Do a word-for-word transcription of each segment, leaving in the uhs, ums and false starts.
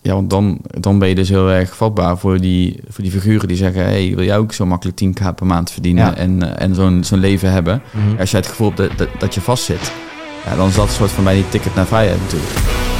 Ja, want dan, dan ben je dus heel erg vatbaar voor die, voor die figuren die zeggen... hey, wil jij ook zo makkelijk tien k per maand verdienen ja. en, en zo'n, zo'n leven hebben? Mm-hmm. Als jij het gevoel hebt dat, dat, dat je vastzit, ja, dan is dat een soort van bij die ticket naar vrijheid natuurlijk.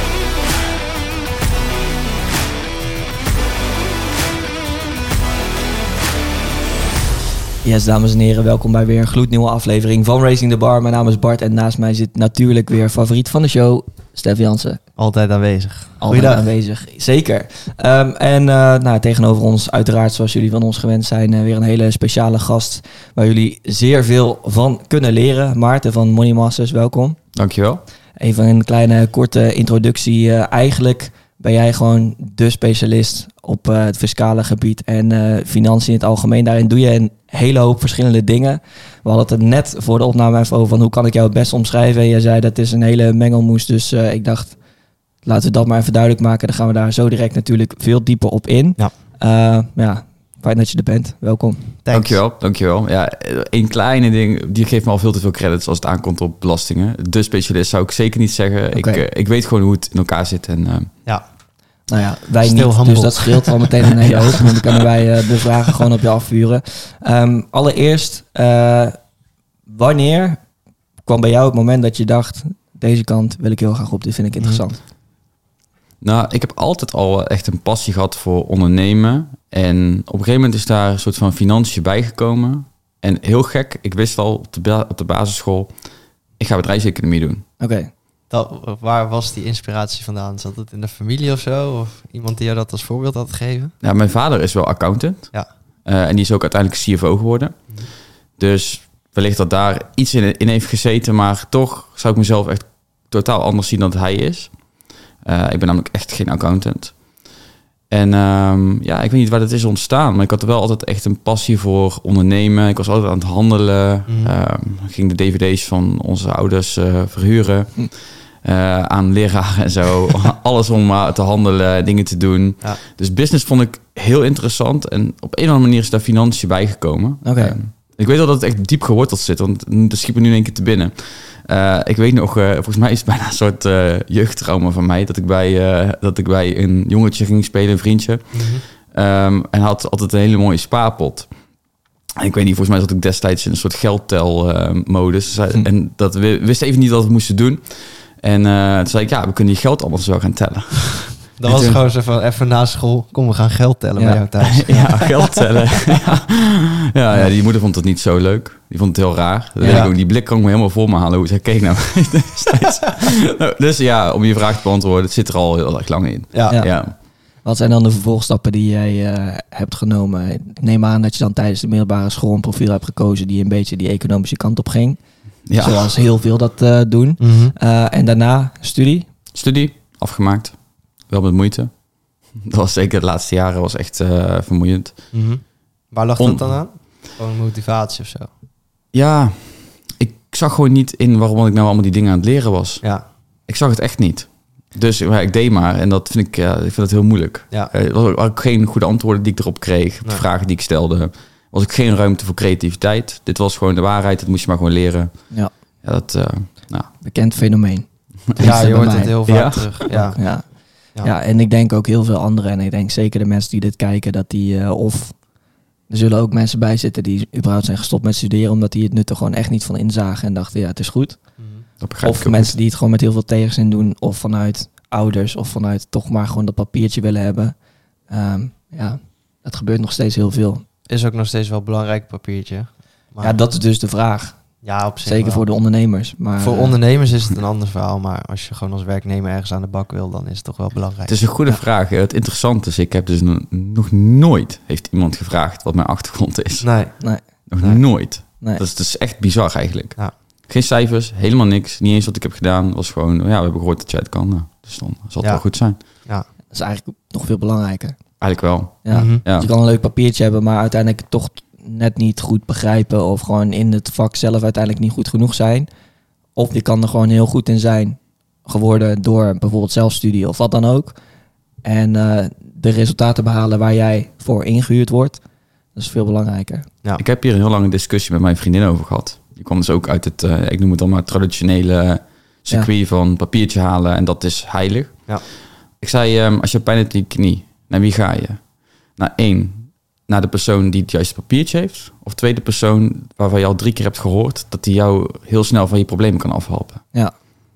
Yes, dames en heren, welkom bij weer een gloednieuwe aflevering van Raising the Bar. Mijn naam is Bart en naast mij zit natuurlijk weer favoriet van de show, Stef Jansen. Altijd aanwezig. Altijd Goeiedag. aanwezig, zeker. Um, en uh, nou, tegenover ons, uiteraard zoals jullie van ons gewend zijn, uh, weer een hele speciale gast waar jullie zeer veel van kunnen leren. Maarten van Money Masters, welkom. Dankjewel. Even een kleine korte introductie. Uh, eigenlijk ben jij gewoon de specialist op uh, het fiscale gebied en uh, financiën in het algemeen. Daarin doe je een hele hoop verschillende dingen. We hadden het er net voor de opname even over van hoe kan ik jou het best omschrijven. En jij zei dat is een hele mengelmoes. Dus uh, ik dacht, laten we dat maar even duidelijk maken. Dan gaan we daar zo direct natuurlijk veel dieper op in. Ja. Uh, ja, fijn dat je er bent. Welkom. Thanks. Dankjewel, dankjewel. Ja, een kleine ding, die geeft me al veel te veel credits als het aankomt op belastingen. De specialist zou ik zeker niet zeggen. Okay. Ik, uh, ik weet gewoon hoe het in elkaar zit. En, uh, ja. Nou ja, wij Stil niet, handel. Dus dat scheelt al meteen een hele hoop. Want dan kunnen wij uh, de vragen gewoon op je afvuren. Um, allereerst, uh, wanneer kwam bij jou het moment dat je dacht... deze kant wil ik heel graag op, dit vind ik interessant? Mm. Nou, ik heb altijd al echt een passie gehad voor ondernemen. En op een gegeven moment is daar een soort van financiën bijgekomen. En heel gek, ik wist al op de, ba- op de basisschool... ik ga bedrijfseconomie doen. Oké. Okay. Dat, waar was die inspiratie vandaan? Zat het in de familie of zo? Of iemand die jou dat als voorbeeld had gegeven? Ja, mijn vader is wel accountant. Ja. Uh, en die is ook uiteindelijk C F O geworden. Mm. Dus wellicht dat daar iets in, in heeft gezeten. Maar toch zou ik mezelf echt totaal anders zien dan hij is. Uh, ik ben namelijk echt geen accountant. En um, ja, ik weet niet waar dat is ontstaan. Maar ik had er wel altijd echt een passie voor ondernemen. Ik was altijd aan het handelen. Mm. Uh, ging de D V D's van onze ouders uh, verhuren. Mm. Uh, aan leraren en zo. Alles om uh, te handelen, dingen te doen. Ja. Dus business vond ik heel interessant. En op een of andere manier is daar financiën bijgekomen. Okay. Uh, ik weet wel dat het echt diep geworteld zit. Want dat schiet me nu in één keer te binnen. Uh, ik weet nog, uh, volgens mij is het bijna een soort uh, jeugdtrauma van mij. Dat ik, bij, uh, dat ik bij een jongetje ging spelen, een vriendje. Mm-hmm. Um, en had altijd een hele mooie spaarpot. En ik weet niet, volgens mij zat ik destijds in een soort geldtel-modus. Uh, mm. En dat we wisten even niet wat we moesten doen. En uh, toen zei ik, ja, we kunnen je geld allemaal zo gaan tellen. Dat was toen... gewoon zo van, even na school, kom, we gaan geld tellen ja. bij jou thuis. Ja, geld tellen. ja. Ja, ja, die moeder vond het niet zo leuk. Die vond het heel raar. Dat ja. weet ik ook. Die blik kan ik me helemaal voor me halen hoe zij keek naar mij. Dus ja, om je vraag te beantwoorden, het zit er al heel erg lang in. Ja. Ja. Ja. Wat zijn dan de vervolgstappen die jij uh, hebt genomen? Ik neem aan dat je dan tijdens de middelbare school een profiel hebt gekozen die een beetje die economische kant op ging. Ja. Zoals heel veel dat uh, doen. Mm-hmm. Uh, en daarna studie? Studie, afgemaakt. Wel met moeite. Dat was zeker de laatste jaren was echt uh, vermoeiend. Mm-hmm. Waar lag On- dat dan aan? Gewoon motivatie of zo? Ja, ik zag gewoon niet in waarom ik nou allemaal die dingen aan het leren was. Ja. Ik zag het echt niet. Dus ja, ik deed maar en dat vind ik, ja, ik vind dat heel moeilijk. Ja. Er was ook geen goede antwoorden die ik erop kreeg. Nee. De vragen die ik stelde. Was ook geen ruimte voor creativiteit. Dit was gewoon de waarheid. Dat moest je maar gewoon leren. Ja. Ja, dat, uh, nou. Bekend fenomeen. Ja, je hoort het heel vaak ja. terug. Ja. Ja. Ja. ja, en ik denk ook heel veel anderen. En ik denk zeker de mensen die dit kijken, dat die uh, of... Er zullen ook mensen bij zitten die überhaupt zijn gestopt met studeren, omdat die het nut er gewoon echt niet van inzagen en dachten, ja, het is goed. Mm-hmm. Of mensen die het gewoon met heel veel tegenzin doen, of vanuit ouders, of vanuit toch maar gewoon dat papiertje willen hebben. Um, ja, dat gebeurt nog steeds heel veel. Is ook nog steeds wel een belangrijk papiertje. Maar... Ja, dat is dus de vraag. Ja, op zich Zeker wel. voor de ondernemers. Maar, voor ondernemers is het een ander verhaal. Maar als je gewoon als werknemer ergens aan de bak wil, dan is het toch wel belangrijk. Het is een goede ja. vraag. Het interessante is, ik heb dus no- nog nooit heeft iemand gevraagd wat mijn achtergrond is. Nee. nee. Nog nee. nooit. Nee. Dat is dus echt bizar eigenlijk. Ja. Geen cijfers, helemaal niks. Niet eens wat ik heb gedaan. Was gewoon, ja, we hebben gehoord dat jij het kan. Nou, dus dan zal het ja. wel goed zijn. Ja. Dat is eigenlijk nog veel belangrijker. Eigenlijk wel. Ja. Mm-hmm. Ja. Je kan een leuk papiertje hebben, maar uiteindelijk toch net niet goed begrijpen of gewoon in het vak zelf uiteindelijk niet goed genoeg zijn. Of je kan er gewoon heel goed in zijn geworden door bijvoorbeeld zelfstudie of wat dan ook. En uh, de resultaten behalen waar jij voor ingehuurd wordt, dat is veel belangrijker. Ja. Ik heb hier een heel lange discussie met mijn vriendin over gehad. Die kwam dus ook uit het, uh, ik noem het dan maar traditionele circuit ja. van papiertje halen en dat is heilig. Ja. Ik zei, um, als je pijn hebt in je knie, naar wie ga je? Naar één, naar de persoon die het juiste papiertje heeft. Of tweede persoon waarvan je al drie keer hebt gehoord dat die jou heel snel van je problemen kan afhelpen. Ja,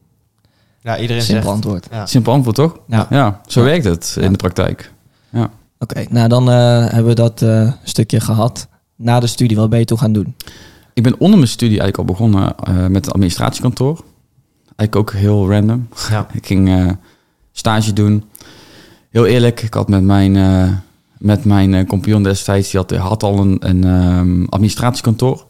Ja, iedereen simpel zegt... antwoord. Ja. Simpel antwoord, toch? Ja. Ja, zo Ja. werkt het Ja. in de praktijk. Ja. Oké, nou dan uh, hebben we dat uh, stukje gehad. Na de studie, wat ben je toen gaan doen? Ik ben onder mijn studie eigenlijk al begonnen uh, met een administratiekantoor. Eigenlijk ook heel random. Ja. Ik ging uh, stage doen. Heel eerlijk, ik had met mijn, uh, met mijn uh, compagnon destijds, die had, had al een, een um, administratiekantoor.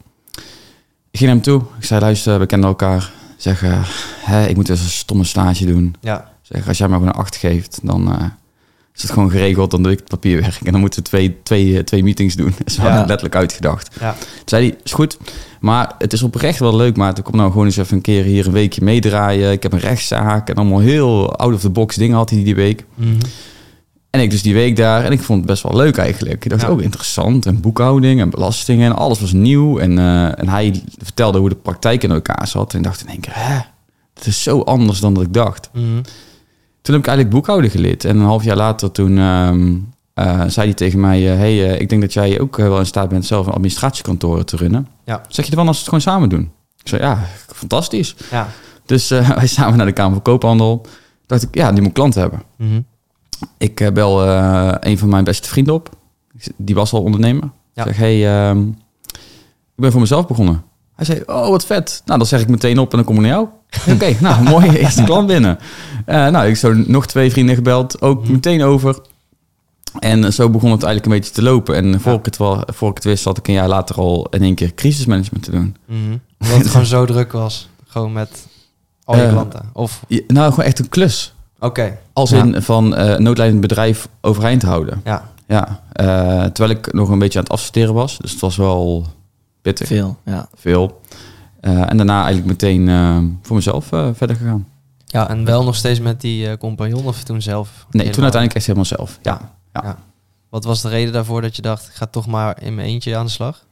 Ik ging naar hem toe. Ik zei, luister, we kennen elkaar. Zeg, uh, hè, ik moet eens een stomme stage doen. Ja. Zeg, als jij maar gewoon een acht geeft, dan uh, is het gewoon geregeld. Dan doe ik het papierwerk. En dan moeten we twee, twee, twee meetings doen. Dat is wel Ja. letterlijk uitgedacht. Ja. Toen zei hij, is goed. Maar het is oprecht wel leuk, maat. Ik kom nou gewoon eens even een keer hier een weekje meedraaien. Ik heb een rechtszaak en allemaal heel out-of-the-box dingen had hij die week. Mhm. En ik dus die week daar. En ik vond het best wel leuk eigenlijk. Ik dacht, Ja. ook interessant. En boekhouding en belastingen en alles was nieuw. En, uh, en hij vertelde hoe de praktijk in elkaar zat. En ik dacht in één keer, hè, het is zo anders dan dat ik dacht. Mhm. Toen heb ik eigenlijk boekhouden geleerd. En een half jaar later toen um, uh, zei hij tegen mij... Uh, hey, uh, ik denk dat jij ook uh, wel in staat bent zelf een administratiekantoor te runnen. Ja. Zeg je ervan als we het gewoon samen doen? Ik zei, ja, fantastisch. Ja. Dus uh, wij samen naar de Kamer van Koophandel. Dacht ik, ja, die moet klanten hebben. Mhm. Ik uh, bel uh, een van mijn beste vrienden op. Die was al ondernemer. Ja. Ik zeg, hey, um, ik ben voor mezelf begonnen. Hij zei, oh, wat vet. Nou, dan zeg ik meteen op en dan kom ik naar jou. Oké, okay, nou, mooi, eerste klant binnen. Uh, nou, ik zo nog twee vrienden gebeld, ook Mhm. meteen over. En uh, zo begon het eigenlijk een beetje te lopen. En voor, Ja. ik het wel, voor ik het wist, zat ik een jaar later al in één keer crisismanagement te doen. Mhm. Omdat het gewoon zo druk was. Gewoon met al je Uh, klanten. Of, Ja, nou, gewoon echt een klus. oké. Als Ja. in van uh, noodlijdend bedrijf overeind houden. Ja. Ja, uh, terwijl ik nog een beetje aan het afstuderen was. Dus het was wel pittig. Veel, ja. Veel. Uh, en daarna eigenlijk meteen uh, voor mezelf uh, verder gegaan. Ja, en wel nog steeds met die uh, compagnon of toen zelf? Nee, helemaal? toen uiteindelijk echt helemaal zelf. Ja. Ja. Ja. Wat was de reden daarvoor dat je dacht, ik ga toch maar in mijn eentje aan de slag?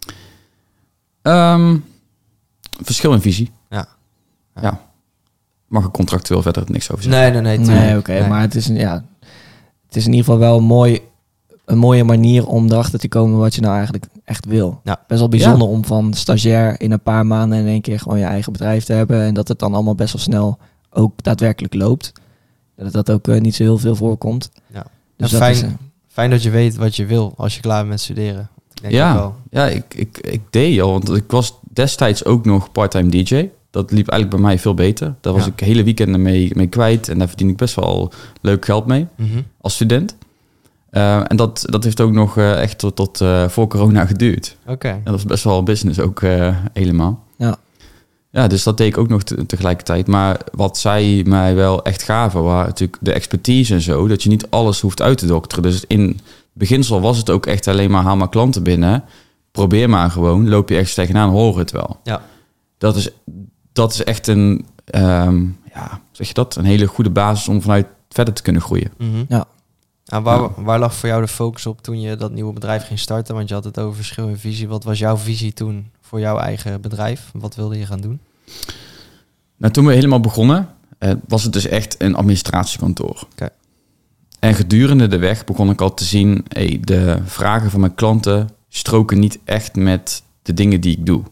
Um, verschil in visie. Ja. Ja. ja. Mag ik contractueel verder niks over zeggen? Nee, nee, nee. tuurlijk. Nee, oké, Nee. maar het is, een, ja, het is in ieder geval wel een, mooi, een mooie manier om erachter te komen wat je nou eigenlijk echt wil. Ja. Best wel bijzonder om van stagiair in een paar maanden in één keer gewoon je eigen bedrijf te hebben. En dat het dan allemaal best wel snel ook daadwerkelijk loopt. Dat dat ook uh, niet zo heel veel voorkomt. Ja. Dus Ja, dat fijn, is, uh, fijn dat je weet wat je wil als je klaar bent met studeren. Ik denk Ja. ook wel. Ja, ik, ik, ik deed al. Want ik was destijds ook nog part-time D J. Dat liep eigenlijk bij mij veel beter. Daar was Ja. ik hele weekenden mee, mee kwijt. En daar verdien ik best wel leuk geld mee Mhm. als student. Uh, en dat, dat heeft ook nog uh, echt tot, tot uh, voor corona geduurd. Oké. En dat was best wel business ook uh, helemaal. Ja. Ja, dus dat deed ik ook nog te, tegelijkertijd. Maar wat zij mij wel echt gaven, waren natuurlijk de expertise en zo. Dat je niet alles hoeft uit te dokteren. Dus in beginsel was het ook echt alleen maar haal maar klanten binnen. Probeer maar gewoon. Loop je ergens tegenaan, hoor het wel. Ja. Dat is, dat is echt een, um, ja, zeg je dat? Een hele goede basis om vanuit verder te kunnen groeien. Mhm. Ja. En waar, Ja. waar lag voor jou de focus op toen je dat nieuwe bedrijf ging starten? Want je had het over verschil in visie. Wat was jouw visie toen voor jouw eigen bedrijf? Wat wilde je gaan doen? Nou, toen we helemaal begonnen, uh, was het dus echt een administratiekantoor. Oké. En gedurende de weg begon ik al te zien, hey, de vragen van mijn klanten stroken niet echt met de dingen die ik doe.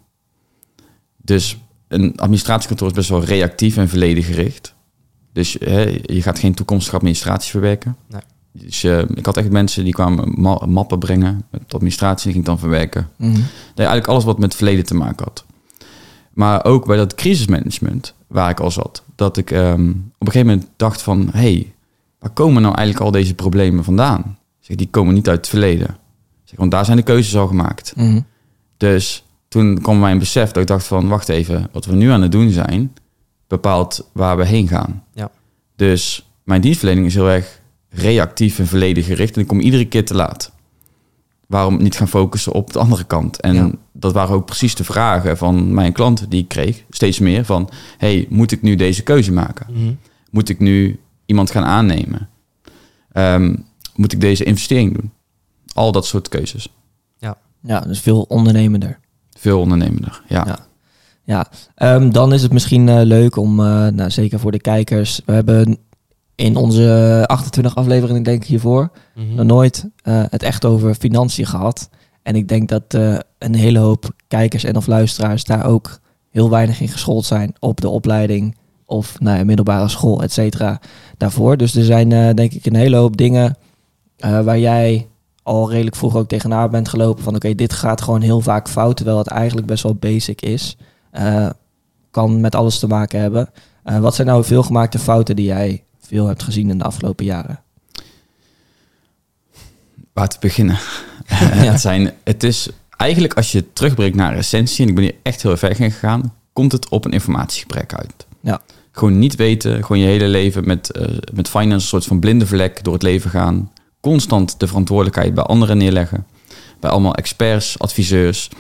Dus een administratiekantoor is best wel reactief en verleden gericht. Dus hè, je gaat geen toekomstige administratie verwerken. Nee. Dus uh, ik had echt mensen die kwamen ma- mappen brengen met administratie, die ging ik dan verwerken. Mhm. Nee, eigenlijk alles wat met het verleden te maken had. Maar ook bij dat crisismanagement waar ik al zat, dat ik um, op een gegeven moment dacht van, hé, hey, waar komen nou eigenlijk al deze problemen vandaan? Zeg, die komen niet uit het verleden. Zeg, want daar zijn de keuzes al gemaakt. Mhm. Dus toen kwam mij een besef dat ik dacht van, wacht even, wat we nu aan het doen zijn, bepaalt waar we heen gaan. Ja. Dus mijn dienstverlening is heel erg reactief en verleden gericht en ik kom iedere keer te laat. Waarom niet gaan focussen op de andere kant? En Ja. dat waren ook precies de vragen van mijn klanten die ik kreeg. Steeds meer van, hey, moet ik nu deze keuze maken? Mhm. Moet ik nu iemand gaan aannemen? Um, moet ik deze investering doen? Al dat soort keuzes. Ja, dus veel ondernemender. Veel ondernemender, ja. Ja. Ja, um, dan is het misschien uh, leuk om, uh, nou, zeker voor de kijkers, we hebben in onze achtentwintig afleveringen, denk ik hiervoor, Mhm. nog nooit uh, het echt over financiën gehad. En ik denk dat uh, een hele hoop kijkers en of luisteraars daar ook heel weinig in geschoold zijn op de opleiding of nou ja, middelbare school, et cetera, daarvoor. Dus er zijn uh, denk ik een hele hoop dingen uh, waar jij al redelijk vroeg ook tegenaan bent gelopen van oké, okay, dit gaat gewoon heel vaak fout, terwijl het eigenlijk best wel basic is. Uh, kan met alles te maken hebben. Uh, wat zijn nou veelgemaakte fouten die jij veel hebt gezien in de afgelopen jaren? Waar te beginnen? Ja. het, zijn, het is eigenlijk als je terugbrengt naar essentie, en ik ben hier echt heel ver in gegaan, komt het op een informatiegebrek uit. Ja. Gewoon niet weten, gewoon je hele leven met, uh, met finance een soort van blinde vlek door het leven gaan. Constant de verantwoordelijkheid bij anderen neerleggen. Bij allemaal experts, adviseurs.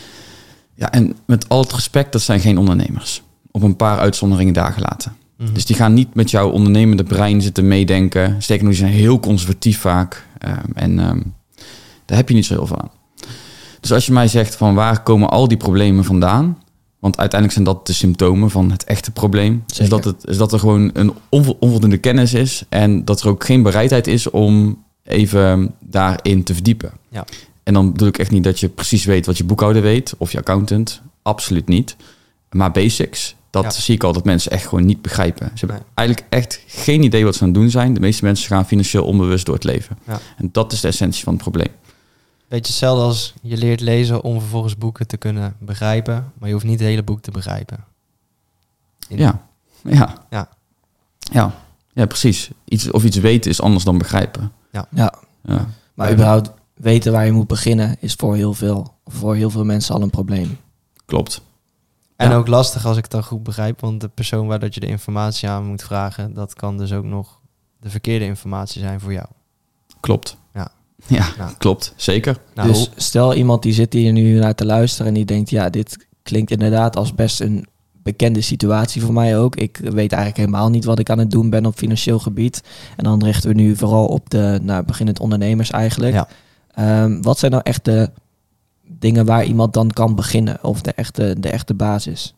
Ja, en met al het respect, dat zijn geen ondernemers. Op een paar uitzonderingen daar gelaten. Mm-hmm. Dus die gaan niet met jouw ondernemende brein zitten meedenken. Sterker nog, die zijn heel conservatief vaak. Um, en um, daar heb je niet zo heel veel aan. Dus als je mij zegt van waar komen al die problemen vandaan? Want uiteindelijk zijn dat de symptomen van het echte probleem. Is dat, het, is dat er gewoon een onvo- onvoldoende kennis is. En dat er ook geen bereidheid is om even daarin te verdiepen. Ja. En dan bedoel ik echt niet dat je precies weet wat je boekhouder weet. Of je accountant. Absoluut niet. Maar basics, dat ja. zie ik al dat mensen echt gewoon niet begrijpen. Ze hebben nee. eigenlijk echt geen idee wat ze aan het doen zijn. De meeste mensen gaan financieel onbewust door het leven. Ja. En dat is de essentie van het probleem. Beetje hetzelfde als je leert lezen om vervolgens boeken te kunnen begrijpen. Maar je hoeft niet het hele boek te begrijpen. In... Ja. Ja. Ja. Ja. Ja, precies. Iets, of iets weten is anders dan begrijpen. Ja. ja. ja. Maar überhaupt weten waar je moet beginnen is voor heel veel, voor heel veel mensen al een probleem. Klopt. En ja. ook lastig als ik het dan goed begrijp. Want de persoon waar dat je de informatie aan moet vragen, dat kan dus ook nog de verkeerde informatie zijn voor jou. Klopt. Ja. Ja, nou. klopt. Zeker. Nou, dus stel iemand die zit hier nu naar te luisteren en die denkt, ja, dit klinkt inderdaad als best een bekende situatie voor mij ook. Ik weet eigenlijk helemaal niet wat ik aan het doen ben op financieel gebied. En dan richten we nu vooral op de nou, beginnend ondernemers eigenlijk. Ja. Um, wat zijn nou echt de dingen waar iemand dan kan beginnen? Of de echte, de echte basis?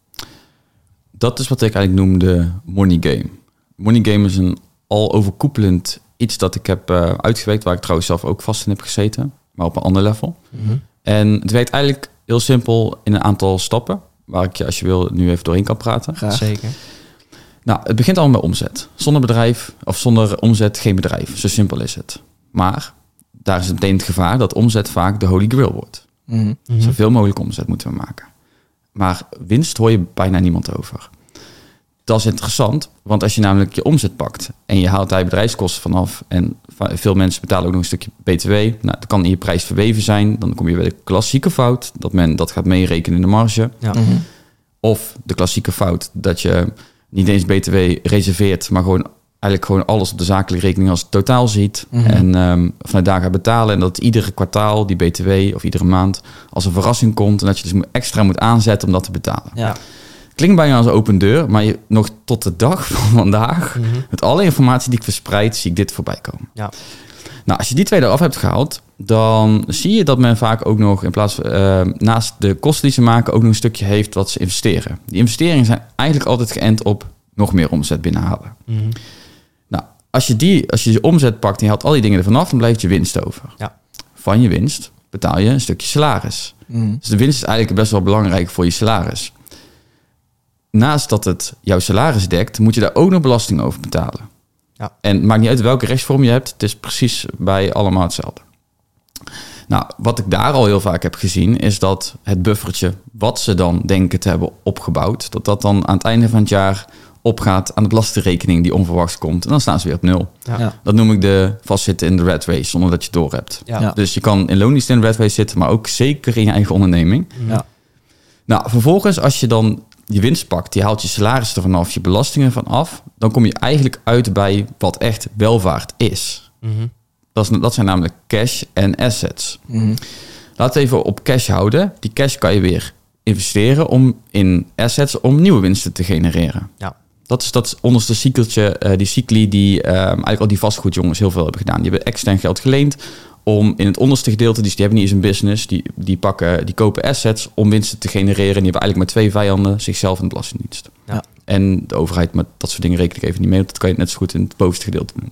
Dat is wat ik eigenlijk noem de money game. Money game is een al overkoepelend iets dat ik heb uh, uitgewerkt, waar ik trouwens zelf ook vast in heb gezeten, maar op een ander level. Mm-hmm. En het werkt eigenlijk heel simpel in een aantal stappen, waar ik je als je wil nu even doorheen kan praten. Graag. Zeker. Nou, het begint allemaal bij omzet. Zonder bedrijf of zonder omzet geen bedrijf. Zo simpel is het. Maar daar is meteen het gevaar dat omzet vaak de holy grail wordt. Mm-hmm. Zoveel mogelijk omzet moeten we maken. Maar winst hoor je bijna niemand over. Dat is interessant, want als je namelijk je omzet pakt en je haalt daar je bedrijfskosten vanaf en veel mensen betalen ook nog een stukje B T W, nou, dat kan in je prijs verweven zijn, dan kom je bij de klassieke fout dat men dat gaat meerekenen in de marge. Ja. Mm-hmm. Of de klassieke fout dat je niet eens B T W reserveert, maar gewoon eigenlijk gewoon alles op de zakelijke rekening als totaal ziet. Mm-hmm. En um, vanuit daar gaat betalen en dat iedere kwartaal die B T W of iedere maand als een verrassing komt en dat je dus extra moet aanzetten om dat te betalen. Ja. Klinkt bijna als een open deur, maar je, nog tot de dag van vandaag, Mm-hmm. met alle informatie die ik verspreid, zie ik dit voorbij komen. Ja. Nou, als je die twee eraf hebt gehaald, dan zie je dat men vaak ook nog, in plaats van uh, naast de kosten die ze maken, ook nog een stukje heeft wat ze investeren. Die investeringen zijn eigenlijk altijd geënt op nog meer omzet binnenhalen. Mm-hmm. Nou, als je die, als je je omzet pakt en je haalt al die dingen ervan af, dan blijft je winst over. Ja. Van je winst betaal je een stukje salaris. Mm-hmm. Dus de winst is eigenlijk best wel belangrijk voor je salaris. Naast dat het jouw salaris dekt, moet je daar ook nog belasting over betalen. Ja. En het maakt niet uit welke rechtsvorm je hebt. Het is precies bij allemaal hetzelfde. Nou, wat ik daar al heel vaak heb gezien, is dat het buffertje wat ze dan denken te hebben opgebouwd, dat dat dan aan het einde van het jaar opgaat aan de belastingrekening die onverwachts komt. En dan staan ze weer op nul. Ja. Ja. Dat noem ik de vastzitten in de rat race, zonder dat je het door hebt. Ja. Ja. Dus je kan in loondienst in de rat race zitten, maar ook zeker in je eigen onderneming. Mm-hmm. Ja. Nou, vervolgens als je dan je winst pakt, je haalt je salaris ervan af, je belastingen van af, dan kom je eigenlijk uit bij wat echt welvaart is. Mm-hmm. Dat, is, dat zijn namelijk cash en assets. Mm-hmm. Laten we even op cash houden. Die cash kan je weer investeren om in assets om nieuwe winsten te genereren. Ja. Dat is dat onderste cykeltje, uh, die cycli die uh, eigenlijk al die vastgoedjongens heel veel hebben gedaan. Die hebben extern geld geleend om in het onderste gedeelte, dus die hebben niet eens een business, die, die, pakken, die kopen assets om winsten te genereren. En die hebben eigenlijk maar twee vijanden, zichzelf en de Belastingdienst. Ja. En de overheid, met dat soort dingen reken ik even niet mee. Want dat kan je net zo goed in het bovenste gedeelte doen.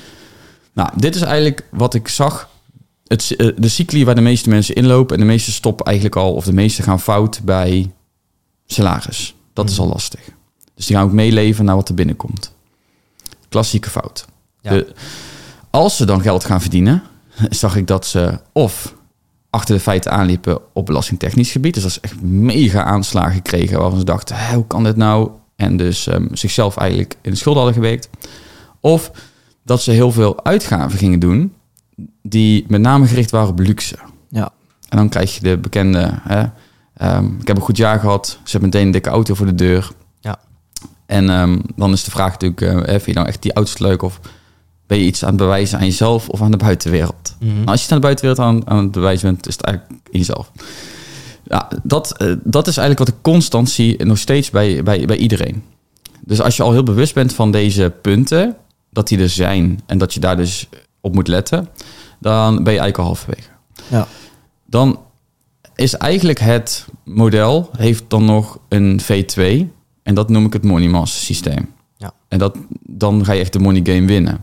Nou, dit is eigenlijk wat ik zag. Het, de cycli waar de meeste mensen inlopen. En de meeste stoppen eigenlijk al, of de meeste gaan fout bij salaris. Dat mm. is al lastig. Dus die gaan ook meeleven naar wat er binnenkomt. Klassieke fout. Ja. De, als ze dan geld gaan verdienen, zag ik dat ze of achter de feiten aanliepen op belastingtechnisch gebied. Dus dat ze echt mega aanslagen kregen waarvan ze dachten, hoe kan dit nou? En dus um, zichzelf eigenlijk in de schulden hadden gewerkt. Of dat ze heel veel uitgaven gingen doen die met name gericht waren op luxe. Ja. En dan krijg je de bekende, hè, um, ik heb een goed jaar gehad, ze hebben meteen een dikke auto voor de deur. Ja. En um, dan is de vraag natuurlijk, uh, vind je nou echt die auto's leuk of ben je iets aan het bewijzen aan jezelf of aan de buitenwereld? Mm-hmm. Nou, als je het aan de buitenwereld aan, aan het bewijzen bent, is het eigenlijk in jezelf. Ja, dat, uh, dat is eigenlijk wat ik constant zie, nog steeds bij, bij, bij iedereen. Dus als je al heel bewust bent van deze punten, dat die er zijn en dat je daar dus op moet letten, dan ben je eigenlijk al halverwege. Ja. Dan is eigenlijk het model, heeft dan nog een V twee en dat noem ik het money mass systeem. Ja. En dat, dan ga je echt de money game winnen.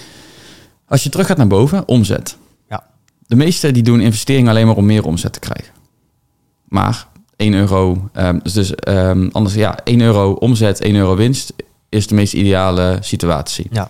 Als je terug gaat naar boven, omzet. Ja. De meesten die doen investeringen alleen maar om meer omzet te krijgen. Maar één euro, um, dus um, anders ja, één euro omzet, één euro winst is de meest ideale situatie. Ja.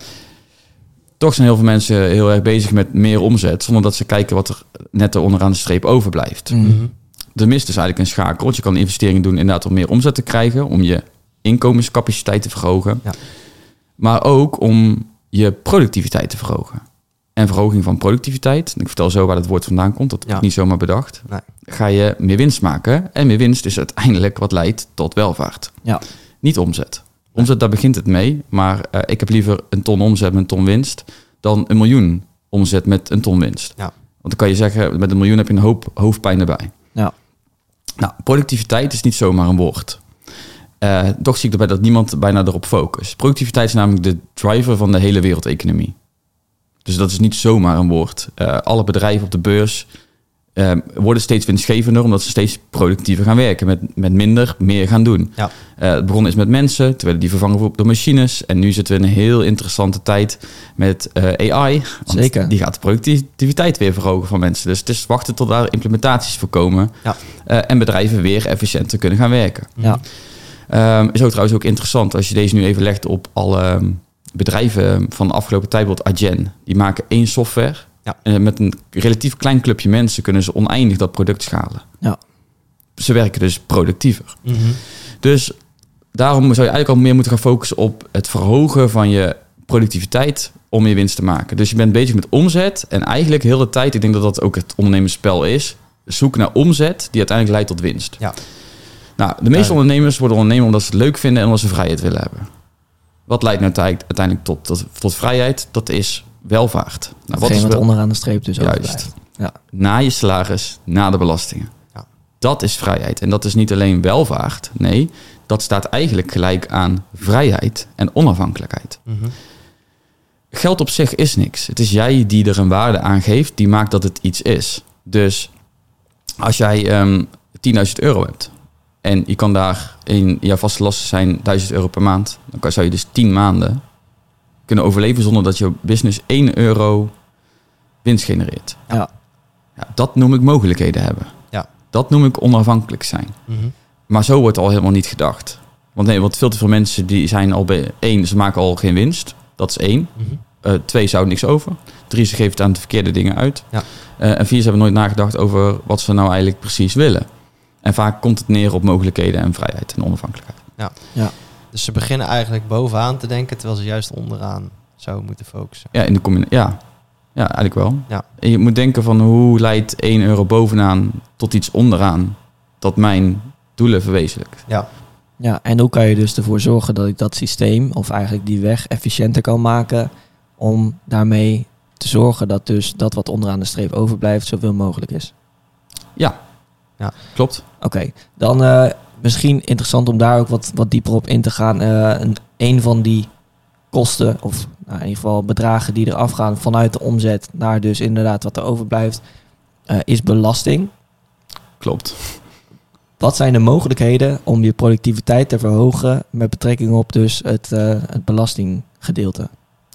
Toch zijn heel veel mensen heel erg bezig met meer omzet, zonder dat ze kijken wat er net er onderaan de streep overblijft. Mm-hmm. De mist is eigenlijk een schakel. Want je kan investeringen doen inderdaad om meer omzet te krijgen, om je inkomenscapaciteit te verhogen. Ja. Maar ook om je productiviteit te verhogen. En verhoging van productiviteit, en ik vertel zo waar het woord vandaan komt, dat heb Ja. ik niet zomaar bedacht, Nee. ga je meer winst maken. En meer winst is uiteindelijk wat leidt tot welvaart. Ja. Niet omzet. Omzet, daar begint het mee. Maar uh, ik heb liever een ton omzet met een ton winst dan een miljoen omzet met een ton winst. Ja. Want dan kan je zeggen, met een miljoen heb je een hoop hoofdpijn erbij. Ja. Nou, productiviteit is niet zomaar een woord. Uh, toch zie ik erbij dat niemand bijna erop focust. Productiviteit is namelijk de driver van de hele wereldeconomie. Dus dat is niet zomaar een woord. Uh, alle bedrijven op de beurs uh, worden steeds winstgevender omdat ze steeds productiever gaan werken. Met, met minder, meer gaan doen. Ja. Uh, het begon is met mensen, toen werden die vervangen door machines. En nu zitten we in een heel interessante tijd met uh, A I. Zeker. Die gaat de productiviteit weer verhogen van mensen. Dus het is wachten tot daar implementaties voor komen. Ja. Uh, en bedrijven weer efficiënter kunnen gaan werken. Ja. Um, is ook trouwens ook interessant als je deze nu even legt op alle um, bedrijven van de afgelopen tijd. Bijvoorbeeld Adyen. Die maken één software. Ja. En met een relatief klein clubje mensen kunnen ze oneindig dat product schalen. Ja. Ze werken dus productiever. Mm-hmm. Dus daarom zou je eigenlijk al meer moeten gaan focussen op het verhogen van je productiviteit om meer winst te maken. Dus je bent bezig met omzet en eigenlijk heel de tijd, ik denk dat dat ook het ondernemersspel is, zoek naar omzet die uiteindelijk leidt tot winst. Ja. Nou, de meeste ondernemers worden ondernemer omdat ze het leuk vinden en omdat ze vrijheid willen hebben. Wat leidt nou uiteindelijk tot, tot, tot vrijheid? Dat is welvaart. Nou, wat Hetgeen is wat wel... onderaan de streep dus Juist. overblijft. Ja. Na je salaris, na de belastingen. Ja. Dat is vrijheid. En dat is niet alleen welvaart. Nee, dat staat eigenlijk gelijk aan vrijheid en onafhankelijkheid. Mm-hmm. Geld op zich is niks. Het is jij die er een waarde aan geeft, die maakt dat het iets is. Dus als jij um, tienduizend euro hebt en je kan daar in jouw vaste lasten zijn duizend euro per maand, dan kan, zou je dus tien maanden kunnen overleven zonder dat je business één euro winst genereert. Ja. Ja, dat noem ik mogelijkheden hebben. Ja. Dat noem ik onafhankelijk zijn. Mm-hmm. Maar zo wordt al helemaal niet gedacht. Want nee, want veel te veel mensen die zijn al bij één, ze maken al geen winst. Dat is één. Mm-hmm. Uh, twee, ze houden niks over. Drie, ze geven het aan de verkeerde dingen uit. Ja. Uh, en vier, ze hebben nooit nagedacht over wat ze nou eigenlijk precies willen. En vaak komt het neer op mogelijkheden en vrijheid en onafhankelijkheid. Ja. Ja. Dus ze beginnen eigenlijk bovenaan te denken, terwijl ze juist onderaan zouden moeten focussen. Ja, in de combina- ja. ja, eigenlijk wel. Ja. En je moet denken van hoe leidt één euro bovenaan tot iets onderaan dat mijn doelen verwezenlijkt. Ja. Ja, en hoe kan je dus ervoor zorgen dat ik dat systeem, of eigenlijk die weg, efficiënter kan maken om daarmee te zorgen dat dus dat wat onderaan de streep overblijft zoveel mogelijk is. Ja, ja. Klopt. Oké, okay, dan uh, misschien interessant om daar ook wat, wat dieper op in te gaan. Uh, een, een van die kosten, of nou, in ieder geval bedragen die eraf gaan vanuit de omzet naar dus inderdaad wat er overblijft, uh, is belasting. Klopt. Wat zijn de mogelijkheden om je productiviteit te verhogen met betrekking op dus het, uh, het belastinggedeelte?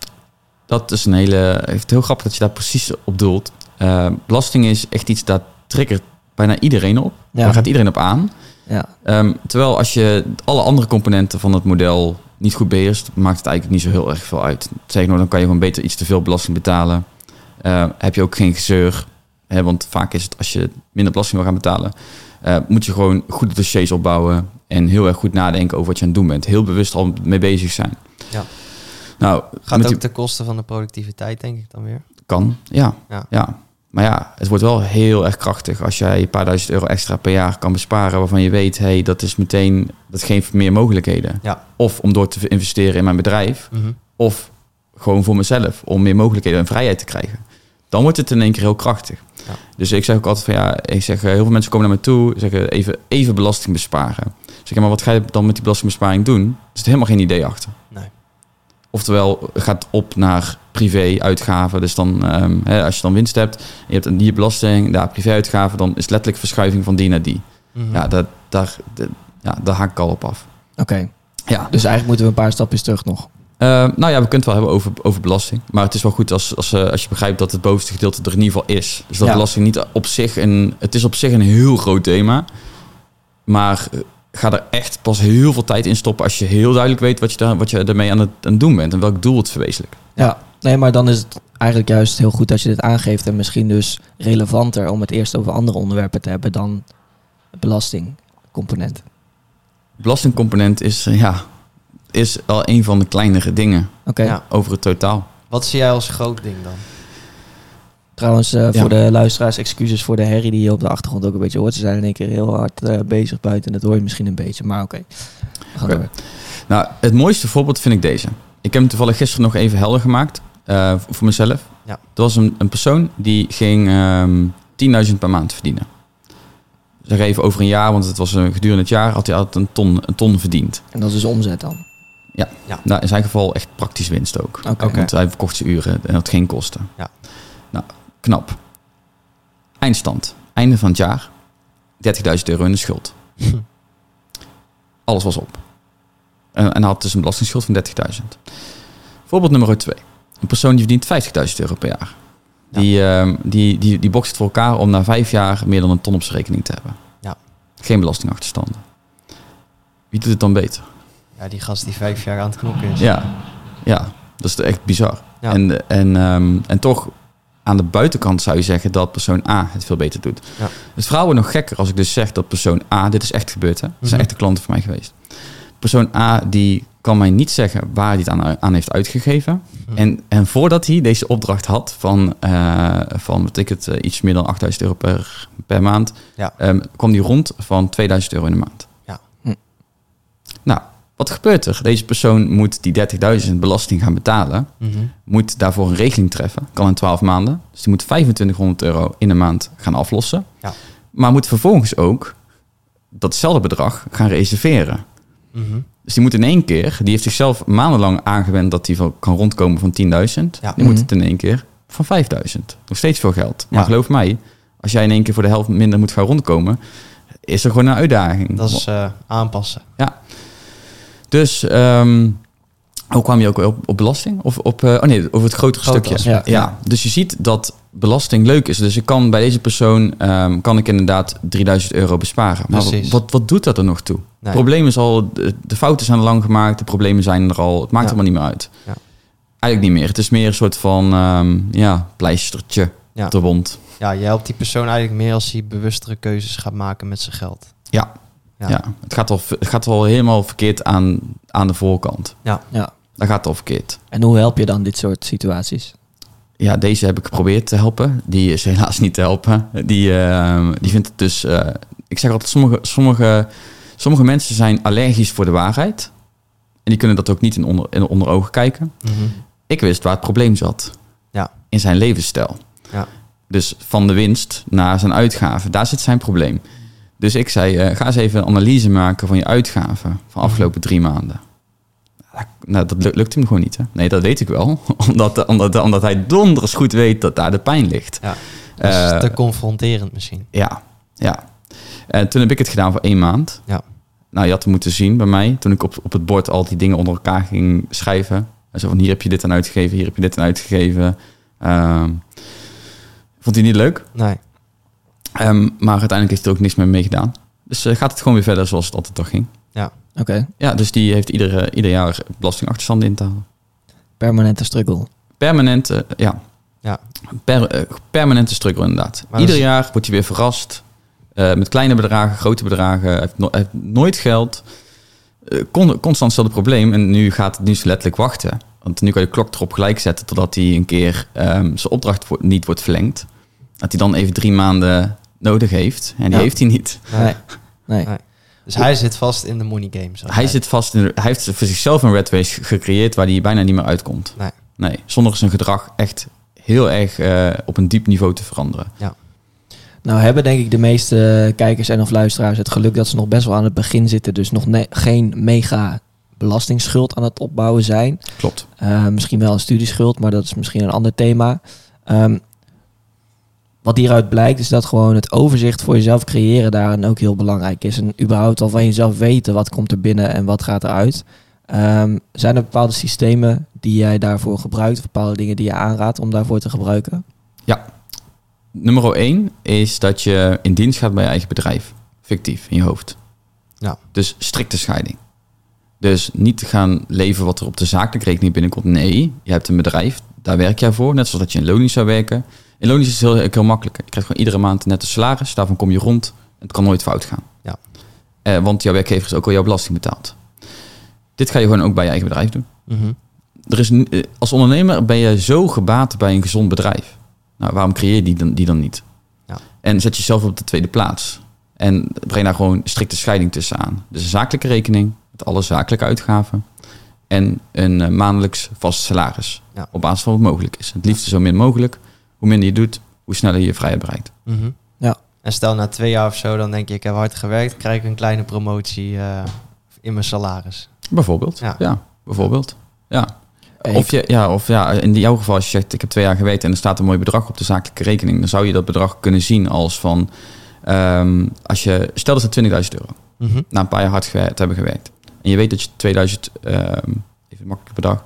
Dat is een hele... Het heel grappig dat je daar precies op doelt. Uh, belasting is echt iets dat triggert bijna iedereen op. Ja. Daar gaat iedereen op aan. Ja. Um, terwijl als je alle andere componenten van het model niet goed beheerst, maakt het eigenlijk niet zo heel erg veel uit. Zeg nou, dan kan je gewoon beter iets te veel belasting betalen. Uh, heb je ook geen gezeur. Hè, want vaak is het, als je minder belasting wil gaan betalen, uh, moet je gewoon goede dossiers opbouwen en heel erg goed nadenken over wat je aan het doen bent. Heel bewust al mee bezig zijn. Ja. Nou, Gaat ook die... ten koste van de productiviteit, denk ik dan weer. Kan, ja. Ja. ja. Maar ja, het wordt wel heel erg krachtig als jij een paar duizend euro extra per jaar kan besparen, waarvan je weet, hey, dat is meteen, dat geeft meer mogelijkheden. Ja. Of om door te investeren in mijn bedrijf, Mm-hmm. of gewoon voor mezelf, om meer mogelijkheden en vrijheid te krijgen. Dan wordt het in één keer heel krachtig. Ja. Dus ik zeg ook altijd van ja, ik zeg, heel veel mensen komen naar me toe, zeggen even, even belasting besparen. Ik zeg, maar wat ga je dan met die belastingbesparing doen? Er zit helemaal geen idee achter. Nee. Oftewel, gaat op naar privé-uitgaven. Dus dan, um, hè, als je dan winst hebt, en je hebt een die belasting, daar privé-uitgaven, dan is letterlijk verschuiving van die naar die. Mm-hmm. Ja, dat, daar, dat, ja, daar haak ik al op af. Oké, okay. Ja. Dus eigenlijk moeten we een paar stapjes terug nog. Uh, nou ja, we kunnen het wel hebben over, over belasting. Maar het is wel goed als, als, uh, als je begrijpt dat het bovenste gedeelte er in ieder geval is. Dus dat ja. belasting niet op zich een... Het is op zich een heel groot thema. Maar ga er echt pas heel veel tijd in stoppen als je heel duidelijk weet wat je, daar, wat je ermee aan het, aan het doen bent. En welk doel het verwezenlijkt. Ja, nee, maar dan is het eigenlijk juist heel goed dat je dit aangeeft. En misschien dus relevanter om het eerst over andere onderwerpen te hebben dan belastingcomponent. Belastingcomponent is, uh, ja, is al een van de kleinere dingen okay. ja. over het totaal. Wat zie jij als groot ding dan? Trouwens, uh, ja. voor de luisteraars, excuses voor de herrie die je op de achtergrond ook een beetje hoort. Ze zijn in één keer heel hard uh, bezig buiten. Dat hoor je misschien een beetje, maar oké. Okay. We gaan okay. door. Nou, het mooiste voorbeeld vind ik deze. Ik heb hem toevallig gisteren nog even helder gemaakt uh, voor mezelf. Ja. Er was een, een persoon die ging um, tienduizend per maand verdienen. Zeg even over een jaar, want het was uh, gedurende het jaar had hij altijd een ton, een ton verdiend. En dat is dus omzet dan? Ja, ja. Nou, in zijn geval echt praktisch winst ook. Okay. Okay. Want hij verkocht zijn uren en had geen kosten. Ja. Nou, knap. Eindstand. Einde van het jaar. dertigduizend euro in de schuld. Hm. Alles was op. En, en hij had dus een belastingsschuld van dertigduizend. Voorbeeld nummer twee. Een persoon die verdient vijftigduizend euro per jaar. Ja. Die, uh, die, die, die bokst het voor elkaar om na vijf jaar meer dan een ton op zijn rekening te hebben. Ja. Geen belastingachterstanden. Wie doet het dan beter? Ja, die gast die vijf jaar aan het knokken is. Ja, ja, dat is echt bizar. Ja. En, en, um, en toch, aan de buitenkant zou je zeggen dat persoon A het veel beter doet. Ja. Het verhaal wordt nog gekker als ik dus zeg dat persoon A, dit is echt gebeurd hè, dat zijn Mm-hmm. echte klanten van mij geweest. Persoon A die kan mij niet zeggen waar hij het aan, aan heeft uitgegeven. Mm. En, en voordat hij deze opdracht had van, uh, van wat ik het, uh, iets meer dan achtduizend euro per, per maand, Ja. um, kwam die rond van tweeduizend euro in de maand. Ja. Hm. Nou, wat gebeurt er? Deze persoon moet die dertigduizend belasting gaan betalen. Mm-hmm. Moet daarvoor een regeling treffen. Kan in twaalf maanden. Dus die moet vijfentwintighonderd euro in de maand gaan aflossen. Ja. Maar moet vervolgens ook datzelfde bedrag gaan reserveren. Mm-hmm. Dus die moet in één keer... Die heeft zichzelf maandenlang aangewend dat hij kan rondkomen van tienduizend. Ja. Die moet het in één keer van vijfduizend. Nog steeds veel geld. Maar Ja. geloof mij, als jij in één keer voor de helft minder moet gaan rondkomen, is er gewoon een uitdaging. Dat is uh, aanpassen. Ja. Dus, um, hoe kwam je ook op, op belasting? Of op, uh, oh nee, over het grotere Grote stukje. aspect, ja. ja. ja, dus je ziet dat belasting leuk is. Dus ik kan bij deze persoon, um, kan ik inderdaad drieduizend euro besparen. Maar Precies. wat, wat doet dat er nog toe? Nee. Het probleem is al, de, de fouten zijn al lang gemaakt. De problemen zijn er al. Het maakt Ja. helemaal niet meer uit. Ja. Eigenlijk niet meer. Het is meer een soort van, um, ja, pleistertje Ja. op de wond. Ja, je helpt die persoon eigenlijk meer als hij bewustere keuzes gaat maken met zijn geld. Ja. Ja. Ja. Het gaat al, het gaat al helemaal verkeerd aan, aan de voorkant. Ja. Ja. Dat gaat al verkeerd. En hoe help je dan dit soort situaties? Ja, deze heb ik geprobeerd te helpen. Die is helaas niet te helpen. Die, uh, die vindt het dus... Uh, ik zeg altijd, sommige, sommige, sommige mensen zijn allergisch voor de waarheid. En die kunnen dat ook niet in onder, in onder ogen kijken. Mm-hmm. Ik wist waar het probleem zat. Ja. In zijn levensstijl. Ja. Dus van de winst naar zijn uitgaven. Daar zit zijn probleem. Dus ik zei, uh, ga eens even een analyse maken van je uitgaven van afgelopen drie maanden. Nou, dat lukt hem gewoon niet. Hè? Nee, dat weet ik wel. omdat, omdat, omdat hij donders goed weet dat daar de pijn ligt. Ja. Dat is Uh, te confronterend misschien. Ja, ja. En toen heb ik het gedaan voor één maand. Ja. Nou, je had het moeten zien bij mij. Toen ik op, op het bord al die dingen onder elkaar ging schrijven. En zo van, hier heb je dit aan uitgegeven, hier heb je dit aan uitgegeven. Um, vond hij niet leuk. Nee. Um, maar uiteindelijk heeft hij er ook niks meer mee gedaan. Dus uh, gaat het gewoon weer verder zoals het altijd toch ging. Ja. Oké. Okay. Ja, dus die heeft iedere, ieder jaar belastingachterstanden in te halen. Permanente struggle. Permanente, ja. Ja. Per, uh, permanente struggle inderdaad. Maar Ieder is... jaar wordt hij weer verrast. Uh, met kleine bedragen, grote bedragen. Hij heeft, no- hij heeft nooit geld. Uh, con- constant hetzelfde probleem. En nu gaat het nu letterlijk wachten. Want nu kan je de klok erop gelijk zetten totdat hij een keer um, zijn opdracht wo- niet wordt verlengd. Dat hij dan even drie maanden nodig heeft. En die Ja. heeft hij niet. Nee. nee. nee. nee. Dus hij zit vast in de money game. Hij, hij zit vast in de, hij heeft voor zichzelf een rat race gecreëerd waar hij bijna niet meer uitkomt. Nee. Nee, zonder zijn gedrag echt heel erg uh, op een diep niveau te veranderen. Ja. Nou hebben denk ik de meeste kijkers en of luisteraars het geluk dat ze nog best wel aan het begin zitten. Dus nog ne- geen mega belastingsschuld aan het opbouwen zijn. Klopt. Uh, misschien wel een studieschuld, maar dat is misschien een ander thema. Um, wat hieruit blijkt is dat gewoon het overzicht voor jezelf creëren daarin ook heel belangrijk is. En überhaupt al van jezelf weten wat komt er binnen en wat gaat eruit. Um, zijn er bepaalde systemen die jij daarvoor gebruikt? Bepaalde dingen die je aanraadt om daarvoor te gebruiken? Ja. Nummer één is dat je in dienst gaat bij je eigen bedrijf. Fictief, in je hoofd. Ja. Dus strikte scheiding. Dus niet te gaan leven wat er op de zakelijke rekening binnenkomt. Nee, je hebt een bedrijf, daar werk jij voor. Net zoals dat je in loondienst zou werken. In loondienst is het heel, heel makkelijk. Je krijgt gewoon iedere maand net een salaris. Daarvan kom je rond. Het kan nooit fout gaan. Ja. Uh, want jouw werkgever is ook al jouw belasting betaald. Dit ga je gewoon ook bij je eigen bedrijf doen. Mm-hmm. Er is, als ondernemer ben je zo gebaat bij een gezond bedrijf. Nou, waarom creëer je die dan, die dan niet? Ja. En zet jezelf op de tweede plaats. En breng daar gewoon strikte scheiding tussen aan. Dus een zakelijke rekening met alle zakelijke uitgaven. En een uh, maandelijks vast salaris. Ja. Op basis van wat mogelijk is. Het liefst zo min mogelijk. Hoe minder je doet, hoe sneller je je vrijheid bereikt. Mm-hmm. Ja. En stel na twee jaar of zo, dan denk je, ik heb hard gewerkt. Krijg ik een kleine promotie uh, in mijn salaris. Bijvoorbeeld. Ja. Ja, bijvoorbeeld. Ja. Hey, Of, je, ja, of ja, in jouw geval, als je zegt, ik heb twee jaar gewerkt en er staat een mooi bedrag op de zakelijke rekening, dan zou je dat bedrag kunnen zien als van, um, als je, stel dat het twintigduizend euro, Mm-hmm. na een paar jaar hard gewerkt, te hebben gewerkt. En je weet dat je tweeduizend, um, even makkelijk bedrag,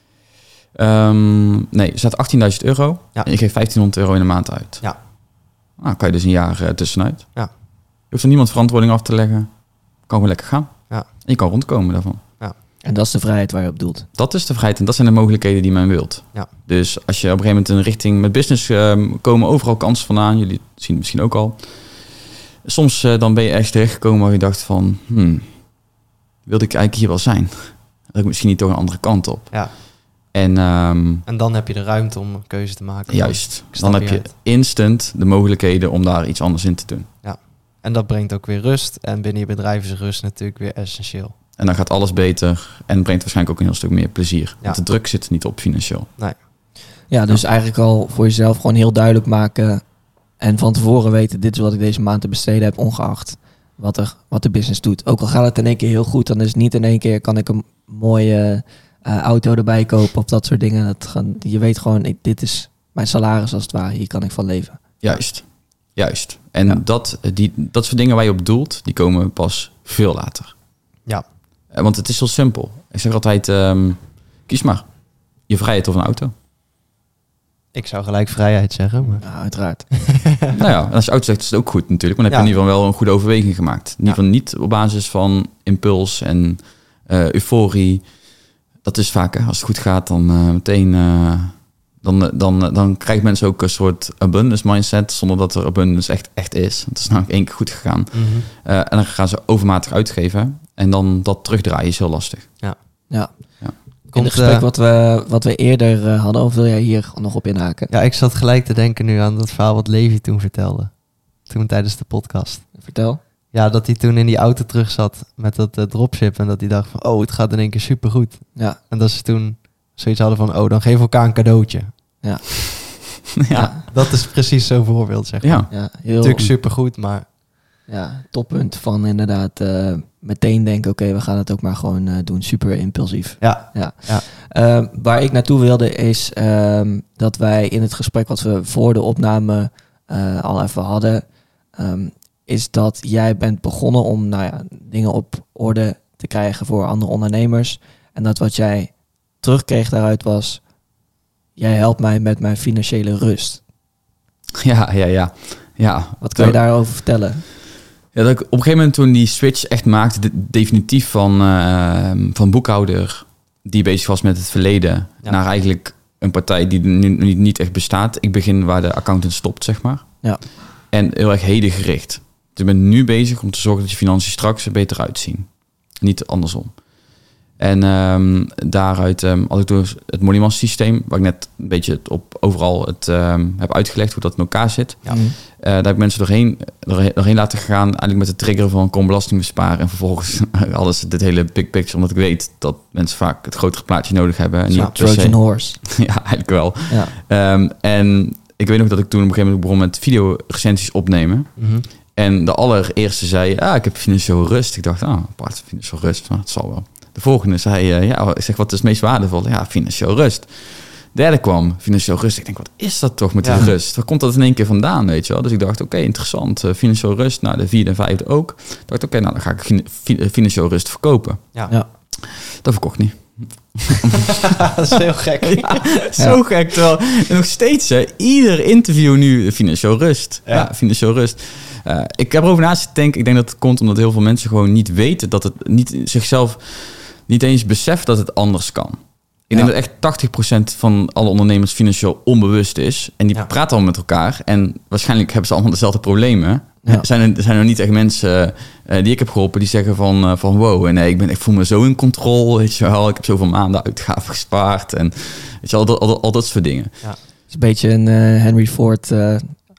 um, nee, er staat achttienduizend euro Ja. en je geeft vijftienhonderd euro in de maand uit. Ja. Nou, kan je dus een jaar uh, tussenuit. Ja. Je hoeft er niemand verantwoording af te leggen. Kan gewoon lekker gaan. Ja. En je kan rondkomen daarvan. en dat is de vrijheid waar je op doelt. Dat is de vrijheid en dat zijn de mogelijkheden die men wilt. Ja. Dus als je op een gegeven moment in een richting met business um, komen overal kansen vandaan. Jullie zien het misschien ook al. Soms uh, dan ben je ergens terechtgekomen waar je dacht van, hmm, wilde ik eigenlijk hier wel zijn? Dat ik misschien niet toch een andere kant op. Ja. En um, En dan heb je de ruimte om een keuze te maken. juist, Ik snap dan heb je uit. instant de mogelijkheden om daar iets anders in te doen. En dat brengt ook weer rust. En binnen je bedrijf is rust natuurlijk weer essentieel. En dan gaat alles beter en brengt waarschijnlijk ook een heel stuk meer plezier. Ja. Want de druk zit niet op financieel. Ja, dus eigenlijk al voor jezelf gewoon heel duidelijk maken en van tevoren weten, dit is wat ik deze maand te besteden heb, ongeacht wat, er, wat de business doet. Ook al gaat het in één keer heel goed, dan is het niet in één keer, kan ik een mooie uh, auto erbij kopen of dat soort dingen. Dat gaan, je weet gewoon, ik, dit is mijn salaris als het ware, hier kan ik van leven. Juist, juist. En Ja. dat, die, dat soort dingen waar je op doelt, die komen pas veel later. Ja. Eh, Want het is heel simpel. Ik zeg altijd, um, kies maar. Je vrijheid of een auto. Ik zou gelijk vrijheid zeggen. Maar... Ja, uiteraard. Nou ja, en als je auto zegt, is het ook goed natuurlijk. Maar dan heb Ja. je in ieder geval wel een goede overweging gemaakt. In ieder Ja. geval niet op basis van impuls en uh, euforie. Dat is vaak, hè, als het goed gaat, dan uh, meteen... Uh, dan, dan, dan krijgen mensen ook een soort abundance mindset, zonder dat er abundance echt, echt is. Het is namelijk één keer goed gegaan. Mm-hmm. Uh, en dan gaan ze overmatig uitgeven. En dan dat terugdraaien is heel lastig. Ja. Ja. In Komt, het gesprek uh, wat we, wat we eerder uh, hadden, of wil jij hier nog op inhaken? Ja, ik zat gelijk te denken nu aan dat verhaal wat Levi toen vertelde. Toen tijdens de podcast. Vertel. Ja, dat hij toen in die auto terug zat met dat uh, dropship. En dat hij dacht van, oh, het gaat in één keer supergoed. Ja. En dat ze toen zoiets hadden van, oh, dan geef elkaar een cadeautje. Ja. ja. Ja. Dat is precies zo'n voorbeeld, zeg maar. Ja. Ja, heel, Natuurlijk supergoed, maar ja, toppunt van inderdaad uh, meteen denken, oké, okay, we gaan het ook maar gewoon uh, doen. Super impulsief. ja. Ja. Ja. Uh, waar ik naartoe wilde is um, dat wij in het gesprek wat we voor de opname uh, al even hadden, um, is dat jij bent begonnen om nou ja, dingen op orde te krijgen voor andere ondernemers. En dat wat jij terugkreeg daaruit was, jij helpt mij met mijn financiële rust. Ja, ja, ja. ja. Wat kan je daarover vertellen? Ja, dat ik op een gegeven moment toen die switch echt maakte, de, definitief van, uh, van boekhouder die bezig was met het verleden, Ja. naar eigenlijk een partij die nu, nu niet echt bestaat. Ik begin waar de accountant stopt, zeg maar. Ja. En heel erg heden gericht. Dus ik ben nu bezig om te zorgen dat je financiën straks er beter uitzien. Niet andersom. En um, daaruit um, had ik dus het Moneymas systeem, waar ik net een beetje het op overal het um, heb uitgelegd hoe dat in elkaar zit. Ja. Mm. Uh, daar heb ik mensen doorheen, doorheen, doorheen laten gaan, eigenlijk met de trigger van kom belasting besparen. En vervolgens alles, dit hele big picture, omdat ik weet dat mensen vaak het grotere plaatje nodig hebben. En Ja, niet per se- Trojan horse. ja, eigenlijk wel. Ja. Um, en ik weet nog dat ik toen op een gegeven moment begon met videorecensies opnemen. Mhm. En de allereerste zei, ah, ik heb financieel rust. Ik dacht, ah, apart, financieel rust, maar het zal wel. De volgende zei, uh, ja, ik zeg, wat is het meest waardevol? Ja, financieel rust. De derde kwam, financieel rust. Ik denk, wat is dat toch met die Ja. rust? Waar komt dat in één keer vandaan, weet je wel? Dus ik dacht, oké, okay, interessant. Uh, financieel rust, nou, de vierde en vijfde ook. Ik dacht, oké, okay, nou, dan ga ik fin- fi- financieel rust verkopen. Ja. Ja. Dat verkocht niet. Dat is heel gek. Ja, zo gek. Terwijl en nog steeds, hè, ieder interview nu financieel rust. Ja, Ja. financieel rust. Uh, ik heb erover naast te denken. Ik denk dat het komt omdat heel veel mensen gewoon niet weten dat het niet zichzelf niet eens beseft dat het anders kan. Ik denk Ja. dat echt tachtig procent van alle ondernemers financieel onbewust is. En die Ja. praten al met elkaar. En waarschijnlijk hebben ze allemaal dezelfde problemen. Ja. Zijn er, zijn er niet echt mensen uh, die ik heb geholpen die zeggen van, uh, van wow, nee, ik, ben, ik voel me zo in controle, weet je wel. Ik heb zoveel maanden uitgaven gespaard en weet je, al, dat, al, al dat soort dingen. Het is een beetje een uh, Henry Ford uh,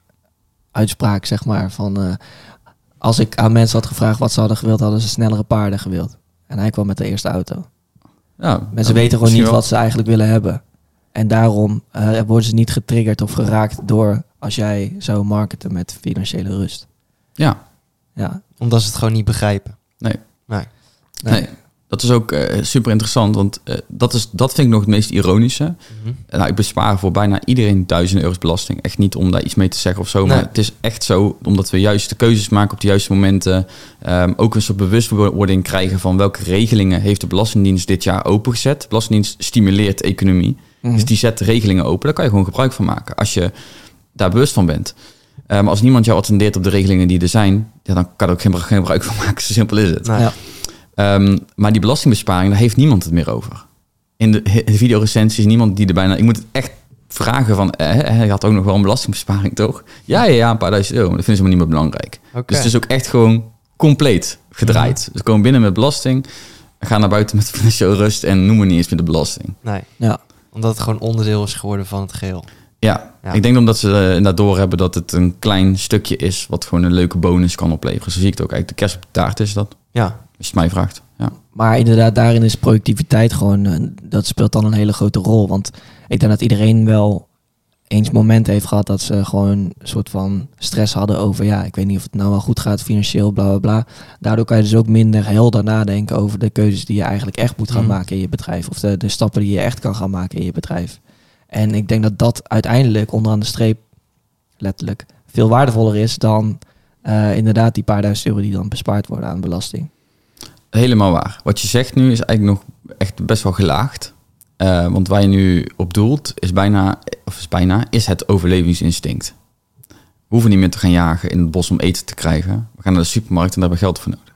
uitspraak, zeg maar. Van, uh, als ik aan mensen had gevraagd wat ze hadden gewild, hadden ze snellere paarden gewild. En hij kwam met de eerste auto. Ja, Mensen nou, weten gewoon niet misschien wat ze eigenlijk willen hebben. En daarom uh, worden ze niet getriggerd of geraakt door als jij zou marketen met financiële rust. Ja, Ja, Omdat ze het gewoon niet begrijpen. nee. Nee. nee. nee. Dat is ook uh, super interessant, want uh, dat, is, dat vind ik nog het meest ironische. Mhm. Nou, ik bespaar voor bijna iedereen duizenden euro's belasting. Echt niet om daar iets mee te zeggen of zo. Nee. Maar het is echt zo, omdat we juist de keuzes maken op de juiste momenten. Um, ook een soort bewustwording krijgen van welke regelingen heeft de Belastingdienst dit jaar opengezet. De Belastingdienst stimuleert economie. Mhm. Dus die zet regelingen open. Daar kan je gewoon gebruik van maken als je daar bewust van bent. Uh, maar als niemand jou attendeert op de regelingen die er zijn, ja, dan kan er ook geen, geen gebruik van maken. Zo simpel is het. Nee. Ja. Um, maar die belastingbesparing, daar heeft niemand het meer over. In de, de videorecensies, niemand die er bijna... Ik moet het echt vragen van... Eh, je had ook nog wel een belastingbesparing, toch? Ja, ja, ja, een paar duizend euro. Maar dat vinden ze maar niet meer belangrijk. Oké. Dus het is ook echt gewoon compleet gedraaid. Mhm. Dus komen binnen met belasting... Ga naar buiten met financiële rust... en noem me niet eens met de belasting. Nee, Ja. omdat het gewoon onderdeel is geworden van het geheel. Ja, Ja. ik denk omdat ze uh, daardoor hebben dat het een klein stukje is... wat gewoon een leuke bonus kan opleveren. Zo zie ik het ook. Eigenlijk de kerst op de taart is dat. Ja, Als je het mij vraagt. Ja. Maar inderdaad, daarin is productiviteit gewoon, uh, dat speelt dan een hele grote rol. Want ik denk dat iedereen wel eens momenten heeft gehad dat ze gewoon een soort van stress hadden over, ja, ik weet niet of het nou wel goed gaat financieel, bla bla bla. Daardoor kan je dus ook minder helder nadenken over de keuzes die je eigenlijk echt moet gaan Mhm. maken in je bedrijf. Of de, de stappen die je echt kan gaan maken in je bedrijf. En ik denk dat dat uiteindelijk onderaan de streep, letterlijk, veel waardevoller is dan uh, inderdaad die paar duizend euro die dan bespaard worden aan belasting. Helemaal waar. Wat je zegt nu is eigenlijk nog echt best wel gelaagd. Uh, want waar je nu op doelt is bijna, of is bijna, is het overlevingsinstinct. We hoeven niet meer te gaan jagen in het bos om eten te krijgen. We gaan naar de supermarkt en daar hebben we geld voor nodig.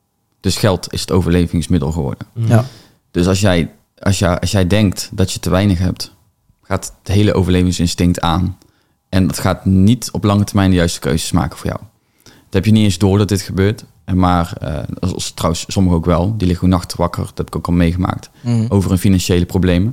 Dus geld is het overlevingsmiddel geworden. Mhm. Ja. Dus als jij, als, jij, als jij denkt dat je te weinig hebt, gaat het hele overlevingsinstinct aan. En dat gaat niet op lange termijn de juiste keuzes maken voor jou. Dat heb je niet eens door dat dit gebeurt. Maar uh, als, trouwens, sommigen ook wel. Die liggen gewoon nachten wakker. Dat heb ik ook al meegemaakt. Mm. Over hun financiële problemen.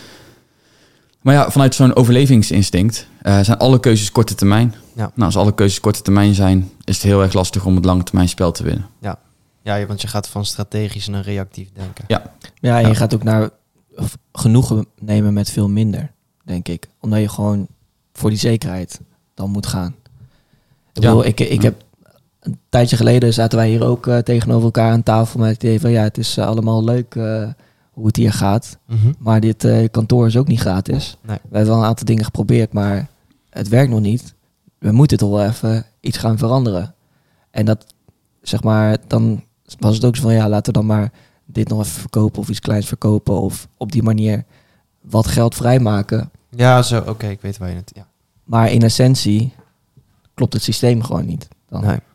Maar ja, vanuit zo'n overlevingsinstinct uh, zijn alle keuzes korte termijn. Ja. Nou, als alle keuzes korte termijn zijn, is het heel erg lastig om het lange termijn spel te winnen. Ja, want je gaat van strategisch naar reactief denken. Ja. Ja, en je Ja. gaat ook naar of genoegen nemen met veel minder, denk ik. Omdat je gewoon voor die zekerheid dan moet gaan. Ik, Ja. bedoel, ik, ik Ja. heb een tijdje geleden zaten wij hier ook uh, tegenover elkaar aan tafel met het idee van ja, het is uh, allemaal leuk uh, hoe het hier gaat. Mhm. Maar dit uh, kantoor is ook niet gratis. Nee. We hebben wel een aantal dingen geprobeerd, maar het werkt nog niet. We moeten toch wel even iets gaan veranderen. En dat, zeg maar, dan was het ook zo van, ja, laten we dan maar dit nog even verkopen of iets kleins verkopen of op die manier wat geld vrijmaken. Ja, zo, oké, okay, ik weet waar je het... Ja. Maar in essentie klopt het systeem gewoon niet. Dan. Nee.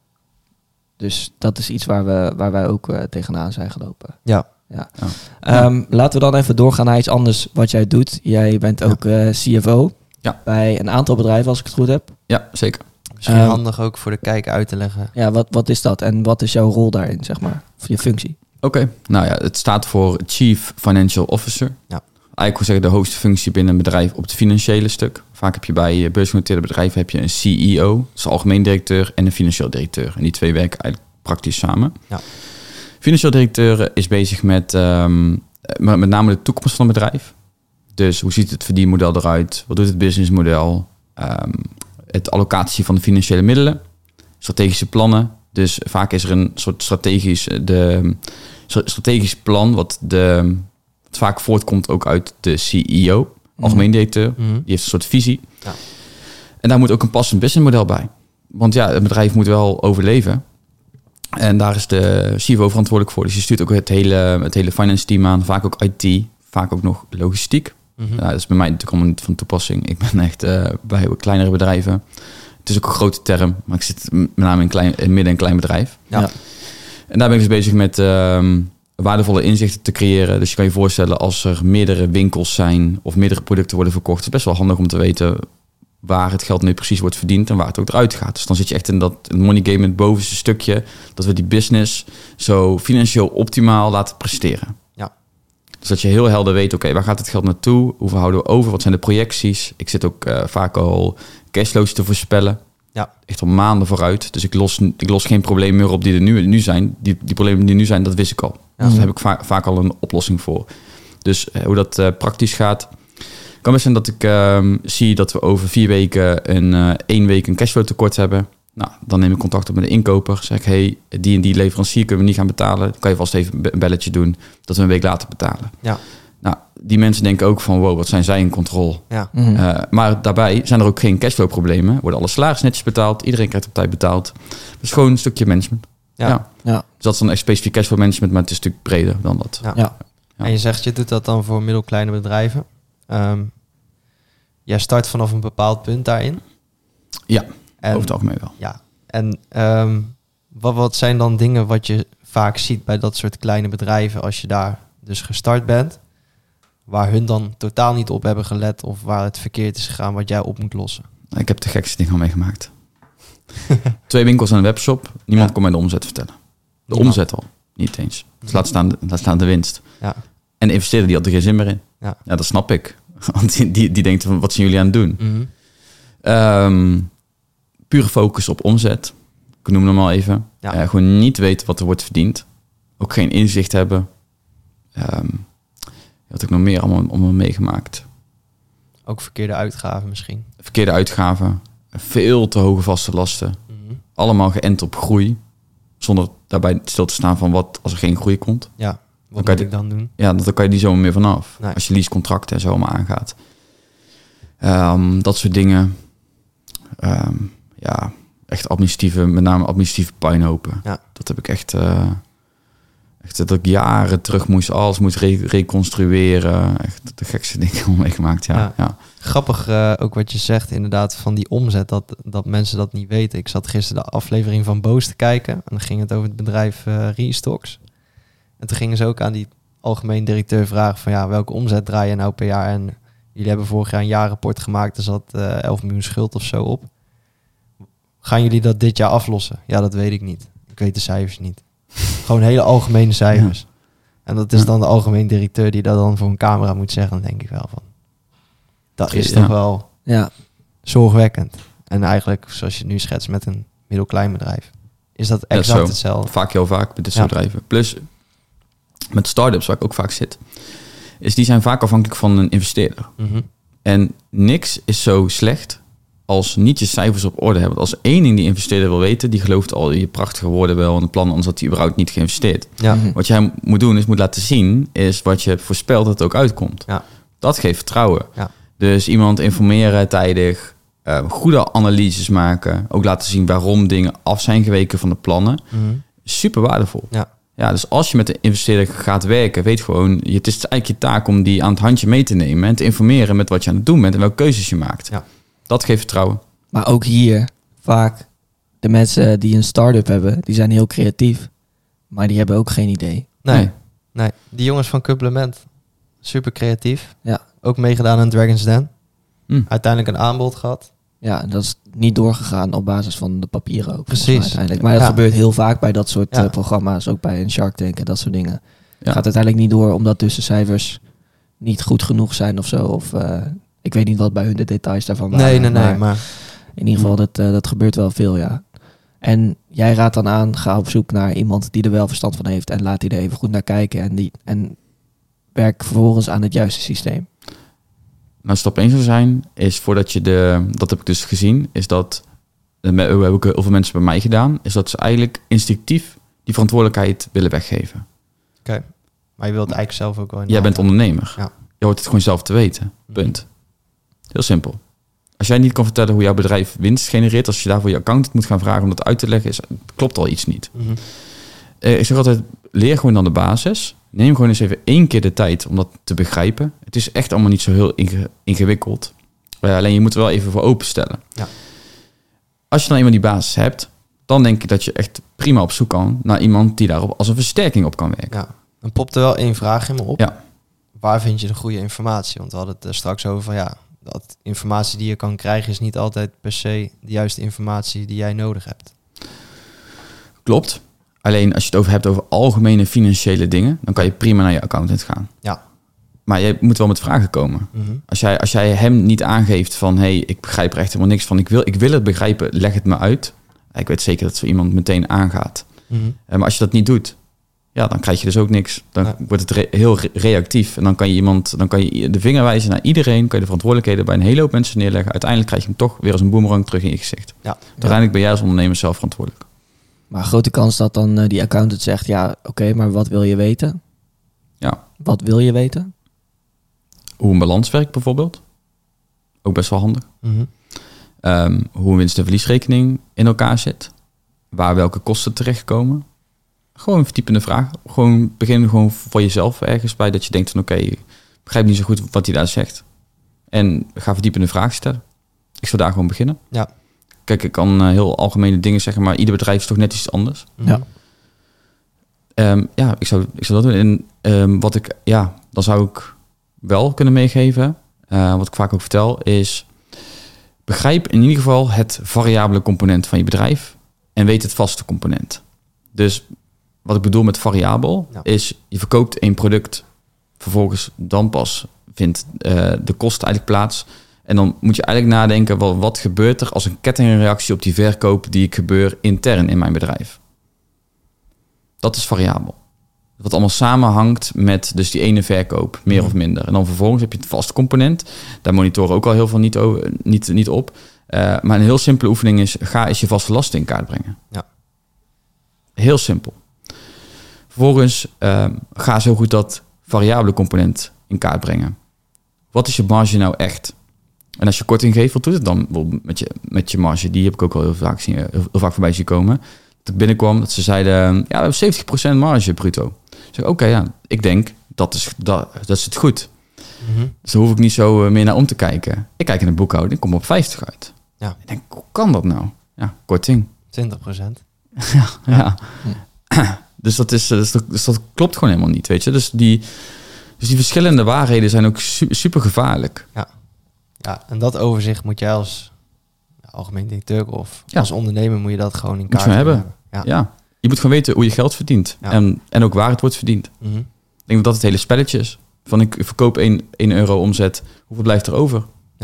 Dus dat is iets waar, we, waar wij ook uh, tegenaan zijn gelopen. Ja. Ja. Ja. Um, laten we dan even doorgaan naar iets anders wat jij doet. Jij bent ook uh, C F O ja. bij een aantal bedrijven, als ik het goed heb. Ja, zeker. Misschien um, handig ook voor de kijker uit te leggen. Ja, wat, wat is dat en wat is jouw rol daarin, zeg maar? Of je functie? Oké, okay. Nou ja, het staat voor Chief Financial Officer. Ja. Eigenlijk wil zeggen de hoogste functie binnen een bedrijf op het financiële stuk. Vaak heb je bij beursgenoteerde bedrijven heb je een C E O, dat is de algemeen directeur, en een financieel directeur. En die twee werken eigenlijk praktisch samen. Ja. Financieel directeur is bezig met um, met name de toekomst van het bedrijf. Dus hoe ziet het verdienmodel eruit? Wat doet het businessmodel? Um, het allocatie van de financiële middelen, strategische plannen. Dus vaak is er een soort strategisch, de, strategisch plan wat, de, wat vaak voortkomt ook uit de C E O, algemeen directeur. Mm-hmm. Die heeft een soort visie. Ja. En daar moet ook een passend businessmodel bij. Want ja, het bedrijf moet wel overleven. En daar is de C F O verantwoordelijk voor. Dus je stuurt ook het hele, het hele finance team aan. Vaak ook I T, vaak ook nog logistiek. Mm-hmm. Nou, dat is bij mij natuurlijk allemaal niet van toepassing. Ik ben echt uh, bij kleinere bedrijven. Het is ook een grote term, maar ik zit met name in, klein, in midden- en klein bedrijf. Ja. Ja. En daar ben ik dus bezig met um, waardevolle inzichten te creëren. Dus je kan je voorstellen als er meerdere winkels zijn of meerdere producten worden verkocht. Het is best wel handig om te weten waar het geld nu precies wordt verdiend en waar het ook eruit gaat. Dus dan zit je echt in dat money game, het bovenste stukje, dat we die business zo financieel optimaal laten presteren. Ja. Dus dat je heel helder weet, oké, okay, waar gaat het geld naartoe? Hoeveel houden we over? Wat zijn de projecties? Ik zit ook uh, vaak al cashflows te voorspellen. Ja. Echt al maanden vooruit. Dus ik los, ik los geen problemen meer op die er nu, nu zijn. Die, die problemen die nu zijn, dat wist ik al. Ja. Dus daar heb ik va- vaak al een oplossing voor. Dus uh, hoe dat uh, praktisch gaat. Kan best zijn dat ik uh, zie dat we over vier weken een uh, één week een cashflow tekort hebben. Nou, dan neem ik contact op met de inkoper. Zeg ik, hey, die en die leverancier kunnen we niet gaan betalen. Dan kan je vast even een belletje doen dat we een week later betalen. Ja. Nou, die mensen denken ook van, wow, wat zijn zij in controle? Ja. Mm-hmm. Uh, maar daarbij zijn er ook geen cashflow problemen. Worden alle salarissen netjes betaald. Iedereen krijgt op tijd betaald. Dat is gewoon een stukje management. Ja. Ja. Ja. Dus dat is dan echt specifiek cashflow management, maar het is een stuk breder dan dat. Ja. Ja. Ja. En je zegt, je doet dat dan voor middelkleine bedrijven. Um, jij start vanaf een bepaald punt daarin. Ja, en, over het algemeen wel. Ja. En um, wat, wat zijn dan dingen wat je vaak ziet bij dat soort kleine bedrijven als je daar dus gestart bent, waar hun dan totaal niet op hebben gelet of waar het verkeerd is gegaan wat jij op moet lossen? Ik heb de gekste dingen al meegemaakt. Twee winkels en een webshop. Niemand Ja. kon mij de omzet vertellen. De Niemand. omzet al. Niet eens. Dus laat staan, de, laat staan de winst. Ja. En de investeerder die had er geen zin meer in. Ja. Ja, dat snap ik. Want die, die, die denkt van, wat zijn jullie aan het doen? Mm-hmm. Um, pure focus op omzet. Ik noem hem maar even. Ja. Uh, gewoon niet weten wat er wordt verdiend. Ook geen inzicht hebben. Um, wat heb ik nog meer allemaal, allemaal meegemaakt? Ook verkeerde uitgaven misschien. Verkeerde uitgaven. Veel te hoge vaste lasten. Mm-hmm. Allemaal geënt op groei. Zonder daarbij stil te staan van wat als er geen groei komt. Ja, wat kan moet je ik dan doen? Ja, dan kan je die zomaar meer vanaf. Nee. Als je leasecontracten en zo allemaal aangaat. Um, dat soort dingen. Um, ja, echt administratieve, met name administratieve puinhopen. Ja. Dat heb ik echt, uh, echt dat ik jaren terug moest, alles moest re- reconstrueren. Echt de gekste dingen al meegemaakt, ja. Ja. ja. Grappig uh, ook wat je zegt inderdaad van die omzet, dat, dat mensen dat niet weten. Ik zat gisteren de aflevering van Boos te kijken en dan ging het over het bedrijf uh, Restocks. En toen gingen ze ook aan die algemeen directeur vragen van ja, welke omzet draai je nou per jaar? En jullie hebben vorig jaar een jaarrapport gemaakt, er zat uh, elf miljoen schuld of zo op. Gaan jullie dat dit jaar aflossen? Ja, dat weet ik niet. Ik weet de cijfers niet. Gewoon hele algemene cijfers. Ja. En dat is dan de algemeen directeur die dat dan voor een camera moet zeggen. Dan denk ik wel van, dat is Ja. toch wel Ja. zorgwekkend. En eigenlijk, zoals je het nu schetst met een middelklein bedrijf, is dat exact zo. hetzelfde. Vaak heel vaak met dit Ja. soort bedrijven. Plus met start-ups, waar ik ook vaak zit, is die zijn vaak afhankelijk van een investeerder. Mm-hmm. En niks is zo slecht als niet je cijfers op orde hebben. Want als één ding die investeerder wil weten, die gelooft al je prachtige woorden wel en de plannen, anders had hij überhaupt niet geïnvesteerd. Ja. Mhm. Wat jij moet doen, is moet laten zien, is wat je voorspelt dat het ook uitkomt. Ja. Dat geeft vertrouwen. Ja. Dus iemand informeren tijdig, Uh, goede analyses maken. Ook laten zien waarom dingen af zijn geweken van de plannen. Mm-hmm. Super waardevol. Ja. Ja, dus als je met de investeerder gaat werken, weet gewoon, het is eigenlijk je taak om die aan het handje mee te nemen en te informeren met wat je aan het doen bent en welke keuzes je maakt. Ja. Dat geeft vertrouwen. Maar ook hier, vaak de mensen die een start-up hebben, die zijn heel creatief. Maar die hebben ook geen idee. Nee, Nee. nee. Die jongens van Couplement, super creatief. Ja. Ook meegedaan aan Dragon's Den. Hm. Uiteindelijk een aanbod gehad. Ja, dat is niet doorgegaan op basis van de papieren ook. volgens Precies. mij uiteindelijk. Maar dat Ja. gebeurt heel vaak bij dat soort Ja. uh, programma's. Ook bij een Shark Tank en dat soort dingen. Ja. Gaat uiteindelijk niet door omdat tussencijfers niet goed genoeg zijn of zo. Of uh, ik weet niet wat bij hun de details daarvan waren. Nee, nee, nee. Maar Maar in ieder geval, dat, uh, dat gebeurt wel veel, ja. En jij raadt dan aan, ga op zoek naar iemand die er wel verstand van heeft. En laat die er even goed naar kijken. En, die, en werk vervolgens aan het juiste systeem. Nou, stap één zou zijn, is voordat je de, dat heb ik dus gezien, is dat, dat hebben ook heel veel mensen bij mij gedaan, is dat ze eigenlijk instinctief die verantwoordelijkheid willen weggeven. Oké. Maar je wilt het eigenlijk zelf ook wel in Jij bent handen. ondernemer. Ja. Je hoort het gewoon zelf te weten. Punt. Heel simpel. Als jij niet kan vertellen hoe jouw bedrijf winst genereert, als je daarvoor je accountant moet gaan vragen om dat uit te leggen, is, klopt al iets niet. Mhm. Uh, ik zeg altijd, leer gewoon dan de basis. Neem gewoon eens even één keer de tijd om dat te begrijpen. Het is echt allemaal niet zo heel inge- ingewikkeld. Uh, alleen je moet er wel even voor openstellen. Ja. Als je dan eenmaal die basis hebt, dan denk ik dat je echt prima op zoek kan naar iemand die daarop als een versterking op kan werken. Ja. Dan popt er wel één vraag in me op. Ja. Waar vind je de goede informatie? Want we hadden het er straks over van ja, dat informatie die je kan krijgen is niet altijd per se de juiste informatie die jij nodig hebt. Klopt. Alleen als je het over hebt over algemene financiële dingen, dan kan je prima naar je accountant gaan. Ja. Maar je moet wel met vragen komen. Mm-hmm. Als jij, als jij hem niet aangeeft van, hé, hey, ik begrijp er echt helemaal niks van. Ik wil, ik wil het begrijpen, leg het me uit. Ik weet zeker dat zo iemand meteen aangaat. Mm-hmm. Uh, maar als je dat niet doet, ja, dan krijg je dus ook niks. Dan Ja. wordt het re- heel re- reactief. En dan kan je iemand, dan kan je de vinger wijzen naar iedereen. Kan je de verantwoordelijkheden bij een hele hoop mensen neerleggen. Uiteindelijk krijg je hem toch weer als een boemerang terug in je gezicht. Ja. Uiteindelijk ben jij als ondernemer zelf verantwoordelijk. Maar grote kans dat dan uh, die accountant zegt, ja, oké, okay, maar wat wil je weten? Ja. Wat wil je weten? Hoe een balans werkt bijvoorbeeld. Ook best wel handig. Mm-hmm. Um, hoe een winst- en verliesrekening in elkaar zit. Waar welke kosten terechtkomen. Gewoon een verdiepende vraag. Gewoon begin gewoon voor jezelf ergens bij dat je denkt van oké, okay, ik begrijp niet zo goed wat hij daar zegt. En ga verdiepende vragen stellen. Ik zou daar gewoon beginnen. Ja. Kijk, ik kan uh, heel algemene dingen zeggen, maar ieder bedrijf is toch net iets anders. Mm-hmm. Ja. Um, ja, ik zou, ik zou dat doen. En um, wat ik, ja, dan zou ik wel kunnen meegeven, uh, wat ik vaak ook vertel, is begrijp in ieder geval het variabele component van je bedrijf en weet het vaste component. Dus wat ik bedoel met variabel, ja. is je verkoopt een product, vervolgens dan pas vindt uh, de kost eigenlijk plaats. En dan moet je eigenlijk nadenken, wat, wat gebeurt er als een kettingreactie op die verkoop die ik gebeur intern in mijn bedrijf. Dat is variabel. Wat allemaal samenhangt met dus die ene verkoop, meer of minder. En dan vervolgens heb je het vaste component. Daar monitoren ook al heel veel niet, over, niet, niet op. Uh, maar een heel simpele oefening is, ga eens je vaste lasten in kaart brengen. Ja. Heel simpel. Vervolgens uh, ga zo goed dat variabele component in kaart brengen. Wat is je marge nou echt? En als je korting geeft, wat doet het dan met je, met je marge? Die heb ik ook al heel vaak, zien, heel, heel vaak voorbij zien komen. Dat ik binnenkwam, dat ze zeiden, ja, we hebben zeventig procent marge bruto. Ik zeg, oké, okay, ja, ik denk, dat is, dat, dat is het goed. Mm-hmm. Dus daar hoef ik niet zo meer naar om te kijken. Ik kijk in de boekhouding, ik kom op vijftig uit. Ja. Ik denk, hoe kan dat nou? Ja, korting. twintig procent. ja, ja. ja. Dus, dat is, dus, dat, dus dat klopt gewoon helemaal niet, weet je. Dus die, dus die verschillende waarheden zijn ook su- super gevaarlijk. Ja. Ja, en dat overzicht moet jij als ja, algemeen directeur of Ja. als ondernemer moet je dat gewoon in Moet kaart je hebben. hebben. Ja. Ja, je moet gewoon weten hoe je geld verdient. Ja. En, en ook waar het wordt verdiend. Mm-hmm. Ik denk dat dat het hele spelletje is. Van ik verkoop één euro omzet, hoeveel blijft er over?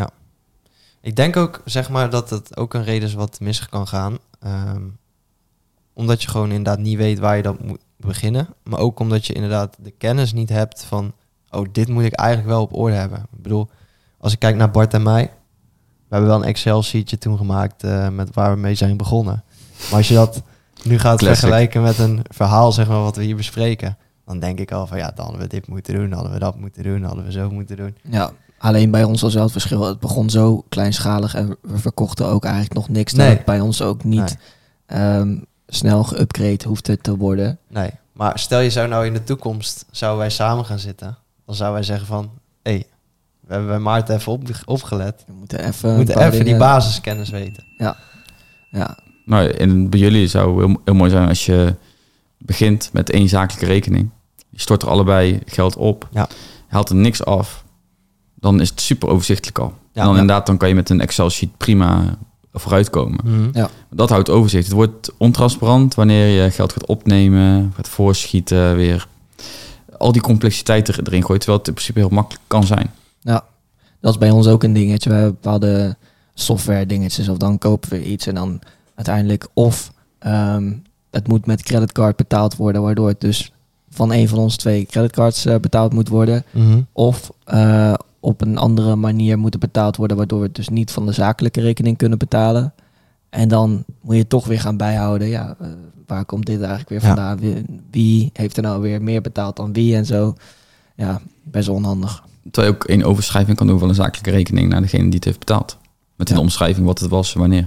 Ik denk ook, zeg maar, dat het ook een reden is wat mis kan gaan. Um, omdat je gewoon inderdaad niet weet waar je dan moet beginnen. Maar ook omdat je inderdaad de kennis niet hebt van, oh, dit moet ik eigenlijk wel op orde hebben. Ik bedoel, als ik kijk naar Bart en mij, we hebben wel een Excel-sheetje toen gemaakt uh, met waar we mee zijn begonnen. Maar als je dat nu gaat Classic. vergelijken met een verhaal, zeg maar, wat we hier bespreken, dan denk ik al van, ja, dan hadden we dit moeten doen, hadden we dat moeten doen, hadden we zo moeten doen. Ja, Alleen bij ons was wel het verschil. Het begon zo kleinschalig en we verkochten ook eigenlijk nog niks. Nee. Dat het bij ons ook niet Nee. um, snel geüpgrade hoefde te worden. Nee, maar stel je zou nou in de toekomst, zouden wij samen gaan zitten. Dan zouden wij zeggen van, hé, hey, we hebben bij Maarten even op, opgelet. We moeten even, We moeten een paar even die dingen- basiskennis weten. Ja, Nou, en bij jullie zou heel, heel mooi zijn als je begint met één zakelijke rekening. Je stort er allebei geld op. Ja. Je haalt er niks af. Dan is het super overzichtelijk al. Ja, en dan ja. inderdaad, dan kan je met een Excel-sheet prima vooruitkomen. Mm-hmm. Ja. Dat houdt overzicht. Het wordt ontransparant wanneer je geld gaat opnemen, gaat voorschieten, weer al die complexiteit er- erin gooit. Terwijl het in principe heel makkelijk kan zijn. dat is bij ons ook een dingetje. We hebben bepaalde software dingetjes. Of dan kopen we iets en dan uiteindelijk of um, het moet met creditcard betaald worden, waardoor het dus van een van ons twee creditcards uh, betaald moet worden. Mm-hmm. Of uh, op een andere manier moet het betaald worden, waardoor we het dus niet van de zakelijke rekening kunnen betalen. En dan moet je toch weer gaan bijhouden, ja, uh, waar komt dit eigenlijk weer Ja. vandaan? Wie, wie heeft er nou weer meer betaald dan wie en zo? Ja, best wel onhandig. Terwijl je ook één overschrijving kan doen van een zakelijke rekening naar degene die het heeft betaald. Met een Ja. omschrijving wat het was en wanneer.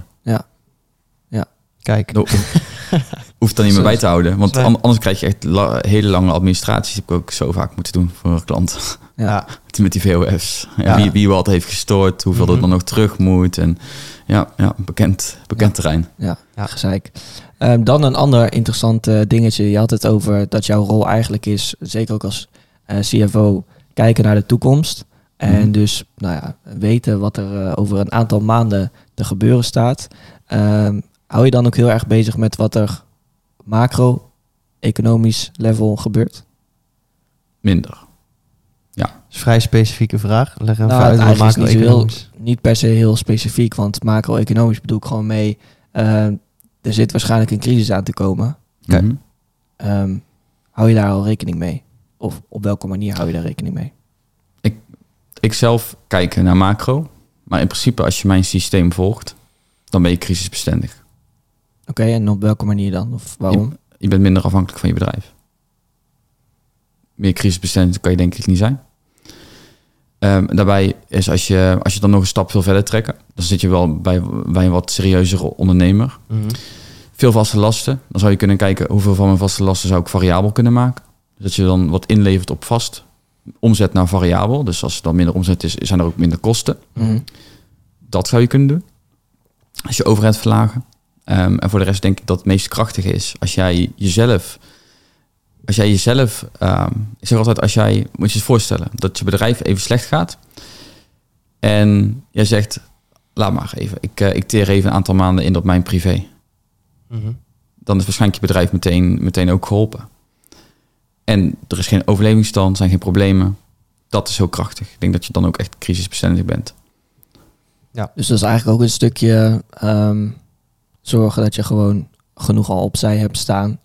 Kijk, Dat hoeft dan niet meer bij te houden. Want Nee. an- anders krijg je echt la- hele lange administraties. Dat heb ik ook zo vaak moeten doen voor een klant. Ja. ja. Met die V O F's. Ja, Ja. Wie, wie wat heeft gestort, hoeveel Mhm. er dan nog terug moet. En ja, ja bekend, bekend Ja. terrein. Ja, Ja. gezeik. Um, dan een ander interessant uh, dingetje. Je had het over dat jouw rol eigenlijk is, zeker ook als uh, C F O, kijken naar de toekomst. En Mhm. dus dus nou ja, weten wat er uh, over een aantal maanden te gebeuren staat. Um, hou je dan ook heel erg bezig met wat er macro-economisch level gebeurt? Minder. Dat is een vrij specifieke vraag. Leg even Nou, uit het wat eigenlijk is niet zo heel- macro-economisch. Niet per se heel specifiek, want macro-economisch bedoel ik gewoon mee. Uh, er zit waarschijnlijk een crisis aan te komen. Oké. Mhm. Um, hou je daar al rekening mee? Of op welke manier hou je daar rekening mee? Ik zelf kijk naar macro. Maar in principe als je mijn systeem volgt, dan ben je crisisbestendig. Oké, okay, en op welke manier dan? Of waarom? Je, je bent minder afhankelijk van je bedrijf. Meer crisisbestendig kan je denk ik niet zijn. Um, daarbij is als je, als je dan nog een stap veel verder trekken, dan zit je wel bij, bij een wat serieuzere ondernemer. Mm-hmm. Veel vaste lasten. Dan zou je kunnen kijken hoeveel van mijn vaste lasten zou ik variabel kunnen maken. Dus dat je dan wat inlevert op vast. Omzet naar variabel. Dus als er dan minder omzet is, zijn er ook minder kosten. Mm. Dat zou je kunnen doen. Als je overheid verlagen. Um, en voor de rest denk ik dat het meest krachtige is als jij jezelf... Als jij jezelf... Um, ik zeg altijd, als jij... Moet je je voorstellen dat je bedrijf even slecht gaat. En jij zegt, laat maar even. Ik, uh, ik teer even een aantal maanden in op mijn privé. Mm-hmm. Dan is waarschijnlijk je bedrijf meteen, meteen ook geholpen. En er is geen overlevingsstand, zijn geen problemen. Dat is heel krachtig. Ik denk dat je dan ook echt crisisbestendig bent. Dus dat is eigenlijk ook een stukje um, zorgen dat je gewoon genoeg al opzij hebt staan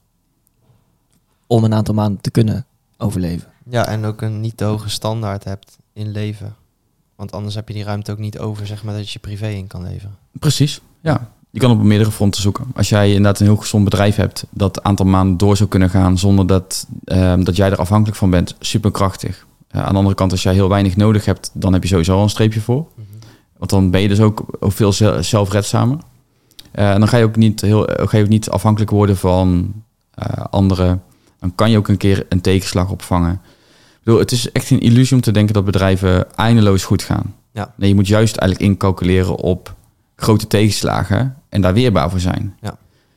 om een aantal maanden te kunnen overleven. Ja, en ook een niet te hoge standaard hebt in leven. Want anders heb je die ruimte ook niet over, zeg maar, dat je je privé in kan leveren. Precies, ja. Je kan op meerdere fronten zoeken. Als jij inderdaad een heel gezond bedrijf hebt dat een aantal maanden door zou kunnen gaan zonder dat, um, dat jij er afhankelijk van bent, superkrachtig. Uh, aan de andere kant, als jij heel weinig nodig hebt, dan heb je sowieso al een streepje voor. Mm-hmm. Want dan ben je dus ook, ook veel zel- zelfredzamer. Uh, en dan ga je ook niet heel, ga je ook niet afhankelijk worden van uh, anderen. Dan kan je ook een keer een tegenslag opvangen. Ik bedoel, het is echt een illusie om te denken dat bedrijven eindeloos goed gaan. Ja. Nee, je moet juist eigenlijk incalculeren op grote tegenslagen en daar weerbaar voor zijn. Ja.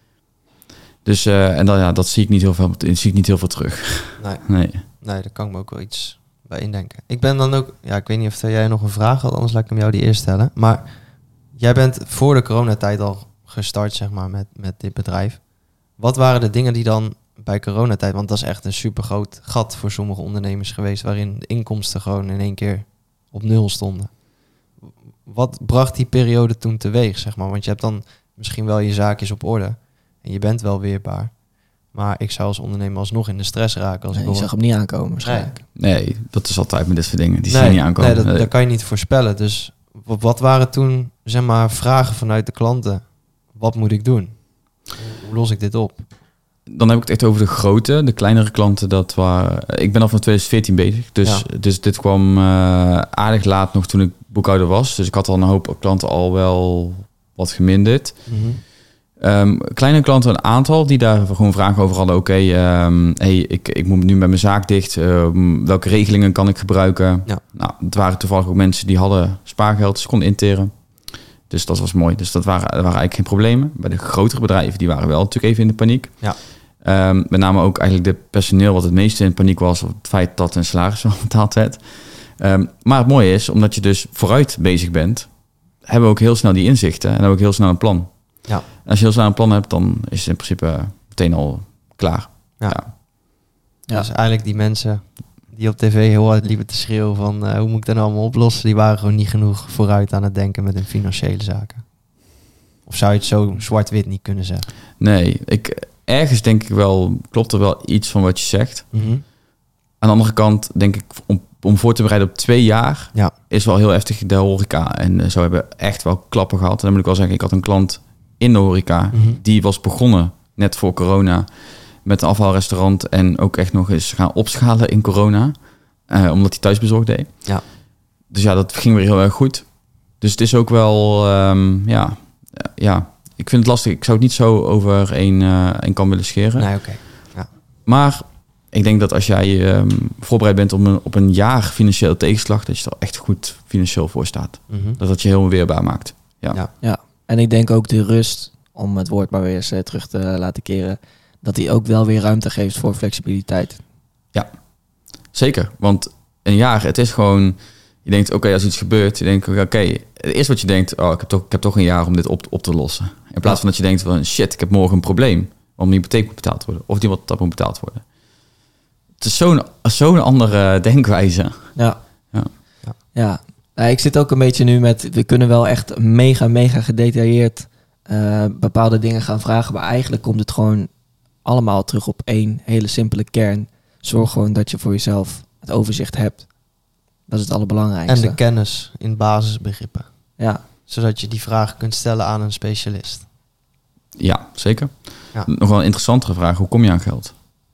Dus uh, en dan, ja, dat zie ik niet heel veel, zie ik niet heel veel terug. Nee. Nee. Nee, daar kan ik me ook wel iets bij indenken. Ik ben dan ook... Ja, ik weet niet of jij nog een vraag had, anders laat ik hem jou die eerst stellen. Maar jij bent voor de coronatijd al gestart, zeg maar, met, met dit bedrijf. Wat waren de dingen die dan bij coronatijd... Want dat is echt een supergroot gat voor sommige ondernemers geweest, waarin de inkomsten gewoon in één keer op nul stonden. Wat bracht die periode toen teweeg, zeg maar? Want je hebt dan misschien wel je zaakjes op orde en je bent wel weerbaar. Maar ik zou als ondernemer alsnog in de stress raken. Als Nee, ik je hoor- zag hem niet aankomen waarschijnlijk. Nee, dat is altijd met dit soort dingen. Die zie nee, je niet aankomen. Nee, dat, Nee. dat kan je niet voorspellen. Dus wat, wat waren toen, zeg maar, vragen vanuit de klanten? Wat moet ik doen? Hoe los ik dit op? dan heb ik het echt over de grote. De kleinere klanten, dat waren... Ik ben al van twintig veertien bezig. Dus, Ja. dus dit kwam uh, aardig laat nog toen ik boekhouder was. Dus ik had al een hoop klanten al wel wat geminderd. Mm-hmm. Um, kleine klanten, een aantal die daar gewoon vragen over hadden. Oké, okay, um, hey, ik, ik moet nu met mijn zaak dicht. Um, welke regelingen kan ik gebruiken? Ja. Nou, het waren toevallig ook mensen die hadden spaargeld. Ze konden interen. Dus dat was mooi. Dus dat waren, dat waren eigenlijk geen problemen. Bij de grotere bedrijven, die waren wel natuurlijk even in de paniek. Ja. Um, met name ook eigenlijk de personeel wat het meeste in paniek was. Op het feit dat een salaris wel betaald werd. Um, maar het mooie is, omdat je dus vooruit bezig bent, hebben we ook heel snel die inzichten. En hebben we ook heel snel een plan. Ja. En als je heel snel een plan hebt, dan is het in principe meteen al klaar. Ja. Ja. Ja. Dus eigenlijk die mensen die op tv heel hard liepen te schreeuwen van uh, hoe moet ik dat nou allemaal oplossen, die waren gewoon niet genoeg vooruit aan het denken met hun financiële zaken. Of zou je het zo zwart-wit niet kunnen zeggen? Nee, ik, ergens denk ik wel, klopt er wel iets van wat je zegt. Mm-hmm. Aan de andere kant denk ik, om, om voor te bereiden op twee jaar, ja. is wel heel heftig de horeca. En uh, zo hebben we echt wel klappen gehad. En dan moet ik wel zeggen, ik had een klant in de horeca, Mm-hmm. die was begonnen net voor corona met een afhaalrestaurant en ook echt nog eens gaan opschalen in corona, uh, omdat hij thuisbezorgd deed. Ja. Dus ja, dat ging weer heel erg goed. Dus het is ook wel, um, ja, ja, ik vind het lastig. Ik zou het niet zo over één, uh, één kam willen scheren. Nee, oké. Okay. Ja. Maar ik denk dat als jij um, voorbereid bent op een, op een jaar financiële tegenslag, dat je er echt goed financieel voor staat. Mm-hmm. Dat dat je heel weerbaar maakt. Ja. Ja. Ja, en ik denk ook de rust, om het woord maar weer eens uh, terug te uh, laten keren, dat die ook wel weer ruimte geeft voor flexibiliteit. Ja, zeker. Want een jaar, het is gewoon, je denkt, oké, okay, als iets gebeurt, je denkt, oké, okay, het eerste wat je denkt, oh, ik heb toch, ik heb toch een jaar om dit op, op te lossen. In plaats van dat je denkt, van, shit, ik heb morgen een probleem, om die hypotheek moet betaald worden, of die wat dat moet betaald worden. Het is zo'n, zo'n andere denkwijze. Ja. Ja. Ja. ja. Nou, ik zit ook een beetje nu met, we kunnen wel echt mega, mega gedetailleerd uh, bepaalde dingen gaan vragen, maar eigenlijk komt het gewoon allemaal terug op één hele simpele kern. Zorg gewoon dat je voor jezelf het overzicht hebt. Dat is het allerbelangrijkste. En de kennis in basisbegrippen. Ja. Zodat je die vragen kunt stellen aan een specialist. Ja, zeker. Ja. Nog wel een interessantere vraag, hoe kom je aan geld?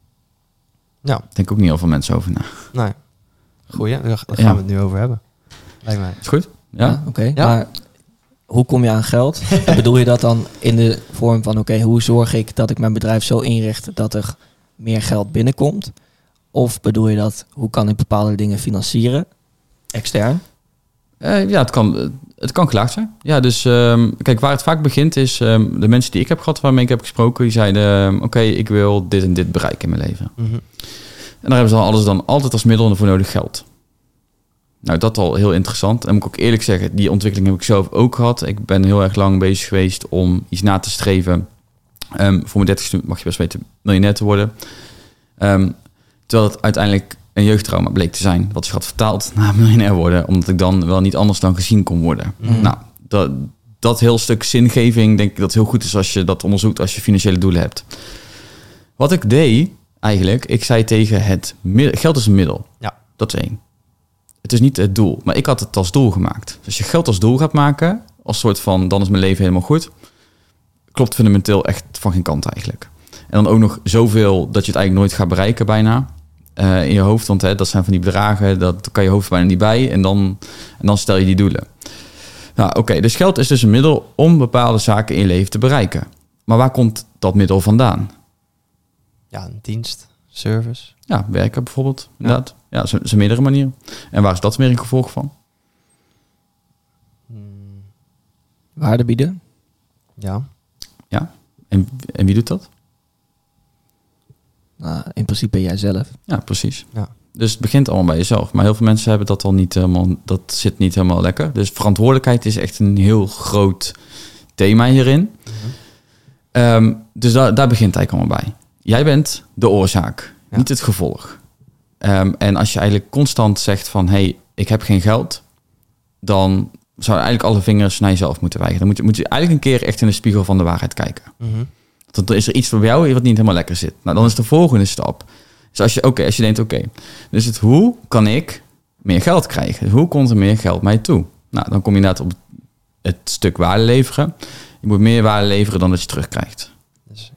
Ja. Daar denk ook niet heel veel mensen over na. Nee. Goeie, daar gaan Ja. we het nu over hebben. Lijkt mij. Is goed? Ja. ja Oké, okay. Ja. Maar hoe kom je aan geld? En bedoel je dat dan in de vorm van, oké, okay, hoe zorg ik dat ik mijn bedrijf zo inricht dat er meer geld binnenkomt? Of bedoel je dat, hoe kan ik bepaalde dingen financieren, extern? Uh, ja, het kan, het kan gelaagd zijn. Ja, dus um, kijk, waar het vaak begint is, um, de mensen die ik heb gehad, waarmee ik heb gesproken, die zeiden, um, oké, okay, ik wil dit en dit bereiken in mijn leven. Mm-hmm. En daar hebben ze dan alles dan altijd als middel en voor nodig geld. Nou, dat al heel interessant. En moet ik ook eerlijk zeggen, die ontwikkeling heb ik zelf ook gehad. Ik ben heel erg lang bezig geweest om iets na te streven. Um, voor mijn dertigste mag je best weten miljonair te worden. Um, terwijl het uiteindelijk een jeugdtrauma bleek te zijn, wat zich had vertaald naar miljonair worden, omdat ik dan wel niet anders dan gezien kon worden. Mm. Nou, dat, dat heel stuk zingeving, denk ik dat het heel goed is als je dat onderzoekt, als je financiële doelen hebt. Wat ik deed, eigenlijk, ik zei tegen het, geld is een middel. Ja. Dat is één. Het is niet het doel, maar ik had het als doel gemaakt. Dus als je geld als doel gaat maken, als soort van, dan is mijn leven helemaal goed, klopt fundamenteel echt van geen kant eigenlijk. En dan ook nog zoveel dat je het eigenlijk nooit gaat bereiken bijna. Uh, in je hoofd, want hè, dat zijn van die bedragen, dat kan je hoofd bijna niet bij en dan, en dan stel je die doelen. Nou, oké, okay, dus geld is dus een middel om bepaalde zaken in je leven te bereiken. Maar waar komt dat middel vandaan? Ja, een dienst, service. Ja, werken bijvoorbeeld, inderdaad. Ja, ja zijn meerdere manieren. En waar is dat weer een gevolg van? Hmm. Waarde bieden. Ja. Ja, en, en wie doet dat? Nou, in principe jijzelf. Ja, precies. Ja. Dus het begint allemaal bij jezelf. Maar heel veel mensen hebben dat al niet helemaal, dat zit niet helemaal lekker. Dus verantwoordelijkheid is echt een heel groot thema hierin. Mm-hmm. Um, dus da- daar begint het eigenlijk allemaal bij. Jij bent de oorzaak, ja. niet het gevolg. Um, en als je eigenlijk constant zegt van, hey, ik heb geen geld, dan zou eigenlijk alle vingers naar jezelf moeten wijgen. Dan moet je, moet je eigenlijk een keer echt in de spiegel van de waarheid kijken. Mm-hmm. Dan is er iets voor jou wat niet helemaal lekker zit. Nou, dan is de volgende stap. Dus als je, oké, okay, als je denkt, oké, okay, dus het hoe kan ik meer geld krijgen? Hoe komt er meer geld mij toe? Nou, dan kom je inderdaad op het stuk waarde leveren. Je moet meer waarde leveren dan dat je terugkrijgt. Dus ja,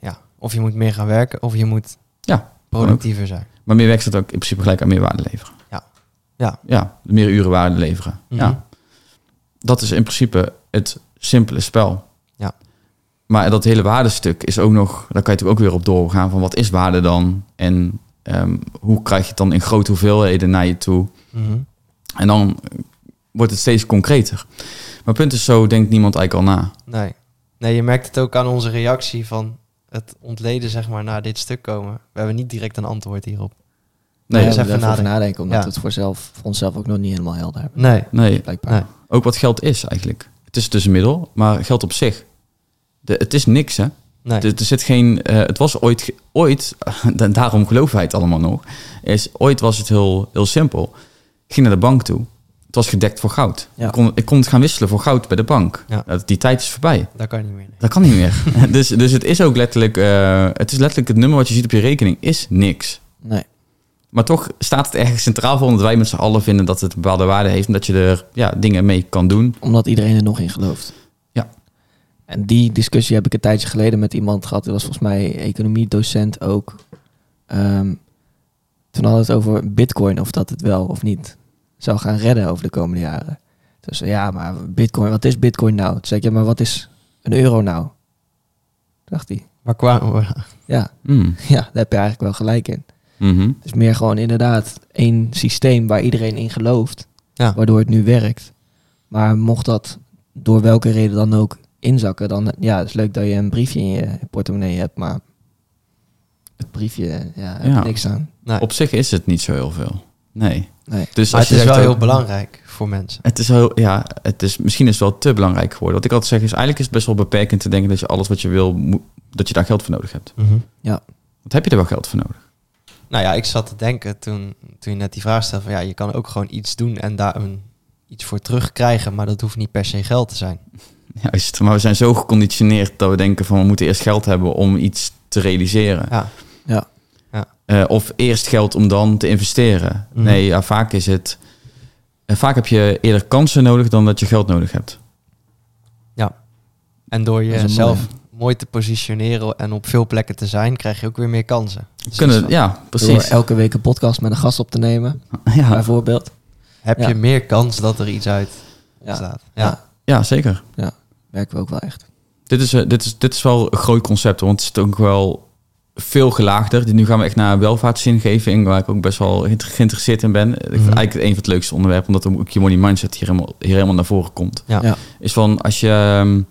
Of je moet meer gaan werken, of je moet Ja, productiever zijn. Maar meer werk staat ook in principe gelijk aan meer waarde leveren. Ja. Ja. Ja, meer uren waarde leveren. Mm-hmm. Ja. Dat is in principe het simpele spel. Ja. Maar dat hele waardestuk is ook nog... Daar kan je natuurlijk ook weer op doorgaan van wat is waarde dan? En um, hoe krijg je het dan in grote hoeveelheden naar je toe? Mm-hmm. En dan wordt het steeds concreter. Maar het punt is, zo denkt niemand eigenlijk al na. Nee. Nee, je merkt het ook aan onze reactie van het ontleden, zeg maar, naar dit stuk komen. We hebben niet direct een antwoord hierop. Nee, eens we even even nadenken. nadenken. Omdat Ja. we het voor, zelf, voor onszelf ook nog niet helemaal helder hebben. Nee. Nee, Blijkbaar. Nee. ook wat geld is eigenlijk. Het is dus een middel, maar geld op zich. De, het is niks, hè? Nee. Er, er zit geen... Uh, het was ooit... ge- ooit en daarom geloven wij het allemaal nog. Is, ooit was het heel, heel simpel. Ik ging naar de bank toe. Het was gedekt voor goud. Ja. Ik, kon, ik kon het gaan wisselen voor goud bij de bank. Ja. Dat, die tijd is voorbij. Dat kan niet meer. Nee. Dat kan niet meer. dus, dus het is ook letterlijk... Uh, het is letterlijk het nummer wat je ziet op je rekening. Is niks. Nee. Maar toch staat het ergens centraal voor... omdat wij met z'n allen vinden dat het een bepaalde waarde heeft... en dat je er ja, dingen mee kan doen. Omdat iedereen er nog in gelooft. Ja. En die discussie heb ik een tijdje geleden met iemand gehad. Dat was volgens mij economiedocent ook. Um, toen hadden we het over Bitcoin, of dat het wel of niet zou gaan redden over de komende jaren. Dus ja, maar Bitcoin, wat is Bitcoin nou? Toen zei ik, ja, maar wat is een euro nou? Dacht hij. Maar kwamen we... Ja, Mm. ja, daar heb je eigenlijk wel gelijk in. Mm-hmm. Het is meer gewoon inderdaad één systeem waar iedereen in gelooft. Ja. Waardoor het nu werkt. Maar mocht dat door welke reden dan ook inzakken, dan ja, het is leuk dat je een briefje in je portemonnee hebt, maar het briefje, ja, heb je Ja. niks aan. Nee. Op zich is het niet zo heel veel. Nee. Nee. Dus Maar als het je is zegt wel ook- heel belangrijk voor mensen. Het is heel, ja, het is misschien is het wel te belangrijk geworden. Wat ik altijd zeg is, eigenlijk is het best wel beperkend te denken dat je alles wat je wil, moet, dat je daar geld voor nodig hebt. Mm-hmm. Want heb je er wel geld voor nodig? Nou ja, ik zat te denken toen, toen je net die vraag stelde van ja, je kan ook gewoon iets doen en daar een, iets voor terugkrijgen, maar dat hoeft niet per se geld te zijn. Juist, maar we zijn zo geconditioneerd dat we denken van we moeten eerst geld hebben om iets te realiseren. Ja. Ja. Uh, of eerst geld om dan te investeren. Mhm. Nee, ja, vaak is het... Uh, vaak heb je eerder kansen nodig dan dat je geld nodig hebt. En door Dat is een jezelf mooie. mooi te positioneren en op veel plekken te zijn, krijg je ook weer meer kansen. Kunnen, van- ja, Door precies. elke week een podcast met een gast op te nemen, Ja, bijvoorbeeld. Heb Ja. je meer kans dat er iets uit ontstaat. Ja. Ja. ja, zeker. Werken we ook wel echt. Dit is, uh, dit, is, dit is wel een groot concept, want het is ook wel veel gelaagder. Nu gaan we echt naar welvaartszingeving, waar ik ook best wel geïnter- geïnteresseerd in ben. Ik vind Mhm. eigenlijk een van het leukste onderwerpen, omdat ook je money mindset hier helemaal, hier helemaal naar voren komt. Ja. Ja. Is van, als je, um,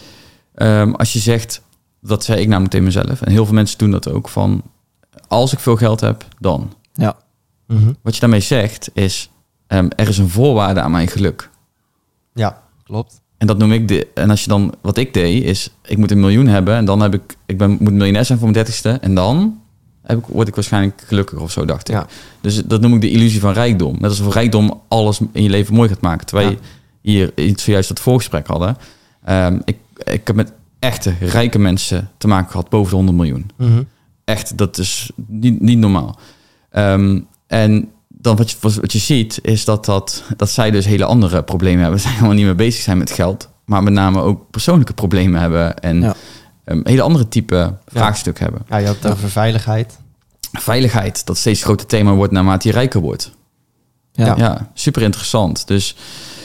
um, als je zegt, dat zei ik namelijk tegen mezelf, en heel veel mensen doen dat ook, van als ik veel geld heb, dan. Ja. Mhm. Wat je daarmee zegt is, um, er is een voorwaarde aan mijn geluk. Ja, klopt. En dat noem ik de. En als je dan, wat ik deed, is ik moet een miljoen hebben. En dan heb ik, ik ben, moet miljonair zijn voor mijn dertigste. En dan heb ik, word ik waarschijnlijk gelukkig of zo, dacht ik. Ja. Dus dat noem ik de illusie van rijkdom. Net alsof rijkdom alles in je leven mooi gaat maken. Terwijl Ja. je hier iets zojuist dat voorgesprek hadden. Um, ik, ik heb met echte rijke mensen te maken gehad boven de honderd miljoen. Mhm. Echt, dat is niet, niet normaal. Um, en dan wat je, wat je ziet, is dat, dat, dat zij dus hele andere problemen hebben. Zij helemaal niet meer bezig zijn met geld. Maar met name ook persoonlijke problemen hebben. En Ja. um, hele andere type vraagstuk hebben. Ja, je had het over veiligheid. Veiligheid, dat steeds een groter thema wordt naarmate je rijker wordt. Ja. Ja, super interessant. Dus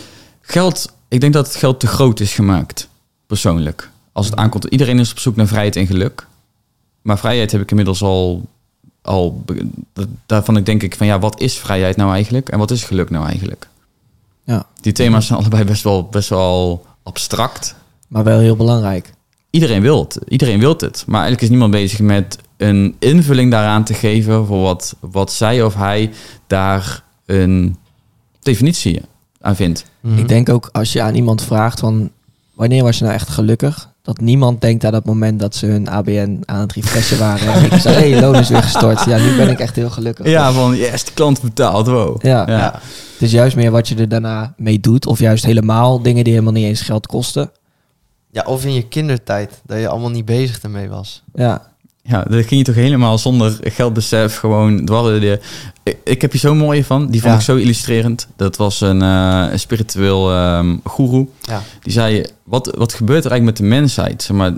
geld, ik denk dat het geld te groot is gemaakt, persoonlijk. Als het aankomt, iedereen is op zoek naar vrijheid en geluk. Maar vrijheid heb ik inmiddels al, al daarvan ik denk ik van ja, wat is vrijheid nou eigenlijk? En wat is geluk nou eigenlijk? Ja. Die thema's zijn allebei best wel, best wel abstract. Maar wel heel belangrijk. Iedereen wil het. Iedereen wil het. Maar eigenlijk is niemand bezig met een invulling daaraan te geven voor wat, wat zij of hij daar een definitie aan vindt. Mhm. Ik denk ook als je aan iemand vraagt van wanneer was je nou echt gelukkig? Dat niemand denkt aan dat moment dat ze hun A B N aan het refreshen waren. En ik zei, hé, hey, loon is weer gestort. Ja, nu ben ik echt heel gelukkig. Ja, van yes, de klant betaalt. Wow. Ja. Ja. Ja. Het is juist meer wat je er daarna mee doet. Of juist helemaal dingen die helemaal niet eens geld kosten. Ja, of in je kindertijd, dat je allemaal niet bezig ermee was. Ja, Ja, dat ging je toch helemaal zonder geldbesef gewoon dwarren. De, ik, ik heb hier zo'n mooie van. Die vond Ja. ik zo illustrerend. Dat was een, uh, een spiritueel um, goeroe. Ja. Die zei, wat, wat gebeurt er eigenlijk met de mensheid? Zeg maar,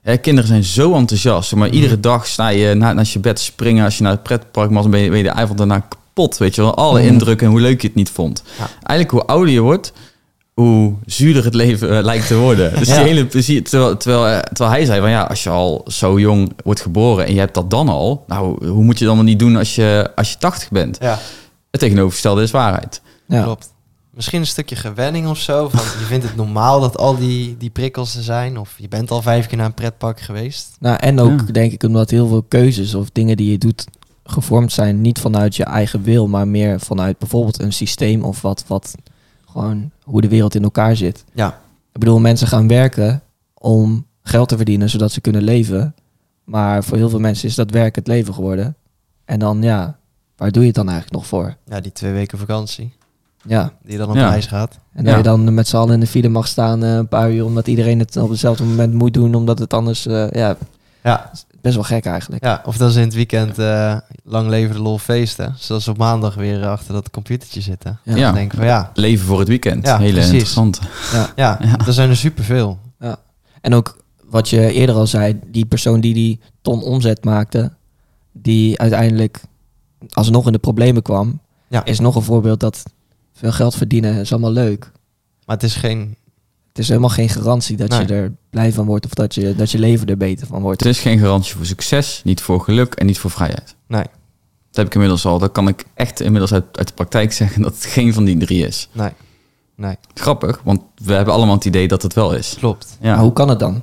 Ja, kinderen zijn zo enthousiast. Maar iedere dag sta je na, naast je bed springen. Als je naar het pretpark mag, dan ben je, ben je de avond daarna kapot. Weet je wel, alle Mm. indrukken en hoe leuk je het niet vond. Ja. Eigenlijk hoe ouder je wordt, hoe zuurder het leven uh, lijkt te worden. Dus Ja. die hele plezier. Terwijl, terwijl, uh, terwijl hij zei van ja, als je al zo jong wordt geboren en je hebt dat dan al. Nou, hoe moet je dan wel niet doen als je, als je tachtig bent? Ja, Het tegenovergestelde is waarheid. Ja. klopt. Misschien een stukje gewenning of zo. Van, je vindt het normaal dat al die, die prikkels er zijn. Of je bent al vijf keer naar een pretpark geweest. Nou, en ook Ja. denk ik omdat heel veel keuzes of dingen die je doet gevormd zijn niet vanuit je eigen wil, maar meer vanuit bijvoorbeeld een systeem of wat, wat gewoon hoe de wereld in elkaar zit. Ja. Ik bedoel, mensen gaan werken om geld te verdienen zodat ze kunnen leven. Maar voor heel veel mensen is dat werk het leven geworden. En dan ja, waar doe je het dan eigenlijk nog voor? Ja, die twee weken vakantie. Ja, Die dan op Ja. reis gaat. en dat Ja. je dan met z'n allen in de file mag staan eh, een paar uur, omdat iedereen het op hetzelfde moment moet doen, omdat het anders, eh, ja, Ja. best wel gek eigenlijk. Ja, of dat ze in het weekend eh, lang leven de lol feesten. Zoals ze op maandag weer eh, achter dat computertje zitten. Ja. Ja. Dan denk ik van ja, Leven voor het weekend. Ja, Hele precies. interessant. Ja. ja, Ja. er zijn er superveel. En ook wat je eerder al zei, die persoon die die ton omzet maakte, die uiteindelijk alsnog in de problemen kwam, Ja. is nog een voorbeeld dat veel geld verdienen is allemaal leuk. Maar het is geen... Het is helemaal geen garantie dat Nee. je er blij van wordt of dat je, dat je leven er beter van wordt. Het is geen garantie voor succes, niet voor geluk en niet voor vrijheid. Nee, Dat heb ik inmiddels al. Dat kan ik echt inmiddels uit, uit de praktijk zeggen dat het geen van die drie is. nee, nee. Grappig, want we hebben allemaal het idee dat het wel is. Klopt. Ja. Maar hoe kan het dan?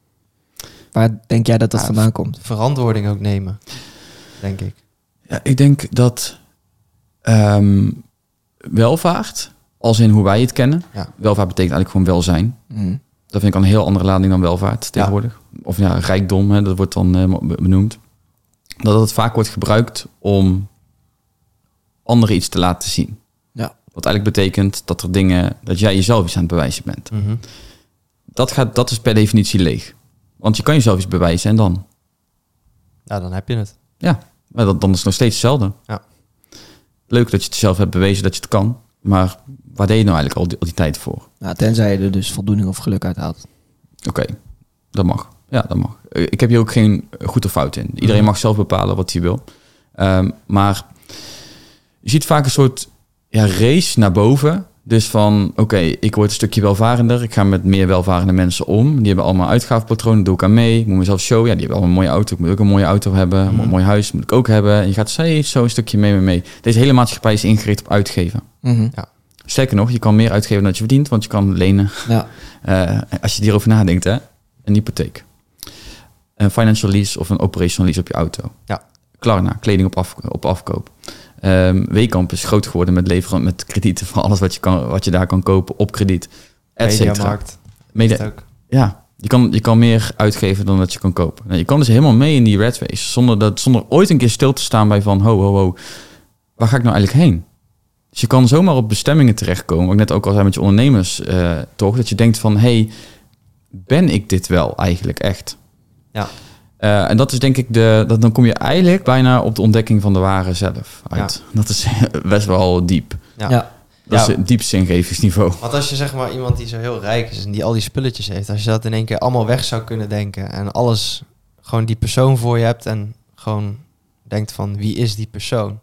Waar denk jij dat dat Ja, vandaan komt? Verantwoording ook nemen, denk ik. Ja, ik denk dat ehm, welvaart, als in hoe wij het kennen. Ja. Welvaart betekent eigenlijk gewoon welzijn. Mm. Dat vind ik al een heel andere lading dan welvaart tegenwoordig. Of ja, rijkdom, hè, dat wordt dan eh, benoemd. Dat het vaak wordt gebruikt om anderen iets te laten zien. Ja. Wat eigenlijk betekent dat er dingen, dat jij jezelf iets aan het bewijzen bent. Mhm. Dat, gaat, dat is per definitie leeg. Want je kan jezelf iets bewijzen en dan. Ja, dan heb je het. Maar dat, dan is het nog steeds hetzelfde. Ja. Leuk dat je het zelf hebt bewezen dat je het kan. Maar waar deed je nou eigenlijk al die, al die tijd voor? Nou, tenzij je er dus voldoening of geluk uit haalt. Oké, dat mag. Ja, dat mag. Eh, Ik heb hier ook geen goed of fout in. Iedereen Mhm. mag zelf bepalen wat hij wil. Ehm, maar je ziet vaak een soort ja, race naar boven. Dus van, oké, ik word een stukje welvarender. Ik ga met meer welvarende mensen om. Die hebben allemaal uitgavenpatronen, doe ik aan mee. Ik moet mezelf showen. Ja, die hebben allemaal een mooie auto. Ik moet ook een mooie auto hebben. Mhm. Een mooi huis moet ik ook hebben. En je gaat steeds zo een stukje mee, mee, mee. Deze hele maatschappij is ingericht op uitgeven. Mhm. Sterker nog, je kan meer uitgeven dan dat je verdient. Want je kan lenen. Ja. Uh, als je hierover nadenkt, hè, een hypotheek. Een financial lease of een operational lease op je auto. Ja. Klarna, kleding op, af, op afkoop. Um, Weekamp is groot geworden met leveren met kredieten van alles wat je, kan, wat je daar kan kopen op krediet. Et cetera. Mediamarkt. Mede, Is het ook. ja, je kan, je kan meer uitgeven dan dat je kan kopen. Nou, je kan dus helemaal mee in die rat race. Zonder, dat, zonder ooit een keer stil te staan bij van ho, ho, ho. Waar ga ik nou eigenlijk heen? Dus je kan zomaar op bestemmingen terechtkomen. Wat ik net ook al zei met je ondernemers uh, toch. Dat je denkt van, hey, ben ik dit wel eigenlijk echt? Ja. Uh, en dat is denk ik de... Dat, dan kom je eigenlijk bijna op de ontdekking van de ware zelf uit. Ja. Dat is best wel diep. Ja. Ja. Dat Ja. is het diepste ingevingsniveau. Want als je zeg maar iemand die zo heel rijk is en die al die spulletjes heeft, als je dat in één keer allemaal weg zou kunnen denken en alles, gewoon die persoon voor je hebt en gewoon denkt van wie is die persoon?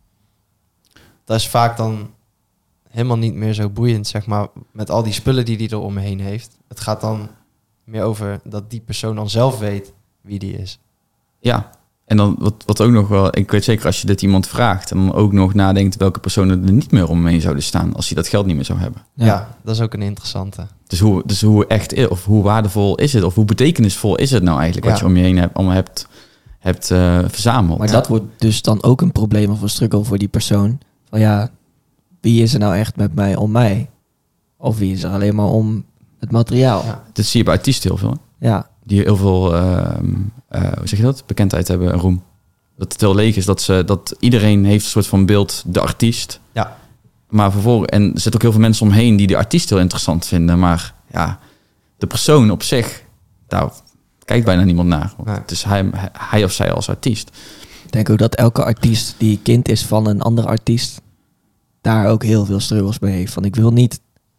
Dat is vaak dan helemaal niet meer zo boeiend, zeg maar, met al die spullen die hij er omheen heeft. Het gaat dan meer over dat die persoon dan zelf weet wie die is. Ja, en dan wat, wat ook nog wel... Ik weet zeker als je dit iemand vraagt en dan ook nog nadenkt welke personen er niet meer om me heen zouden staan als hij dat geld niet meer zou hebben. Ja, Ja. dat is ook een interessante. Dus hoe, dus hoe echt is, of hoe waardevol is het, of hoe betekenisvol is het nou eigenlijk wat Ja. je om je heen hebt, allemaal hebt, hebt uh, verzameld. Maar dat wordt dus dan ook een probleem of een struggle voor die persoon. Van ja, wie is er nou echt met mij om mij? Of wie is er alleen maar om het materiaal? Ja. Dat zie je bij artiesten heel veel. Hè? Ja, Die heel veel, uh, uh, hoe zeg je dat, bekendheid hebben en roem. Dat het heel leeg is, dat, ze, dat iedereen heeft een soort van beeld, de artiest. Ja. Maar vervolgens, en er zitten ook heel veel mensen omheen die de artiest heel interessant vinden. Maar ja, de persoon op zich, daar kijkt bijna niemand naar. Want Nee. het is hij, hij of zij als artiest. ik denk ook dat elke artiest die kind is van een andere artiest, daar ook heel veel struggles mee heeft. Van ik wil niet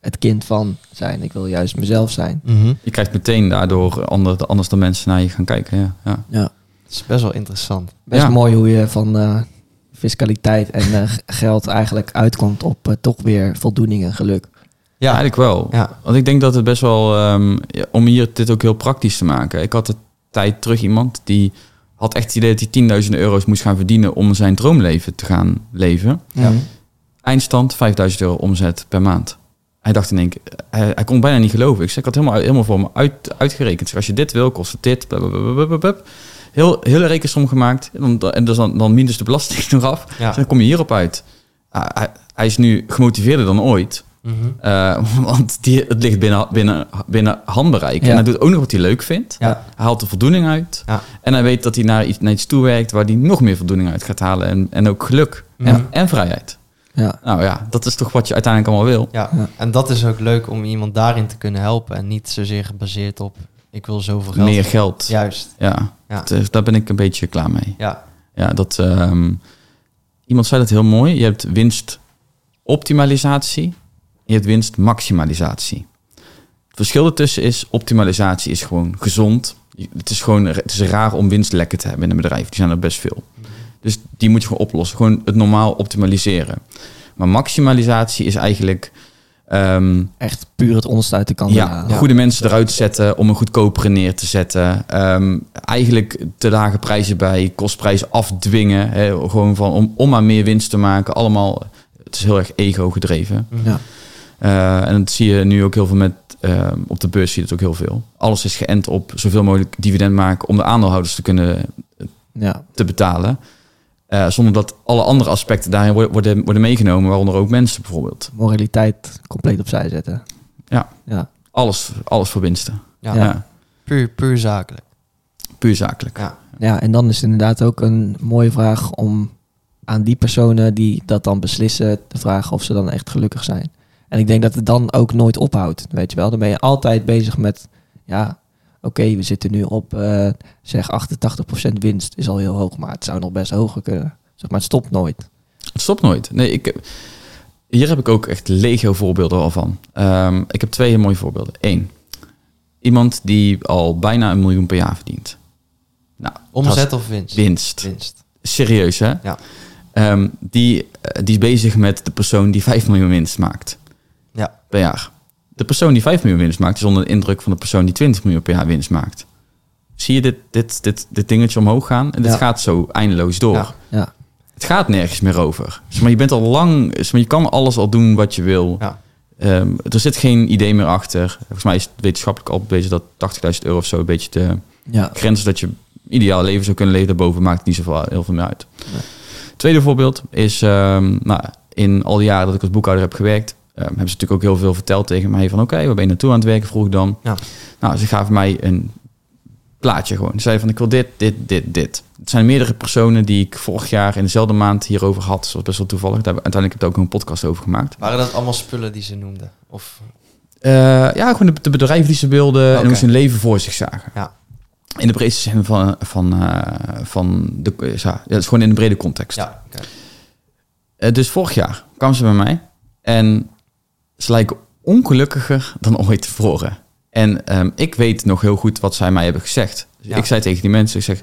het kind van zijn. Ik wil juist mezelf zijn. Mm-hmm. Je krijgt meteen daardoor ander, anders dan mensen naar je gaan kijken. Ja, ja. Ja. Het is best wel interessant. Best Ja. mooi hoe je van uh, fiscaliteit en uh, geld eigenlijk uitkomt op uh, toch weer voldoening en geluk. Ja, eigenlijk wel. Ja. Want ik denk dat het best wel... Um, ja, om hier dit ook heel praktisch te maken. Ik had een tijd terug iemand die had echt het idee dat hij tienduizend euro's moest gaan verdienen om zijn droomleven te gaan leven. Ja. Eindstand vijfduizend euro omzet per maand. Hij dacht in één keer, hij, hij kon bijna niet geloven. Ik zeg, ik had helemaal, helemaal voor me uit, uitgerekend. Ik zeg, als je dit wil, kost het dit. Blablabla. Heel, hele rekensom gemaakt. En dan, en dus dan, dan minus de belasting nog af. Ja. Dan kom je hierop uit. Uh, hij, hij is nu gemotiveerder dan ooit. Mm-hmm. Uh, want die, het ligt binnen, binnen, binnen handbereik. Ja. En hij doet ook nog wat hij leuk vindt. Ja. Hij haalt er voldoening uit. Ja. En hij weet dat hij naar iets, naar iets toe werkt waar hij nog meer voldoening uit gaat halen. En, en ook geluk. Ja. En, en vrijheid. Ja. Nou ja, dat is toch wat je uiteindelijk allemaal wil. Ja. Ja. En dat is ook leuk om iemand daarin te kunnen helpen. En niet zozeer gebaseerd op, ik wil zoveel geld. Meer geld. Juist. Ja, Ja. Dus daar ben ik een beetje klaar mee. Ja. Ja, dat, um, iemand zei dat heel mooi. Je hebt winstoptimalisatie. Je hebt winstmaximalisatie. Het verschil ertussen is, optimalisatie is gewoon gezond. Het is gewoon, het is raar om winstlekken te hebben in een bedrijf. Die zijn er best veel. Dus die moet je gewoon oplossen. Gewoon het normaal optimaliseren. Maar maximalisatie is eigenlijk... Um, Echt puur het onderste uit de kant. ja, Ja. goede mensen eruit zetten om een goedkopere neer te zetten. Um, eigenlijk te lage prijzen bij, kostprijzen afdwingen. Hè, gewoon van, om, om maar meer winst te maken. Allemaal, het is heel erg ego gedreven. Ja. Uh, en dat zie je nu ook heel veel met, uh, op de beurs zie je het ook heel veel. Alles is geënt op zoveel mogelijk dividend maken om de aandeelhouders te kunnen Ja. te betalen. Uh, zonder dat alle andere aspecten daarin worden, worden meegenomen, waaronder ook mensen bijvoorbeeld. Moraliteit compleet opzij zetten. Ja. Ja. Alles, alles voor winsten. Ja. Ja. Ja. Puur, puur zakelijk. Puur zakelijk. Ja. Ja, en dan is het inderdaad ook een mooie vraag om aan die personen die dat dan beslissen te vragen of ze dan echt gelukkig zijn. En ik denk dat het dan ook nooit ophoudt, weet je wel. Dan ben je altijd bezig met, ja, oké, okay, we zitten nu op, uh, zeg, achtentachtig procent winst. Is al heel hoog, maar het zou nog best hoger kunnen. Zeg maar, het stopt nooit. Het stopt nooit. Nee, ik heb, hier heb ik ook echt legio voorbeelden al van. Um, ik heb twee heel mooie voorbeelden. Eén, iemand die al bijna een miljoen per jaar verdient. Nou, Omzet of winst? Winst. Winst. Serieus, hè? Ja. Um, die, uh, die is bezig met de persoon die vijf miljoen winst maakt. Ja. Per jaar. De persoon die vijf miljoen winst maakt is onder de indruk van de persoon die twintig miljoen per jaar winst maakt. Zie je dit, dit, dit, dit dingetje omhoog gaan? En dit Ja. gaat zo eindeloos door. Ja. Ja. Het gaat nergens meer over. Dus, maar je bent al lang... Dus, maar je kan alles al doen wat je wil. Ja. Um, er zit geen idee meer achter. Volgens mij is het wetenschappelijk al bezig dat tachtigduizend euro of zo een beetje de Ja. grens is dat je ideaal leven zou kunnen leven. Daarboven maakt het niet zoveel heel veel meer uit. Nee. Tweede voorbeeld is... Um, nou, in al die jaren dat ik als boekhouder heb gewerkt... Um, hebben ze natuurlijk ook heel veel verteld tegen mij van... Oké, okay, waar ben je naartoe aan het werken? Vroeg ik dan. Ja. Nou, ze gaven mij een plaatje gewoon. Ze zeiden van, ik wil dit, dit, dit, dit. Het zijn meerdere personen die ik vorig jaar in dezelfde maand hierover had. Dat was best wel toevallig. Daar, uiteindelijk heb ik ook een podcast over gemaakt. Waren dat allemaal spullen die ze noemden? Of... Uh, ja, gewoon de, de bedrijven die ze beelden Okay. en hoe ze hun leven voor zich zagen. Ja. In de breedste zin van, van, uh, van de... Ja, het is gewoon in de brede context. Ja, okay. Uh, dus vorig jaar kwamen ze bij mij en ze lijken ongelukkiger dan ooit tevoren. En um, ik weet nog heel goed wat zij mij hebben gezegd. Dus Ja. ik zei tegen die mensen, ik zeg,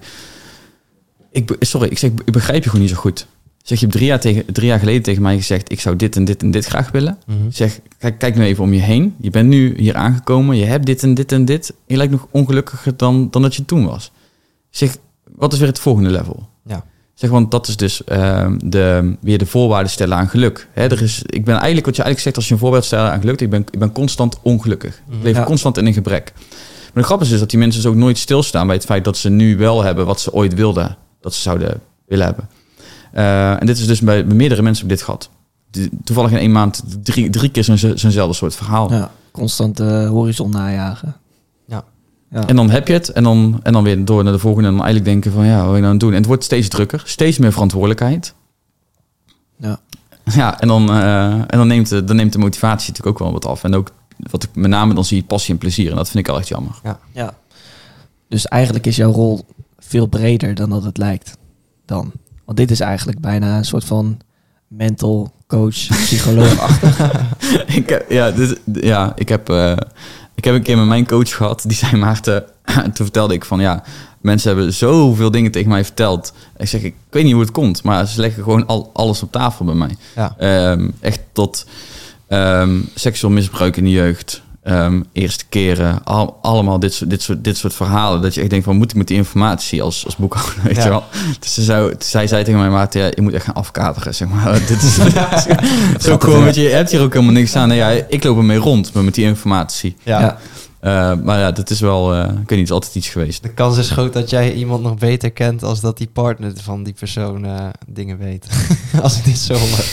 ik, sorry, ik zeg, ik begrijp je gewoon niet zo goed. Ik zeg, je hebt drie jaar, tegen, drie jaar geleden tegen mij gezegd, ik zou dit en dit en dit graag willen. Mm-hmm. Ik zeg, kijk, kijk nu even om je heen. Je bent nu hier aangekomen, je hebt dit en dit en dit. Je lijkt nog ongelukkiger dan, dan dat je toen was. Ik zeg, wat is weer het volgende level? Ja. Zeg, want dat is dus uh, de, weer de voorwaarden stellen aan geluk. Hè, er is, ik ben eigenlijk, wat je eigenlijk zegt als je een voorwaarde stelt aan geluk, ik ben, ik ben constant ongelukkig. Ik leef Ja. constant in een gebrek. Maar de grap is dus dat die mensen dus ook nooit stilstaan bij het feit dat ze nu wel hebben wat ze ooit wilden, dat ze zouden willen hebben. Uh, en dit is dus bij, bij meerdere mensen heb ik dit gehad. Die, toevallig in één maand drie, drie keer zo'n, zo'nzelfde soort verhaal. Ja. Constant uh, horizon najagen. Ja. Ja. En dan heb je het en dan, en dan weer door naar de volgende en dan eigenlijk denken van ja, wat wil je nou aan het doen? En het wordt steeds drukker, steeds meer verantwoordelijkheid. Ja. Ja, en dan, uh, en dan, neemt de, dan neemt de motivatie natuurlijk ook wel wat af. En ook wat ik met name dan zie, passie en plezier. En dat vind ik al echt jammer. Ja. Ja. Dus eigenlijk is jouw rol veel breder dan dat het lijkt dan. Want dit is eigenlijk bijna een soort van mental coach, psycholoog-achtig? ik heb, ja, dit, ja, ik heb, uh, ik heb een keer met mijn coach gehad. Die zei, Maarten, toen vertelde ik van ja, mensen hebben zoveel dingen tegen mij verteld. Ik zeg, ik weet niet hoe het komt, maar ze leggen gewoon al, alles op tafel bij mij. Ja. Um, echt tot um, seksueel misbruik in de jeugd. Um, eerste keren, al, allemaal dit soort, dit, soort, dit soort verhalen. Dat je echt denkt van, moet ik met die informatie als, als boekhouder, weet ja. je wel? Dus ze zou, zij zei tegen mij, Maarten, ja, je moet echt gaan afkaderen, zeg maar. dit is, dit is ook gewoon, weet je, je hebt hier ook helemaal niks aan. Nee, ja, ik loop ermee rond, maar met die informatie. Ja. Ja. Uh, maar ja, dat is wel, uh, ik weet niet, het is altijd iets geweest. De kans is groot dat jij iemand nog beter kent als dat die partner van die persoon uh, dingen weet. Als ik dit zo hoor.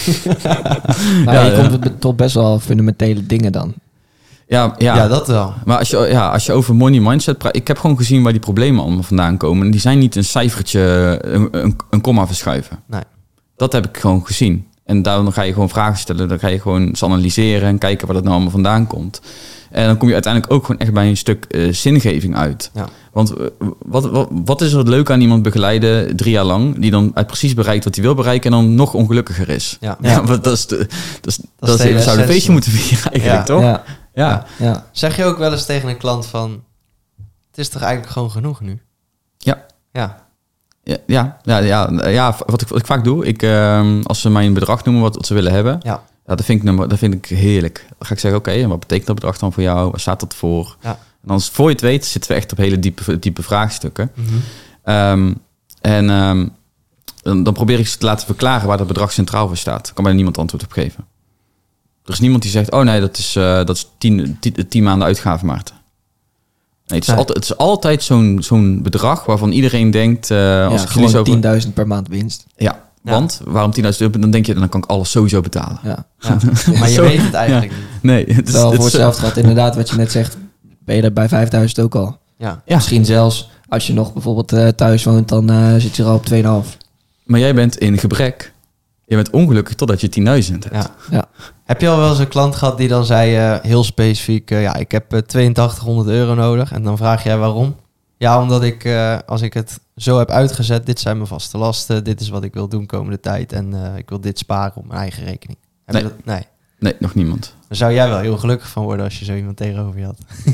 nou, ja, je ja. komt tot best wel fundamentele dingen dan. Ja, ja. ja, dat wel. Maar als je, ja, als je over money mindset praat... Ik heb gewoon gezien waar die problemen allemaal vandaan komen. En die zijn niet een cijfertje, een, een, een komma verschuiven. Nee. Dat heb ik gewoon gezien. En daarom ga je gewoon vragen stellen. Dan ga je gewoon eens analyseren en kijken waar dat nou allemaal vandaan komt. En dan kom je uiteindelijk ook gewoon echt bij een stuk uh, zingeving uit. Ja. Want uh, wat, wat, wat is er leuk aan iemand begeleiden drie jaar lang... die dan uit precies bereikt wat hij wil bereiken... en dan nog ongelukkiger is? Ja. Ja, Ja. dat is de, dat is, Dat dat is is de hele we zouden een feestje essentie. moeten vieren eigenlijk, Ja. toch? Ja, Ja. ja. Zeg je ook wel eens tegen een klant van... het is toch eigenlijk gewoon genoeg nu? Ja. Ja. Ja, ja, ja, ja, ja wat, ik, wat ik vaak doe, ik, uh, als ze mij een bedrag noemen wat, wat ze willen hebben, Ja. ja, dat, vind ik, dat vind ik heerlijk. Dan ga ik zeggen, oké, okay, en wat betekent dat bedrag dan voor jou? Waar staat dat voor? Ja. En dan, voor je het weet, zitten we echt op hele diepe, diepe vraagstukken. Mm-hmm. Um, en um, dan, dan probeer ik ze te laten verklaren waar dat bedrag centraal voor staat. Kan bijna niemand antwoord op geven. Er is niemand die zegt, oh nee, dat is, uh, dat is tien, tien, tien maanden uitgave, Maarten. Nee, het is, Nee. altijd, het is altijd zo'n, zo'n bedrag waarvan iedereen denkt... Uh, Ja, als ik gewoon jullie zo tienduizend per maand winst. Ja, Ja. want waarom tienduizend euro? Dan denk je, dan kan ik alles sowieso betalen. Ja. Ja. Maar je Zo- weet het eigenlijk niet. Nee, het is, Terwijl het voor is- hetzelfde gaat inderdaad wat je net zegt, ben je er bij vijfduizend ook al. Ja. Ja. Misschien zelfs als je nog bijvoorbeeld uh, thuis woont, dan uh, zit je er al op twee komma vijf. Maar jij bent in gebrek. Je bent ongelukkig totdat je tienduizend hebt. Ja. Ja. Heb je al wel eens een klant gehad die dan zei uh, heel specifiek... Uh, ja, ik heb uh, tweeëntachtighonderd euro nodig. En dan vraag jij waarom? Ja, omdat ik, uh, als ik het zo heb uitgezet... dit zijn mijn vaste lasten, dit is wat ik wil doen komende tijd... en uh, ik wil dit sparen op mijn eigen rekening. Heb Nee. je dat? Nee. Nee, nog niemand. Daar zou jij wel heel gelukkig van worden als je zo iemand tegenover je had.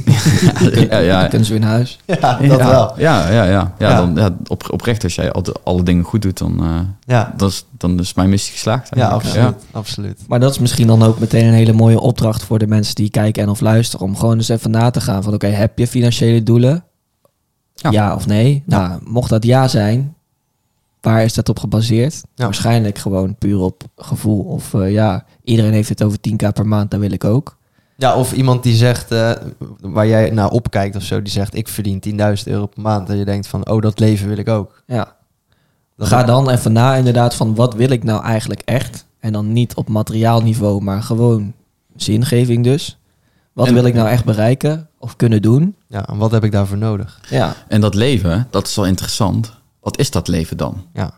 ja, ja, Dan kunnen ze weer naar huis. Ja, dat ja, wel. Ja, ja, ja. ja, Ja. Dan, ja op, oprecht, als jij alle, alle dingen goed doet, dan, uh, Ja, dan, is, dan is mijn missie geslaagd. ja eigenlijk. absoluut, absoluut. Maar dat is misschien dan ook meteen een hele mooie opdracht voor de mensen die kijken en of luisteren. Om gewoon eens even na te gaan van oké, okay, heb je financiële doelen? Ja, Ja. of nee? Ja. Nou, mocht dat ja zijn, waar is dat op gebaseerd? Ja. Waarschijnlijk gewoon puur op gevoel. Of uh, ja, iedereen heeft het over tien k per maand, dat wil ik ook. Ja, of iemand die zegt, uh, waar jij naar opkijkt of zo, die zegt ik verdien tienduizend euro per maand. En je denkt van, oh, dat leven wil ik ook. Ja. Dat Ga dan even na inderdaad van wat wil ik nou eigenlijk echt? En dan niet op materiaalniveau, maar gewoon zingeving dus. Wat En- wil ik nou echt bereiken of kunnen doen? Ja, en wat heb ik daarvoor nodig? Ja, En dat leven, dat is wel interessant. Wat is dat leven dan? Ja.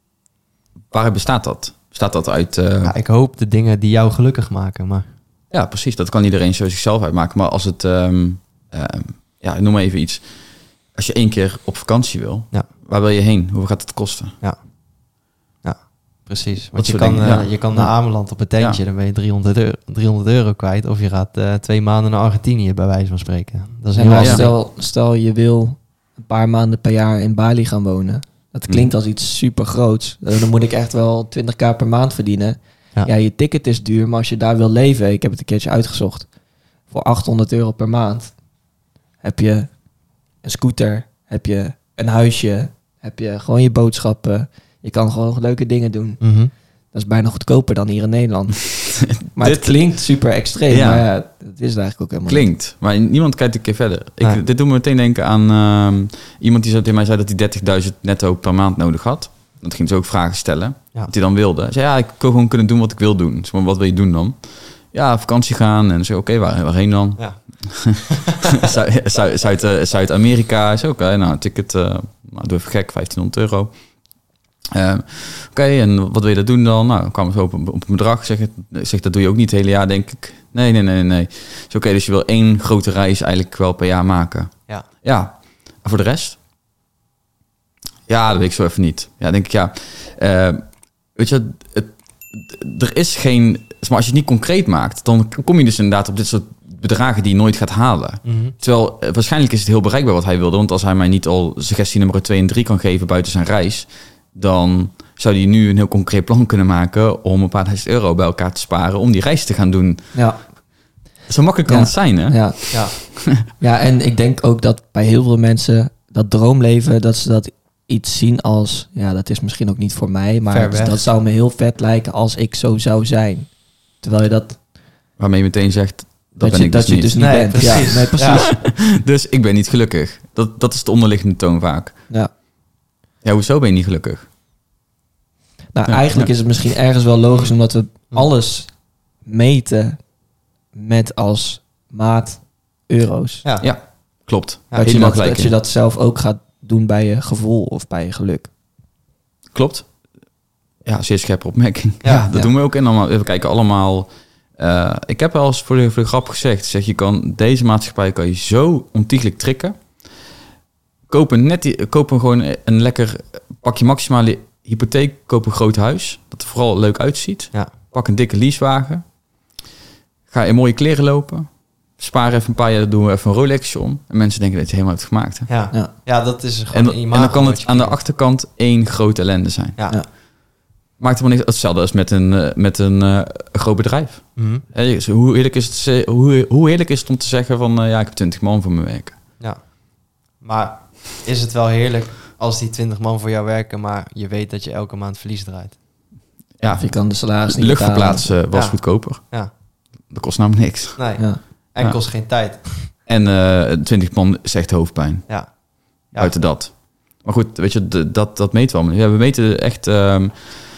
Waar bestaat dat? Bestaat dat uit... Uh, Ja, ik hoop de dingen die jou gelukkig maken, maar... Ja, precies. Dat kan iedereen zo zichzelf uitmaken. Maar als het, um, um, ja, noem maar even iets. Als je één keer op vakantie wil, Ja. waar wil je heen? Hoeveel gaat het kosten? Precies, want Dat je soort kan, dingen, uh, ja. je kan Ja. naar Ameland op een tentje, Ja. dan ben je driehonderd euro, driehonderd euro kwijt. Of je gaat uh, twee maanden naar Argentinië, bij wijze van spreken. Dat is en heel maar ja. lastig. stel, stel je wil een paar maanden per jaar in Bali gaan wonen. Dat klinkt als iets super groots. Dan moet ik echt wel twintig k per maand verdienen. Ja. Ja. je ticket is duur, maar als je daar wil leven, ik heb het een keertje uitgezocht, voor achthonderd euro per maand heb je een scooter, heb je een huisje, heb je gewoon je boodschappen. Je kan gewoon leuke dingen doen. Mhm. Dat is bijna goedkoper dan hier in Nederland. Maar Dit- het klinkt super extreem, Ja. maar ja, dat is het eigenlijk ook helemaal niet. Klinkt, maar niemand kijkt een keer verder. Ik, Nee. Dit doet me meteen denken aan um, iemand die zo tegen mij zei dat hij dertigduizend netto per maand nodig had. Dat ging ze ook vragen stellen. Ja. Wat hij dan wilde. Hij zei, ja, ik wil gewoon kunnen doen wat ik wil doen. Dus, maar wat wil je doen dan? Ja, vakantie gaan. En zei, oké, okay, waar, waarheen dan? Ja. Zu- Zu- Zuid- eh, Zuid-Amerika. Is oké, okay, nou, ticket, uh, nou, doe even gek, vijftienhonderd euro. Uh, Oké, okay, en wat wil je dat doen dan? Nou, dan kwamen ze op, op een bedrag. Zeg, zeg, dat doe je ook niet het hele jaar, denk ik. Nee, nee, nee, nee. Dus oké, okay, dus je wil één grote reis eigenlijk wel per jaar maken. Ja. Ja. En voor de rest? Ja, dat weet ik zo even niet. Ja, denk ik, ja. Uh, weet je, het, d- er is geen... Maar als je het niet concreet maakt, dan kom je dus inderdaad op dit soort bedragen die je nooit gaat halen. Mm-hmm. Terwijl eh, waarschijnlijk is het heel bereikbaar wat hij wilde. Want als hij mij niet al suggestie nummer twee en drie kan geven buiten zijn reis, dan zou hij nu een heel concreet plan kunnen maken om een paar duizend euro bij elkaar te sparen om die reis te gaan doen. Ja, Zo makkelijk kan Ja. het zijn, hè? ja. Ja. Ja, en ik denk ook dat bij heel veel mensen dat droomleven, dat ze dat iets zien als, ja, dat is misschien ook niet voor mij, maar Ver het- weg. dat zou me heel vet lijken als ik zo zou zijn. Terwijl je dat, Waarmee je meteen zegt, dat, dat, ben je, ik dat dus je niet. dus niet Nee, bent. precies. Ja, nee, precies. Ja. Dus ik ben niet gelukkig. Dat, dat is de onderliggende toon vaak. Ja. Ja, hoezo ben je niet gelukkig? Nou, Ja, eigenlijk ja. is het misschien ergens wel logisch, omdat we alles meten met als maat euro's. Ja. Ja, klopt. Ja, dat, je helemaal dat, gelijk dat je in. dat zelf ook gaat doen bij je gevoel of bij je geluk. Klopt. Ja, zeer scherpe opmerking. Ja, Ja, dat ja. doen we ook. En allemaal, we kijken allemaal... eh, ik heb wel eens voor de, voor de grap gezegd, zeg, je kan, deze maatschappij kan je zo ontiegelijk tricken. Koop een, net, die- koop een gewoon een lekker... Pak je maximale hypotheek, koop een groot huis. Dat er vooral leuk uitziet. Ja. Pak een dikke leasewagen. Ga in mooie kleren lopen. Spaar even een paar jaar, doen we even een Rolexje om. En mensen denken dat je het helemaal hebt gemaakt. Hè? Ja. Ja. Ja, dat is En, gewoon dan- een en imago dan kan wat het je aan de creëert. achterkant één grote ellende zijn. Ja. Ja. Maakt helemaal niks. Hetzelfde als met een, eh, met een eh, groot bedrijf. Mhm. Hè, dus hoe, heerlijk is het, ze- hoe, hoe heerlijk is het om te zeggen van... eh, ja, ik heb twintig man voor me werken. Ja. Maar is het wel heerlijk als die twintig man voor jou werken, maar je weet dat je elke maand verlies draait? Ja, Of je kan de salaris niet luchtverplaatsen was Ja. goedkoper. Ja. Dat kost namelijk niks. Nee. betalen. Ja. En Ja. kost geen tijd. En eh twintig man is echt hoofdpijn. Ja. Ja. Buiten dat. Maar goed, weet je, d- dat, dat meten we allemaal. Ja, we meten echt... ehm,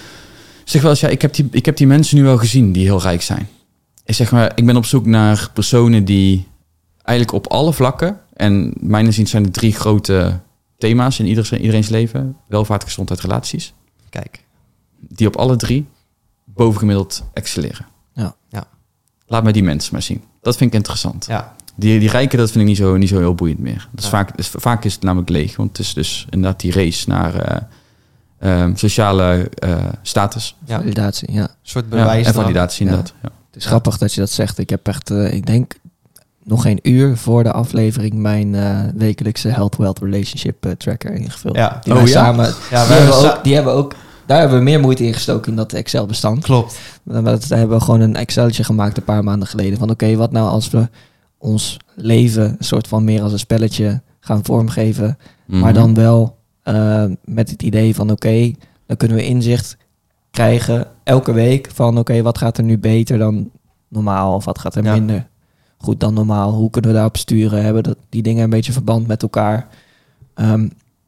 zeg wel eens, ja, ik heb, die, ik heb die mensen nu wel gezien die heel rijk zijn. Ik zeg maar, ik ben op zoek naar personen die eigenlijk op alle vlakken... en mijn inziens zijn er drie grote thema's in ieders, iedereen's leven. Welvaart, gezondheid, relaties. Kijk. Die op alle drie bovengemiddeld excelleren. Ja. Ja. Laat mij die mensen maar zien. Dat vind ik interessant. Ja. Die, die rijken, dat vind ik niet zo, niet zo heel boeiend meer. Dat is Ja. vaak, is, vaak is het namelijk leeg. Want het is dus inderdaad die race naar eh, ehm, sociale eh, status. Ja. Een Validatie, ja. soort Ja, bewijs. en dan. validatie Ja. inderdaad. Ja. Het is grappig dat je dat zegt. Ik heb echt, eh, ik denk, nog geen uur voor de aflevering mijn eh, wekelijkse Health Wealth Relationship eh, tracker ingevuld. Ja. Die Oh, wij ja? samen, Ja, die, wij hebben hebben we sa- ook, die hebben we ook, daar hebben we meer moeite in gestoken in dat Excel-bestand. Klopt. Daar hebben we gewoon een Excelletje gemaakt een paar maanden geleden. Van oké, wat nou als we ons leven een soort van meer als een spelletje gaan vormgeven. Mhm. Maar dan wel eh, met het idee van oké, dan kunnen we inzicht krijgen elke week van oké, wat gaat er nu beter dan normaal? Of wat gaat er Ja. minder goed dan normaal? Hoe kunnen we daarop sturen? Hebben dat, die dingen een beetje verband met elkaar? Ehm,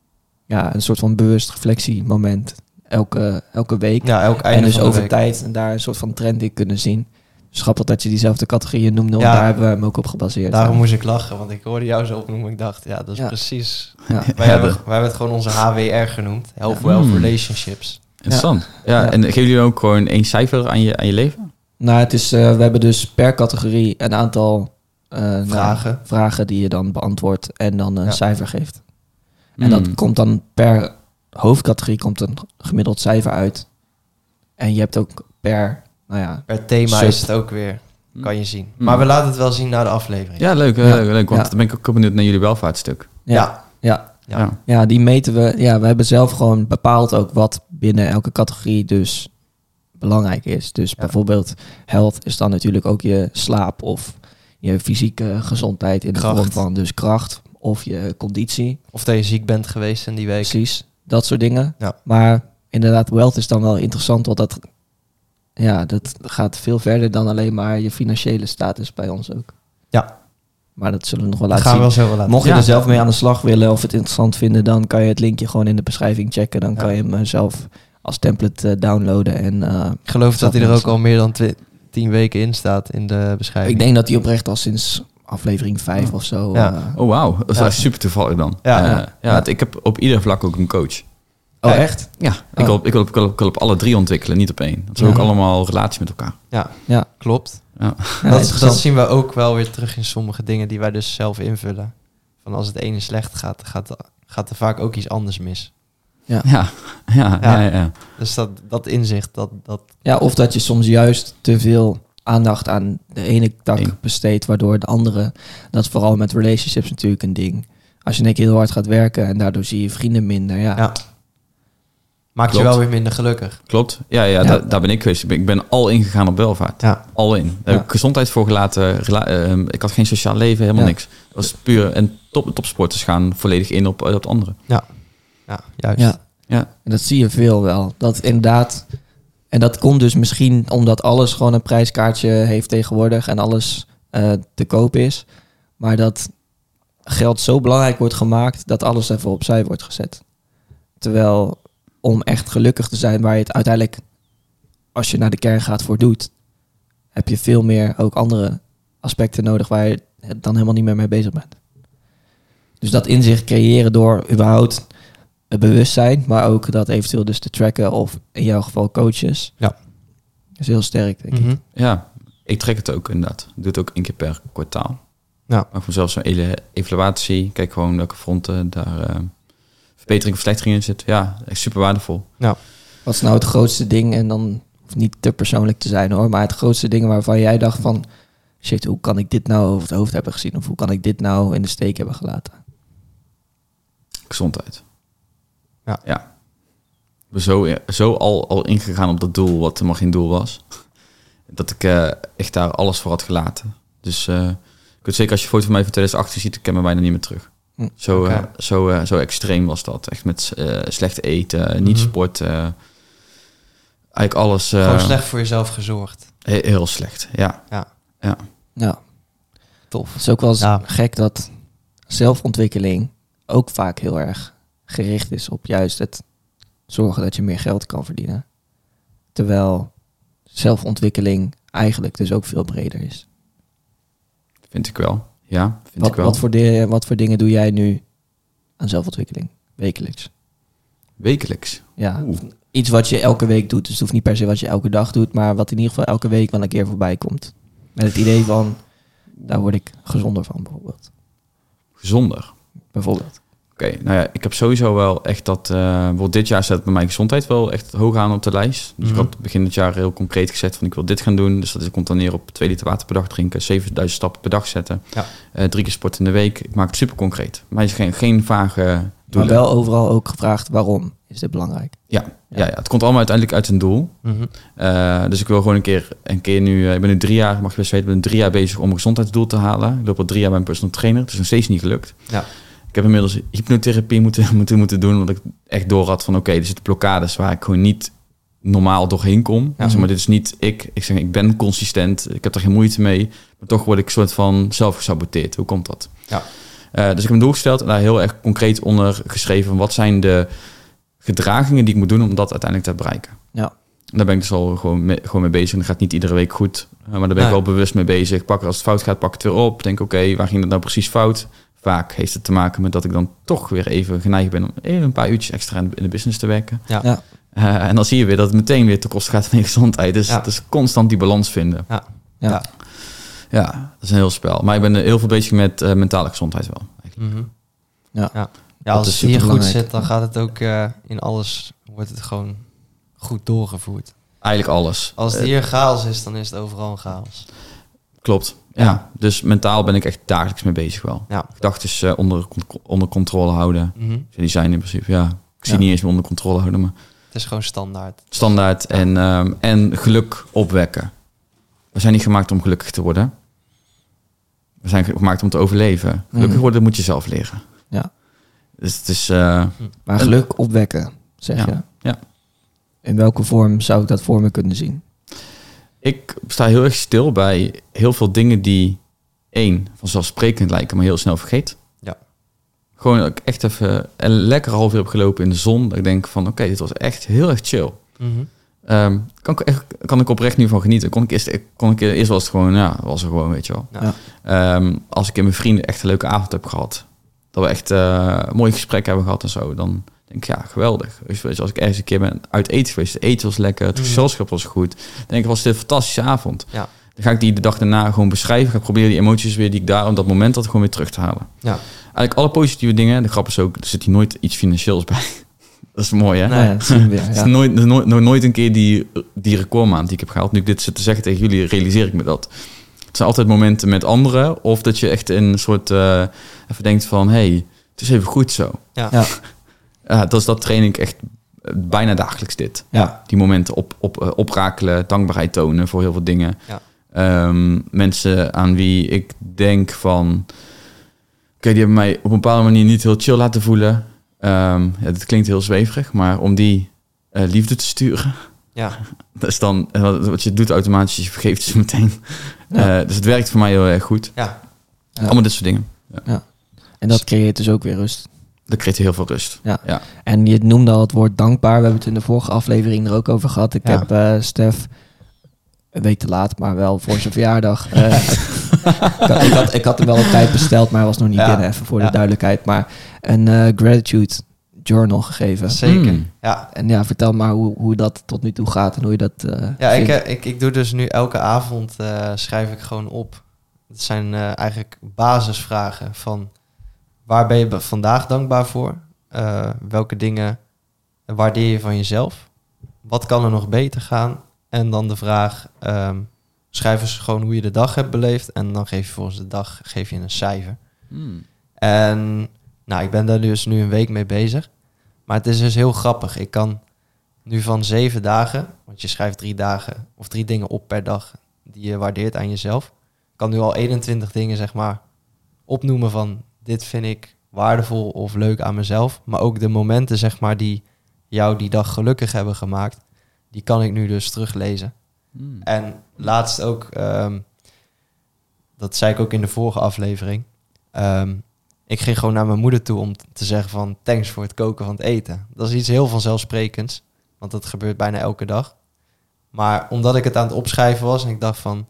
ja, een soort van bewust reflectiemoment elke, elke week. Ja, elk einde En dus van de over week. tijd en daar een soort van trend in kunnen zien. Dus grappig dat je diezelfde categorieën noemde, want Ja. daar hebben we hem ook op gebaseerd. Daarom moest ik lachen, want ik hoorde jou zo opnoemen. Ik dacht, ja, dat is Ja. precies. Ja. Wij, Ja, hebben, de- wij hebben het gewoon onze H W R genoemd. Health, Ja. Wealth, Hmm. Relationships. Interessant. Ja. Ja. En geven jullie ook gewoon één cijfer aan je, aan je leven? Nou, het is, eh, we hebben dus per categorie een aantal eh, nou, Vragen. vragen die je dan beantwoordt en dan een Ja. cijfer geeft. En dat Hmm. komt dan per hoofdcategorie komt een gemiddeld cijfer uit. En je hebt ook per, nou ja, Per thema Sub. is het ook weer, kan je zien. Hmm. Maar we laten het wel zien na de aflevering. Ja, leuk. eh, Ja. leuk, leuk, want Ja. dan ben ik ook benieuwd naar jullie welvaartstuk. ja, ja. Ja. ja. Ja. Ja. die meten we. Ja, we hebben zelf gewoon bepaald ook wat binnen elke categorie dus belangrijk is. Dus Ja. bijvoorbeeld health is dan natuurlijk ook je slaap of je fysieke gezondheid in de Kracht. vorm van dus kracht of je conditie. Of dat je ziek bent geweest in die week. Precies, dat soort dingen. Ja. Maar inderdaad, wealth is dan wel interessant, want dat, ja, dat gaat veel verder dan alleen maar je financiële status bij ons ook. Ja. Maar dat zullen we nog wel Dat laten gaan we zien. wel zo wel laten Mocht je Ja. er zelf mee aan de slag willen of het interessant vinden, dan kan je het linkje gewoon in de beschrijving checken. Dan Ja. kan je hem eh, zelf als template eh, downloaden. En eh, Ik geloof dat hij er ook mensen. al meer dan twi- tien weken in staat in de beschrijving. ik denk dat hij oprecht al sinds aflevering vijf Oh. of zo. Ja. eh, Oh, wauw. Dat is Ja. echt super toevallig dan. Ja. Eh, Ja. ja, het- ik heb op ieder vlak ook een coach. oh, Kijk. echt? Ja, ik, Oh. wil, op- ik, wil, op- ik, wil, op- ik wil op alle drie ontwikkelen, niet op één. Dat is Ja. ook allemaal relatie met elkaar. Ja, Ja. klopt. Ja. Ja, dat, dat interessant. zien we ook wel weer terug in sommige dingen die wij dus zelf invullen. Van als het ene slecht gaat, gaat, gaat er vaak ook iets anders mis. Ja. Ja, ja, ja. ja, ja. Dus dat, dat inzicht, dat, dat... Ja, of dat je soms juist te veel aandacht aan de ene tak Eén. besteedt, waardoor de andere, dat is vooral met relationships natuurlijk een ding. Als je in één keer heel hard gaat werken en daardoor zie je vrienden minder, ja. Ja. Maakt Klopt. je wel weer minder gelukkig. Klopt. Ja, ja, Ja. Daar, daar ben ik geweest. Ik ben, ik ben al ingegaan op welvaart. Ja. Al in. Daar Ja. heb ik gezondheid voor gelaten. Rela- eh, ik had geen sociaal leven, helemaal Ja. niks. Het was puur. En top, topsporters gaan volledig in op, op het andere. Ja, juist. Ja. Ja. En dat zie je veel wel. Dat inderdaad. En dat komt dus misschien omdat alles gewoon een prijskaartje heeft tegenwoordig en alles eh, te koop is. Maar dat geld zo belangrijk wordt gemaakt dat alles even opzij wordt gezet. Terwijl om echt gelukkig te zijn waar je het uiteindelijk, als je naar de kern gaat, voor doet, heb je veel meer ook andere aspecten nodig waar je dan helemaal niet meer mee bezig bent. Dus dat inzicht creëren door überhaupt het bewustzijn, maar ook dat eventueel dus te tracken of in jouw geval coaches. Ja. is heel sterk, denk ik. Mhm. Ja, ik trek het ook inderdaad. Ik doe het ook één keer per kwartaal. Ja. Maar voor zelfs zo'n hele evaluatie. Kijk gewoon welke fronten daar uh, verbetering of verslechtering in zit. Ja, echt super waardevol. Wat is nou het grootste ding? En dan hoeft niet te persoonlijk te zijn hoor, maar het grootste ding waarvan jij dacht van, shit, hoe kan ik dit nou over het hoofd hebben gezien? Of hoe kan ik dit nou in de steek hebben gelaten? Gezondheid. Ja. ja. Ik ben zo, zo al, al ingegaan op dat doel, wat helemaal geen doel was. Dat ik uh, echt daar alles voor had gelaten. Dus uh, ik weet zeker als je een foto van mij van twintig achttien ziet, ik ken me bijna niet meer terug. Hm. Zo, Okay. uh, zo, uh, zo extreem was dat. Echt met uh, slecht eten, niet Mhm. sporten. Uh, eigenlijk alles... Uh, Gewoon slecht voor jezelf gezorgd. He- heel slecht, ja. Ja. ja. Ja, Tof. het is ook wel eens Ja. gek dat zelfontwikkeling ook vaak heel erg gericht is op juist het zorgen dat je meer geld kan verdienen. Terwijl zelfontwikkeling eigenlijk dus ook veel breder is. Vind ik wel. Ja, vind Wat, ik wel. wat, voor de, wat voor dingen doe jij nu aan zelfontwikkeling? Wekelijks. Wekelijks. Ja, Oeh. iets wat je elke week doet. Dus het hoeft niet per se wat je elke dag doet, maar wat in ieder geval elke week wel een keer voorbij komt. Met het idee van, daar word ik gezonder van bijvoorbeeld. Gezonder. Bijvoorbeeld. Oké, nou ja, ik heb sowieso wel echt dat... Uh, bijvoorbeeld dit jaar staat bij mijn gezondheid wel echt hoog aan op de lijst. Dus Mhm. ik had begin het jaar heel concreet gezet van ik wil dit gaan doen. Dus dat is, komt dan neer op twee liter water per dag drinken, zevenduizend stappen per dag zetten. Ja. Uh, drie keer sporten in de week. Ik maak het super concreet. Maar is geen, geen vage Maar doelen. wel overal ook gevraagd, waarom is dit belangrijk? Ja, ja, ja, het komt allemaal uiteindelijk uit een doel. Mhm. Uh, dus ik wil gewoon een keer, een keer nu... Uh, ik ben nu drie jaar, mag je best weten, ik ben drie jaar bezig om een gezondheidsdoel te halen. Ik loop al drie jaar bij een personal trainer. Het is nog steeds niet gelukt. Ja. Ik heb inmiddels hypnotherapie moeten, moeten, moeten doen, omdat ik echt door had van oké, okay, er zitten blokkades waar ik gewoon niet normaal doorheen kom. Ja. Zeg maar dit is niet ik. Ik zeg, ik ben consistent. Ik heb er geen moeite mee. Maar toch word ik soort van zelf gesaboteerd. Hoe komt dat? Ja. Uh, dus ik heb een doel gesteld en daar heel erg concreet onder geschreven. Wat zijn de gedragingen die ik moet doen om dat uiteindelijk te bereiken? Ja. En daar ben ik dus al gewoon mee, gewoon mee bezig. En dat gaat niet iedere week goed. Uh, maar daar ben Nee. ik wel bewust mee bezig. Pak er als het fout gaat, pak het weer op. Denk oké, okay, waar ging het nou precies fout? Vaak heeft het te maken met dat ik dan toch weer even geneigd ben om even een paar uurtjes extra in de business te werken. Ja. Ja. Uh, en dan zie je weer dat het meteen weer ten koste gaat van je gezondheid. Dus Ja. het is constant die balans vinden. Ja. Ja. Ja. Ja, dat is een heel spel. Maar ik ben heel veel bezig met uh, mentale gezondheid wel. Mhm. Ja. ja. Ja, Dat als is het hier goed superbelangrijk. zit, dan gaat het ook uh, in alles, wordt het gewoon goed doorgevoerd. Eigenlijk alles. Als het Uh, hier chaos is, dan is het overal een chaos. Klopt. Ja. Ja. Dus mentaal ben ik echt dagelijks mee bezig wel. Ja. Gedachten uh, onder, onder controle houden. Mhm. Die zijn in principe, ja. Ik zie Ja. niet eens meer onder controle houden, maar Het is gewoon standaard. standaard. En, um, en geluk opwekken. We zijn niet gemaakt om gelukkig te worden. We zijn gemaakt om te overleven. Gelukkig Mhm. worden moet je zelf leren. Ja. Dus het is... Uh, Maar geluk opwekken, zeg Ja. je. Ja. In welke vorm zou ik dat voor me kunnen zien? ik sta heel erg stil bij heel veel dingen die één, vanzelfsprekend lijken, maar heel snel vergeet. Ja. Gewoon dat ik echt even een lekker half uur heb gelopen in de zon. Dat ik denk van oké, okay, dit was echt heel erg chill. Mhm. Um, kan, ik echt, kan ik oprecht nu van genieten. Kon ik eerst, kon ik, eerst was het gewoon, ja, was er gewoon, weet je wel. Ja. Um, als ik in mijn vrienden echt een leuke avond heb gehad, dat we echt uh, een mooi gesprek hebben gehad en zo, dan denk ik, ja, geweldig. Dus weet je, als ik ergens een keer ben uit eten geweest, het eten was lekker, het Mhm. gezelschap was goed, dan denk ik, was dit een fantastische avond. Ja. Dan ga ik die de dag daarna gewoon beschrijven, ga ik proberen die emoties weer die ik daar op dat moment had, gewoon weer terug te halen. Ja. Eigenlijk alle positieve dingen, de grap is ook, er zit hier nooit iets financieels bij. Dat is mooi, hè? Nou ja, dat zien we weer. Het Ja. is nooit, nooit, nooit, nooit een keer die, die recordmaand die ik heb gehaald. Nu ik dit zit te zeggen tegen jullie, realiseer ik me dat. Het zijn altijd momenten met anderen. Of dat je echt in een soort... Uh, even denkt van... Hé, hey, het is even goed zo. Ja. Ja. Uh, dat is dat train ik echt bijna dagelijks dit. Ja. Die momenten op, op, uh, oprakelen, dankbaarheid tonen voor heel veel dingen. Ja. Um, mensen aan wie ik denk van... Oké, okay, die hebben mij op een bepaalde manier niet heel chill laten voelen. Um, ja, dat klinkt heel zweverig, maar om die uh, liefde te sturen... Ja. Dat is dan wat je doet automatisch, je vergeeft ze meteen. Ja. Uh, dus het werkt voor mij heel erg goed. Ja. Ja. Allemaal dit soort dingen. Ja. Ja. En dat creëert dus ook weer rust. Dat creëert heel veel rust. Ja. Ja. En je noemde al het woord dankbaar. We hebben het in de vorige aflevering er ook over gehad. Ik Ja. heb uh, Stef, een week te laat, maar wel voor zijn verjaardag. Uh, ik, had, ik, had, ik had hem wel op tijd besteld, maar hij was nog niet Ja. binnen, even voor Ja. de duidelijkheid. Maar een uh, gratitude journal gegeven. Zeker. Mm. Ja. En ja, vertel maar hoe, hoe dat tot nu toe gaat en hoe je dat uh, Ja, ik, vindt. ik, ik doe dus nu elke avond uh, schrijf ik gewoon op. Het zijn uh, eigenlijk basisvragen van waar ben je vandaag dankbaar voor? Uh, welke dingen waardeer je van jezelf? Wat kan er nog beter gaan? En dan de vraag, um, schrijf eens gewoon hoe je de dag hebt beleefd. En dan geef je volgens de dag geef je een cijfer. Mm. En nou, ik ben daar dus nu een week mee bezig. Maar het is dus heel grappig. Ik kan nu van zeven dagen, want je schrijft drie dagen of drie dingen op per dag die je waardeert aan jezelf. Ik kan nu al eenentwintig dingen, zeg maar, opnoemen van dit vind ik waardevol of leuk aan mezelf. Maar ook de momenten, zeg maar, die jou die dag gelukkig hebben gemaakt, die kan ik nu dus teruglezen. Mm. En laatst ook, um, dat zei ik ook in de vorige aflevering. Um, ik ging gewoon naar mijn moeder toe om te zeggen van thanks voor het koken van het eten. Dat is iets heel vanzelfsprekends, want dat gebeurt bijna elke dag. Maar omdat ik het aan het opschrijven was en ik dacht van,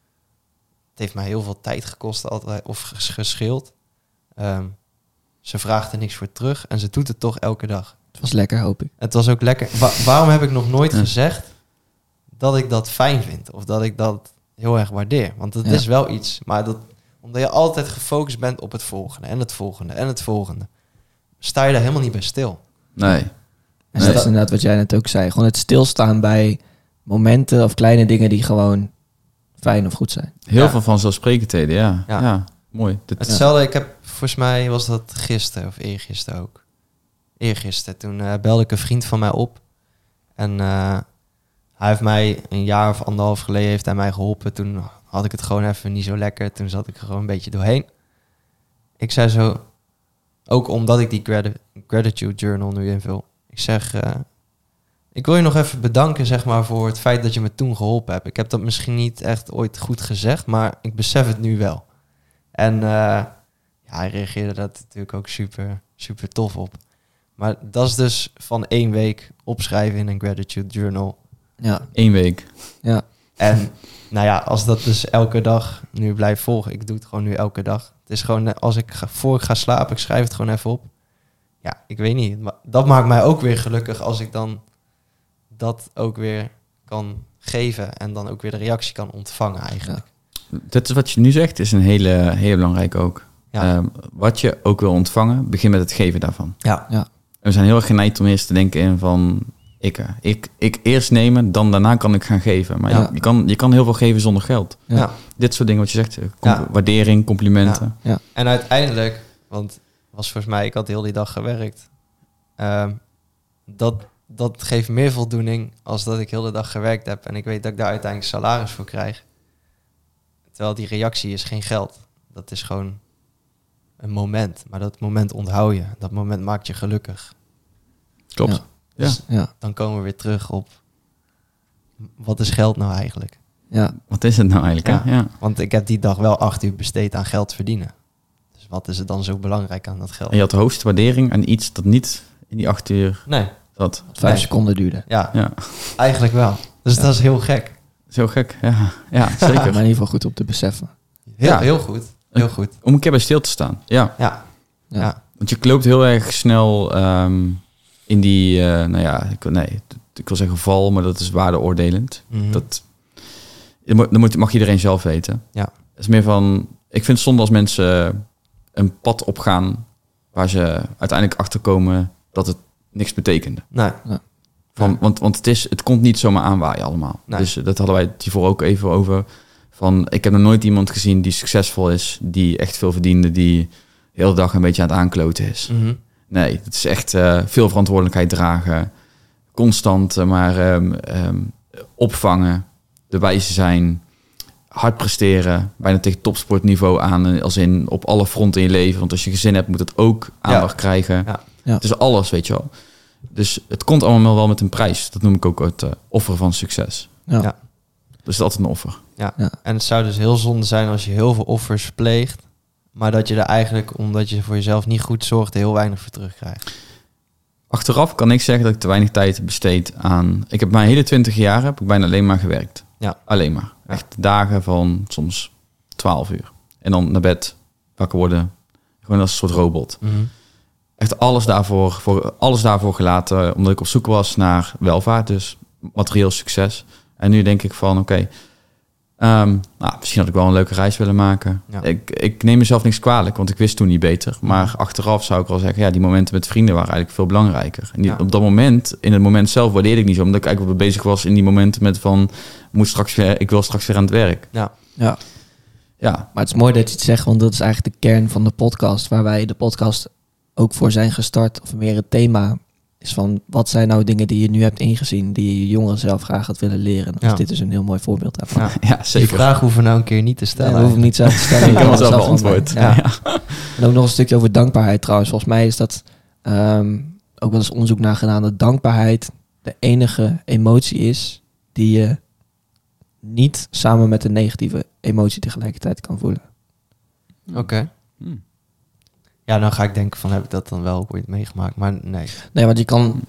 het heeft mij heel veel tijd gekost altijd, of gescheeld. Um, ze vraagt er niks voor terug en ze doet het toch elke dag. Het was lekker, hoop ik. Het was ook lekker. Wa- waarom heb ik nog nooit ja. gezegd dat ik dat fijn vind of dat ik dat heel erg waardeer? Want het ja. is wel iets, maar dat, omdat je altijd gefocust bent op het volgende en het volgende en het volgende, sta je daar helemaal niet bij stil. Nee. En nee. dat is inderdaad wat jij net ook zei. Gewoon het stilstaan bij momenten of kleine dingen die gewoon fijn of goed zijn. Heel ja. veel vanzelfsprekendheden, ja. ja. ja. Mooi. Dit, Hetzelfde, ja. ik heb, volgens mij was dat gisteren of eergisteren ook. Eergisteren, toen uh, belde ik een vriend van mij op. En uh, hij heeft mij een jaar of anderhalf geleden heeft hij mij geholpen. Toen had ik het gewoon even niet zo lekker. Toen zat ik er gewoon een beetje doorheen. Ik zei zo, ook omdat ik die grati- gratitude journal nu invul. Ik zeg, uh, ik wil je nog even bedanken, zeg maar, voor het feit dat je me toen geholpen hebt. Ik heb dat misschien niet echt ooit goed gezegd, maar ik besef het nu wel. En uh, ja, hij reageerde daar natuurlijk ook super, super tof op. Maar dat is dus van één week opschrijven in een gratitude journal. Ja. Eén week. Ja. En nou ja, als dat dus elke dag nu blijft volgen. Ik doe het gewoon nu elke dag. Het is gewoon, als ik ga, voor ik ga slapen, ik schrijf het gewoon even op. Ja, ik weet niet. Maar dat maakt mij ook weer gelukkig als ik dan dat ook weer kan geven. En dan ook weer de reactie kan ontvangen eigenlijk. Ja. Dat is wat je nu zegt, is een hele, hele belangrijke ook. Ja. Um, wat je ook wil ontvangen, begin met het geven daarvan. Ja. Ja. We zijn heel erg geneigd om eerst te denken in van... Ik, ik, ik eerst nemen, dan daarna kan ik gaan geven. Maar ja. je, je, kan, je kan heel veel geven zonder geld. Ja. Ja. Dit soort dingen wat je zegt. Com- Ja. Waardering, complimenten. Ja. Ja. En uiteindelijk, want was volgens mij, ik had heel die dag gewerkt. Um, dat, dat geeft meer voldoening als dat ik heel de dag gewerkt heb. En ik weet dat ik daar uiteindelijk salaris voor krijg. Terwijl die reactie is geen geld. Dat is gewoon een moment. Maar dat moment onthoud je. Dat moment maakt je gelukkig. Klopt. Ja. Dus ja. dan komen we weer terug op... Wat is geld nou eigenlijk? Ja. Wat is het nou eigenlijk? Ja. Ja. Want ik heb die dag wel acht uur besteed aan geld verdienen. Dus wat is er dan zo belangrijk aan dat geld? En je had de hoogste waardering aan iets dat niet in die acht uur nee. zat. Vijf nee. seconden duurde. Ja, ja, eigenlijk wel. Dus ja. dat is heel gek. Dat is heel gek, ja. Ja, zeker. Maar in ieder geval goed om te beseffen. Heel, ja. heel goed. Heel goed. Om een keer bij stil te staan, ja. Ja. Ja. ja. Want je loopt heel erg snel um, in die, uh, nou ja, ik, nee, ik wil zeggen val, maar dat is waardeoordelend. Mm-hmm. Dat, dat moet, mag iedereen zelf weten. Ja. Het is meer van, ik vind het zonde als mensen een pad opgaan waar ze uiteindelijk achterkomen dat het niks betekende. Nee. Van, want want het, is, het komt niet zomaar aanwaaien allemaal. Nee. Dus dat hadden wij het hiervoor ook even over. Van, ik heb nog nooit iemand gezien die succesvol is, die echt veel verdiende, die de hele dag een beetje aan het aankloten is. Mm-hmm. Nee, het is echt uh, veel verantwoordelijkheid dragen, constant uh, maar um, um, opvangen, de wijze zijn, hard presteren, bijna tegen topsportniveau aan, als in op alle fronten in je leven. Want als je gezin hebt, moet het ook aandacht ja. krijgen. Ja. Ja. Het is alles, weet je wel. Dus het komt allemaal wel met een prijs. Dat noem ik ook het uh, offer van succes. Ja. Ja. Dus dat is altijd een offer. Ja. ja, en het zou dus heel zonde zijn als je heel veel offers pleegt, maar dat je er eigenlijk, omdat je voor jezelf niet goed zorgt, heel weinig voor terugkrijgt. Achteraf kan ik zeggen dat ik te weinig tijd besteed aan... Ik heb mijn hele twintig jaar heb ik bijna alleen maar gewerkt. Ja. Alleen maar. Ja. Echt dagen van soms twaalf uur. En dan naar bed, wakker worden. Gewoon als een soort robot. Mm-hmm. Echt alles daarvoor, voor, alles daarvoor gelaten, omdat ik op zoek was naar welvaart. Dus materieel succes. En nu denk ik van, oké... Okay, um, nou, misschien had ik wel een leuke reis willen maken. Ja. Ik, ik neem mezelf niks kwalijk, want ik wist toen niet beter. Maar achteraf zou ik wel zeggen, ja, die momenten met vrienden waren eigenlijk veel belangrijker. En die, ja. op dat moment, in het moment zelf, waardeerde ik niet zo. Omdat ik eigenlijk wel bezig was in die momenten met van, moet straks weer, ik wil straks weer aan het werk. Ja. Ja. Ja. Maar het is mooi dat je het zegt, want dat is eigenlijk de kern van de podcast, waar wij de podcast ook voor zijn gestart, of meer het thema is van, wat zijn nou dingen die je nu hebt ingezien, die je jongeren zelf graag had willen leren. Dus ja. dit is een heel mooi voorbeeld daarvan. Ja, ja zeker. Die vraag hoeven we nou een keer niet te stellen. Ja, hoef ik niet zelf te stellen. Ik kan het zelf beantwoord. Ja. Ja. En ook nog een stukje over dankbaarheid trouwens. Volgens mij is dat um, ook wel eens onderzoek naar gedaan, dat dankbaarheid de enige emotie is die je niet samen met een negatieve emotie tegelijkertijd kan voelen. Oké. Okay. Hmm. Ja, dan ga ik denken van, heb ik dat dan wel ooit meegemaakt? Maar nee. Nee, want je kan...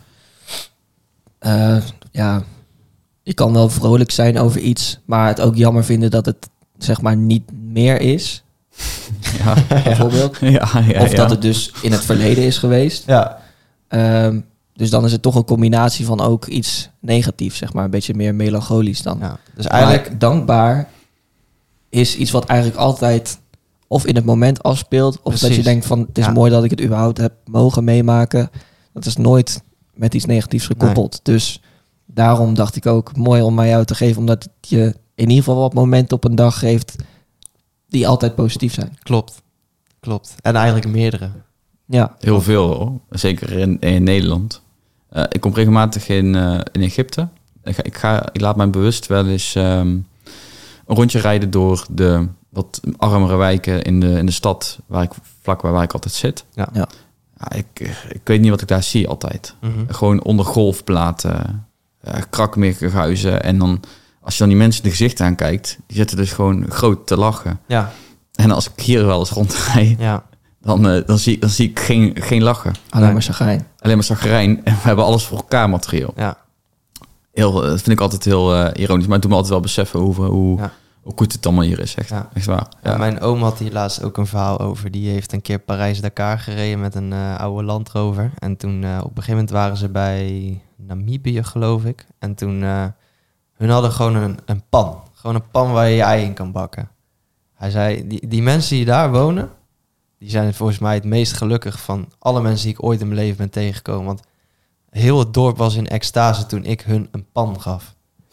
Uh, ja, je kan wel vrolijk zijn over iets, maar het ook jammer vinden dat het, zeg maar, niet meer is. Ja, bijvoorbeeld. Ja, ja, of ja. dat het dus in het verleden is geweest. Ja. Um, dus dan is het toch een combinatie van ook iets negatiefs, zeg maar. Een beetje meer melancholisch dan. Ja, dus eigenlijk... Maar dankbaar is iets wat eigenlijk altijd... of in het moment afspeelt, of Precies. dat je denkt van, het is ja. mooi dat ik het überhaupt heb mogen meemaken. Dat is nooit met iets negatiefs gekoppeld. Nee. Dus daarom dacht ik ook, mooi om aan jou te geven, omdat het je in ieder geval wat momenten op een dag geeft die altijd positief zijn. Klopt, klopt. En eigenlijk meerdere. Ja. Heel veel hoor, zeker in, in Nederland. Uh, ik kom regelmatig in, uh, in Egypte. Ik, ga, ik, ga, ik laat mij bewust wel eens um, een rondje rijden door de... wat armere wijken in de, in de stad, waar ik vlak waar, waar ik altijd zit. Ja. Ja. Ja, ik, ik weet niet wat ik daar zie altijd. Mm-hmm. Gewoon onder golfplaten, uh, krakmerige huizen. En dan, als je dan die mensen de gezicht aankijkt, die zitten dus gewoon groot te lachen. Ja. En als ik hier wel eens rondrijd, ja. dan, uh, dan, zie, dan zie ik geen, geen lachen. Alleen nee. maar chagrijn. Alleen maar chagrijn. En we hebben alles voor elkaar materieel. Ja. Heel, dat vind ik altijd heel uh, ironisch. Maar het doet me altijd wel beseffen hoe... hoe ja. Hoe goed het allemaal hier is, echt, ja. echt waar. Ja. Ja. Mijn oom had hier laatst ook een verhaal over. Die heeft een keer Parijs-Dakar gereden met een uh, oude Land Rover. En toen uh, op een gegeven moment waren ze bij Namibië, geloof ik. En toen, uh, hun hadden gewoon een, een pan. Gewoon een pan waar je je ei in kan bakken. Hij zei, die, die mensen die daar wonen, die zijn volgens mij het meest gelukkig van alle mensen die ik ooit in mijn leven ben tegengekomen. Want heel het dorp was in extase toen ik hun een pan gaf.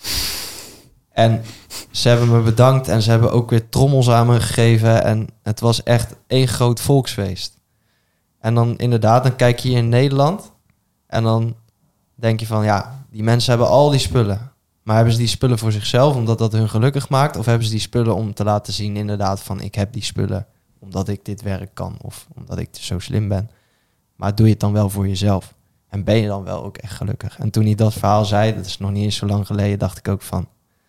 En ze hebben me bedankt en ze hebben ook weer trommels aan me gegeven. En het was echt één groot volksfeest. En dan inderdaad, dan kijk je hier in Nederland. En dan denk je van, ja, die mensen hebben al die spullen. Maar hebben ze die spullen voor zichzelf, omdat dat hun gelukkig maakt? Of hebben ze die spullen om te laten zien inderdaad van, ik heb die spullen omdat ik dit werk kan. Of omdat ik zo slim ben. Maar doe je het dan wel voor jezelf? En ben je dan wel ook echt gelukkig? En toen hij dat verhaal zei, dat is nog niet eens zo lang geleden, dacht ik ook van,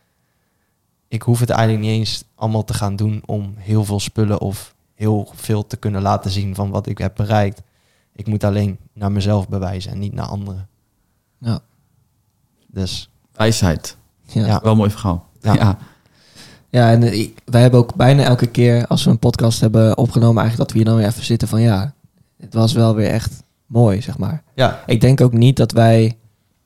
ik hoef het eigenlijk niet eens allemaal te gaan doen om heel veel spullen of heel veel te kunnen laten zien van wat ik heb bereikt. Ik moet alleen naar mezelf bewijzen en niet naar anderen. Ja. Dus. Wijsheid. Ja. Ja. Wel een mooi verhaal. Ja. Ja. Ja, en uh, wij hebben ook bijna elke keer als we een podcast hebben opgenomen, eigenlijk dat we hier dan weer even zitten van ja, het was wel weer echt mooi, zeg maar. Ja. Ik denk ook niet dat wij...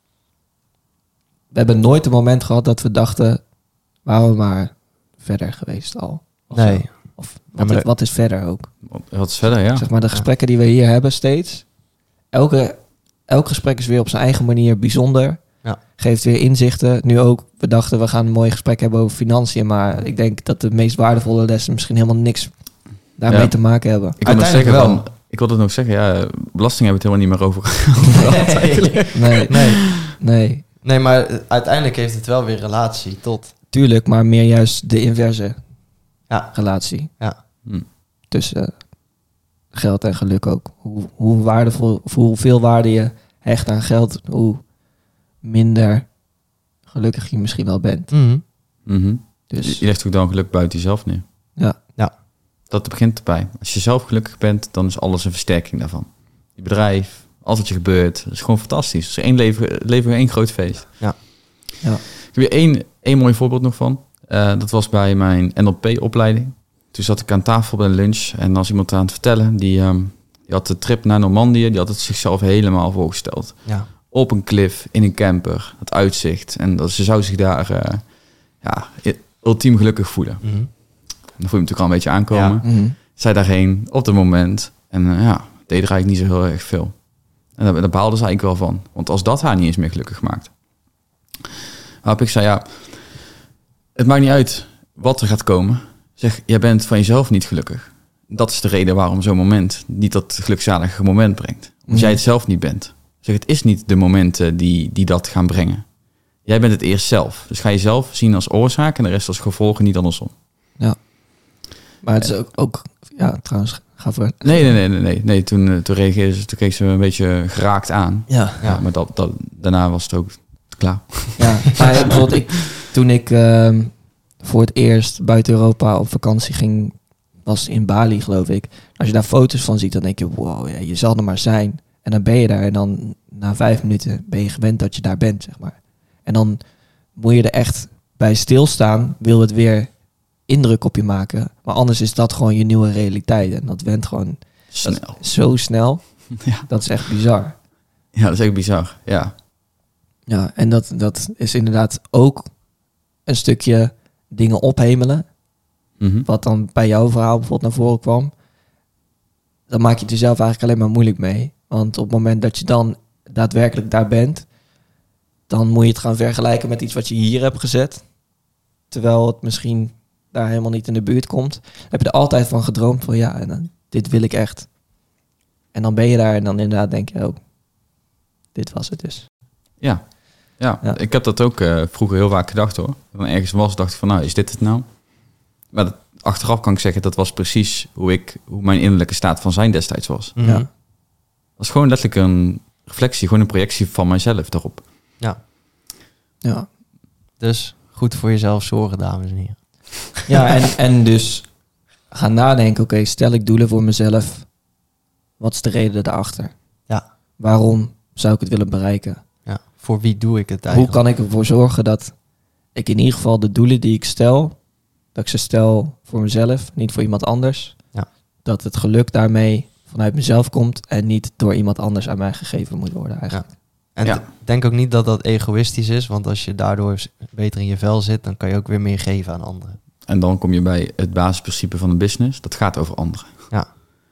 We hebben nooit een moment gehad dat we dachten, waren we maar verder geweest al. Of nee. Zo. Of wat, ja, is, wat is verder ook? Wat is verder, ja. Zeg maar de gesprekken die we hier hebben steeds. Elke, elk gesprek is weer op zijn eigen manier bijzonder. Ja. Geeft weer inzichten. Nu ook, we dachten we gaan een mooi gesprek hebben over financiën. Maar ik denk dat de meest waardevolle lessen misschien helemaal niks daarmee Ja. te maken hebben. Ik wil nog zeggen, Uiteindelijk van, ik wilde nog zeggen, ja, belasting hebben we het helemaal niet meer over gehad eigenlijk. Nee, Nee. nee, Nee, maar eh, uiteindelijk heeft het wel weer relatie tot... tuurlijk, maar meer juist de inverse Ja. relatie. Ja. Hm. Tussen eh, geld en geluk ook. Hoe, hoe waardevol, of hoeveel waarde je hecht aan geld, hoe minder gelukkig je misschien wel bent. Mhm. Mhm. Dus Je legt ook dan geluk buiten jezelf neer. ja, Dat begint erbij. Als je zelf gelukkig bent, dan is alles een versterking daarvan. Je bedrijf, alles wat je gebeurt, dat is gewoon fantastisch. Het is één leven, leven één groot feest. Ja. Ja. Ik heb hier één, één mooi voorbeeld nog van. Uh, dat was bij mijn N L P-opleiding. Toen zat ik aan tafel bij de lunch en was iemand aan het vertellen. Die, um, die had de trip naar Normandië, die had het zichzelf helemaal voorgesteld. Ja. Op een klif, in een camper, het uitzicht. En dat, ze zou zich daar uh, ja, ultiem gelukkig voelen. Mhm. Dan voel je hem natuurlijk al een beetje aankomen. mhm. Zij daarheen op het moment. En uh, ja, deed er eigenlijk niet zo heel erg veel. En daar, daar baalde ze eigenlijk wel van. Want als dat haar niet eens meer gelukkig maakt. Waarop ik zei, ja, het maakt niet uit wat er gaat komen. Zeg, jij bent van jezelf niet gelukkig. Dat is de reden waarom zo'n moment niet dat gelukzalige moment brengt. Als Mhm. jij het zelf niet bent. Zeg, het is niet de momenten die, die dat gaan brengen. Jij bent het eerst zelf. Dus ga jezelf zien als oorzaak en de rest als gevolg en niet andersom. Maar het is ook, ook ja, trouwens, ga voor. Nee, nee, nee, nee, nee. nee toen, uh, toen reageerde ze, toen keek ze me een beetje geraakt aan. Ja, Ja, Ja. maar dat, dat, daarna was het ook klaar. ja. Maar ja, bijvoorbeeld ik, toen ik ehm, voor het eerst buiten Europa op vakantie ging, was in Bali, geloof ik. Als je daar foto's van ziet, dan denk je, wow, ja, je zal er maar zijn. En dan ben je daar en dan na vijf minuten ben je gewend dat je daar bent, zeg maar. En dan moet je er echt bij stilstaan, wil het weer indruk op je maken. Maar anders is dat gewoon je nieuwe realiteit. En dat went gewoon Snel. zo snel. Ja. Dat is echt bizar. Ja, dat is echt bizar. Ja. Ja, en dat, dat is inderdaad ook een stukje dingen ophemelen. Mhm. Wat dan bij jouw verhaal bijvoorbeeld naar voren kwam. Dan maak je het jezelf eigenlijk alleen maar moeilijk mee. Want op het moment dat je dan daadwerkelijk daar bent, dan moet je het gaan vergelijken met iets wat je hier hebt gezet. Terwijl het misschien daar helemaal niet in de buurt komt. Heb je er altijd van gedroomd van ja, en dan, dit wil ik echt. En dan ben je daar en dan inderdaad denk je, oh, dit was het dus. Ja. Ja. Ja. Ik heb dat ook uh, vroeger heel vaak gedacht hoor. Toen ergens was, dacht ik van nou, is dit het nou? Maar dat, achteraf kan ik zeggen, dat was precies hoe ik, hoe mijn innerlijke staat van zijn destijds was. Mhm. Ja. Dat was gewoon letterlijk een reflectie, gewoon een projectie van mijzelf daarop. Ja. Ja, Dus goed voor jezelf zorgen, dames en heren. ja en, en dus gaan nadenken, oké, stel ik doelen voor mezelf. Wat is de reden daarachter? Ja. Waarom zou ik het willen bereiken? Ja. Voor wie doe ik het Hoe eigenlijk? kan ik ervoor zorgen dat ik in ieder geval de doelen die ik stel, dat ik ze stel voor mezelf, niet voor iemand anders. Ja. Dat het geluk daarmee vanuit mezelf komt en niet door iemand anders aan mij gegeven moet worden eigenlijk. En Ja. d- denk ook niet dat dat egoïstisch is, want als je daardoor s- beter in je vel zit, dan kan je ook weer meer geven aan anderen. En dan kom je bij het basisprincipe van een business. Dat gaat over anderen. Ja.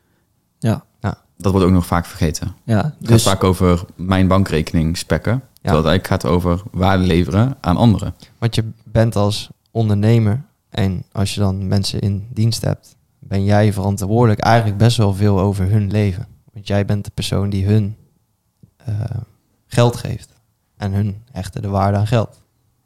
Ja, Dat wordt ook nog vaak vergeten. ja. Het gaat Dus vaak over mijn bankrekening spekken. Terwijl het eigenlijk gaat over waarde leveren aan anderen. Want je bent als ondernemer en als je dan mensen in dienst hebt, ben jij verantwoordelijk eigenlijk best wel veel over hun leven. Want jij bent de persoon die hun eh, geld geeft. En hun hechten de waarde aan geld.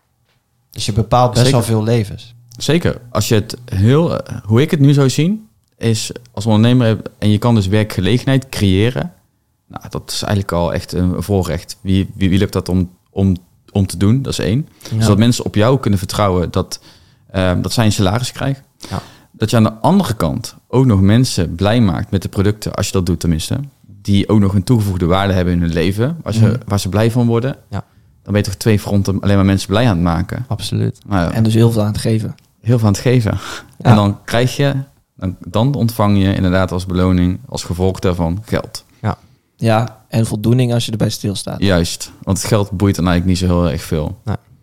Dus je bepaalt best Zeker. wel veel levens. Zeker. Als je het heel, eh, hoe ik het nu zou zien, is als ondernemer heb- en je kan dus werkgelegenheid creëren. Nou, dat is eigenlijk al echt een voorrecht. Wie, wie, wie lukt dat om, om, om te doen? Dat is één. ja. Zodat mensen op jou kunnen vertrouwen dat, eh, dat zij een salaris krijgen. Ja. Dat je aan de andere kant ook nog mensen blij maakt met de producten, als je dat doet tenminste, die ook nog een toegevoegde waarde hebben in hun leven, waar ze, Mhm. waar ze blij van worden. Ja. Dan ben je toch twee fronten alleen maar mensen blij aan het maken. Absoluut. Nou, ja, En dus heel veel aan het geven. heel veel aan het geven. Ja. En dan krijg je, dan, dan ontvang je inderdaad als beloning, als gevolg daarvan, geld. Ja, en voldoening als je erbij stilstaat. Juist. Want het geld boeit dan eigenlijk niet zo heel erg veel.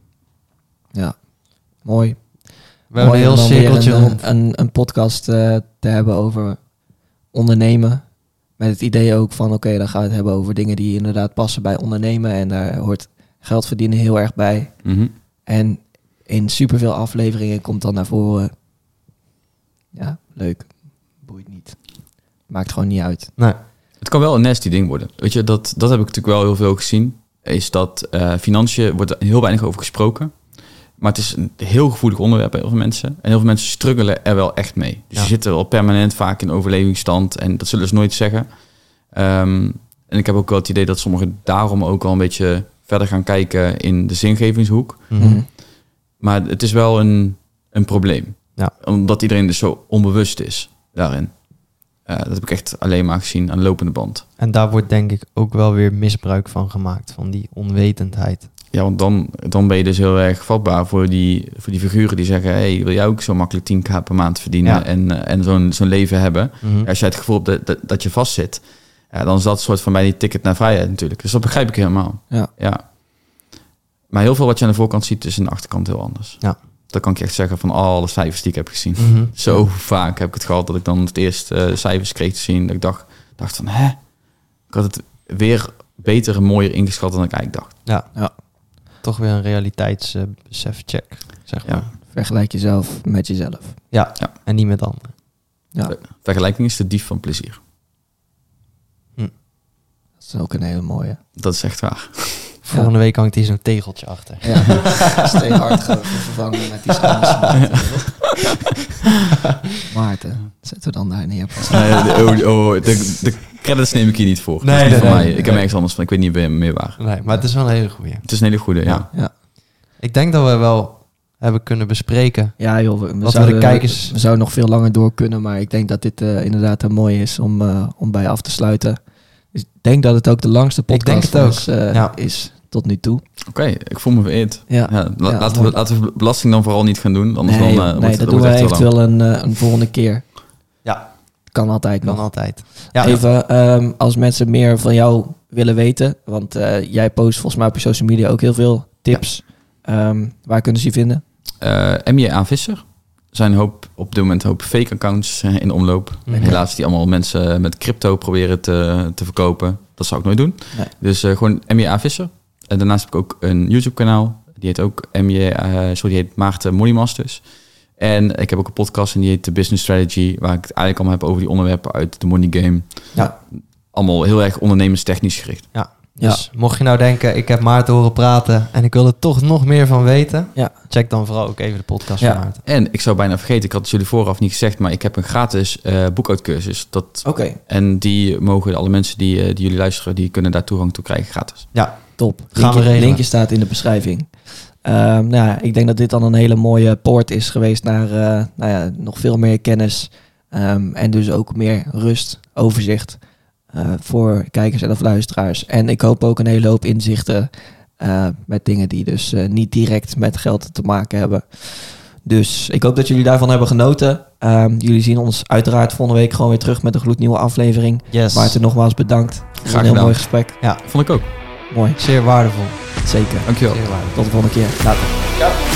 Ja, mooi. We hebben Mooi een heel om dan weer cirkeltje een, rond. een, een podcast eh, te hebben over ondernemen. met het idee ook van, oké, okay, dan gaan we het hebben over dingen die inderdaad passen bij ondernemen. En daar hoort geld verdienen heel erg bij. Mm-hmm. En in superveel afleveringen komt dan naar voren, ja, leuk, boeit niet. Maakt gewoon niet uit. Nee. Het kan wel een nasty ding worden. Weet je, dat, dat heb ik natuurlijk wel heel veel gezien. Is dat uh, financiën wordt er heel weinig over gesproken. Maar het is een heel gevoelig onderwerp bij heel veel mensen. En heel veel mensen struggelen er wel echt mee. Dus ja. je zit er wel permanent vaak in overlevingsstand. En dat zullen ze nooit zeggen. Um, en ik heb ook wel het idee dat sommigen daarom ook al een beetje verder gaan kijken in de zingevingshoek. Mm-hmm. Maar het is wel een, een probleem. Ja. Omdat iedereen dus zo onbewust is daarin. Uh, dat heb ik echt alleen maar gezien aan de lopende band. En daar wordt denk ik ook wel weer misbruik van gemaakt. Van die onwetendheid. Ja, want dan, dan ben je dus heel erg vatbaar voor die, voor die figuren die zeggen... hey, wil jij ook zo makkelijk tien k per maand verdienen Ja. en, uh, en zo'n, zo'n leven hebben? Mm-hmm. Als jij het gevoel hebt dat, dat, dat je vastzit... Ja, dan is dat een soort van bij die ticket naar vrijheid natuurlijk. Dus dat begrijp ik helemaal. Ja. Ja. Maar heel veel wat je aan de voorkant ziet is aan de achterkant heel anders. Ja. Dat kan ik echt zeggen van alle cijfers die ik heb gezien. Mm-hmm. Zo vaak heb ik het gehad dat ik dan het eerst uh, cijfers kreeg te zien. Dat ik dacht, dacht van, hè? Ik had het weer beter en mooier ingeschat dan ik eigenlijk dacht. Ja. Ja. Toch weer een realiteitsbesefcheck, uh, zeg maar. Ja. Vergelijk jezelf met jezelf. Ja. Ja. En niet met anderen. Ja. Ver- vergelijking is de dief van plezier. Dat is ook een hele mooie. Dat is echt waar. Volgende week hangt hier zo'n tegeltje achter. Ja, steen hard gaan vervangen met die schaamte. Maarten, zetten we dan daar neer. Nee, de, oh, oh, de, de credits neem ik hier niet voor. Nee, dat is niet nee, van nee, mij. Ik heb nee. ergens anders van. Ik weet niet meer, meer waar. Nee, maar het is wel een hele goeie. Het is een hele goede, ja. Ja. Ik denk dat we wel hebben kunnen bespreken. Ja joh, we, we, Wat we zouden, de kijkers- we zouden nog veel langer door kunnen, maar ik denk dat dit uh, inderdaad een mooi is om, uh, om bij af te sluiten. Dus ik denk dat het ook de langste Ik denk podcast het ook. is, uh, Ja. is tot nu toe. Oké, okay, ik voel me vereerd. Ja. Ja, la- Ja, laten, mooi. we, laten we belasting dan vooral niet gaan doen. Anders nee, dan, joh, uh, nee wordt, dat dat doen we wordt echt te lang. eventueel een, uh, een volgende keer. Ja, Kan altijd kan nog. altijd. Ja, Even um, als mensen meer van jou willen weten, want uh, jij post volgens mij op je social media ook heel veel tips. Ja. Um, waar kunnen ze je vinden? Uh, M J A Visser. Er zijn een hoop, op dit moment een hoop fake accounts uh, in omloop. Mhm. En helaas die allemaal mensen met crypto proberen te, te verkopen. Dat zou ik nooit doen. Nee. Dus uh, gewoon M J A Visser. En daarnaast heb ik ook een YouTube kanaal. Die heet ook M J, uh, sorry, die heet Maarten Money Masters. En ik heb ook een podcast en die heet The Business Strategy. Waar ik het eigenlijk allemaal heb over die onderwerpen uit de money game. Ja. Allemaal heel erg ondernemerstechnisch gericht. Ja. Dus mocht je nou denken, ik heb Maarten horen praten en ik wil er toch nog meer van weten, Ja. check dan vooral ook even de podcast Ja. van Maarten. En ik zou bijna vergeten, ik had het jullie vooraf niet gezegd, maar ik heb een gratis uh, boekhoudcursus. Dat, Oké, okay. En die mogen alle mensen die, uh, die jullie luisteren, die kunnen daar toegang toe krijgen gratis. Ja, top. Gaan Linkje, we regelen. linkje staat in de beschrijving. Um, nou ja, ik denk dat dit dan een hele mooie poort is geweest naar uh, nou ja, nog veel meer kennis. Um, en dus ook meer rust, overzicht uh, voor kijkers en of luisteraars. En ik hoop ook een hele hoop inzichten uh, met dingen die dus uh, niet direct met geld te maken hebben. Dus ik hoop dat jullie daarvan hebben genoten. Um, jullie zien ons uiteraard volgende week gewoon weer terug met een gloednieuwe aflevering. yes. Maarten, nogmaals bedankt. Het was Graag een heel gedaan. mooi gesprek. Ja, Vond ik ook. Mooi, zeer waardevol. zeker. Dankjewel. Zeer waardevol. Tot de volgende keer. Later. Ja.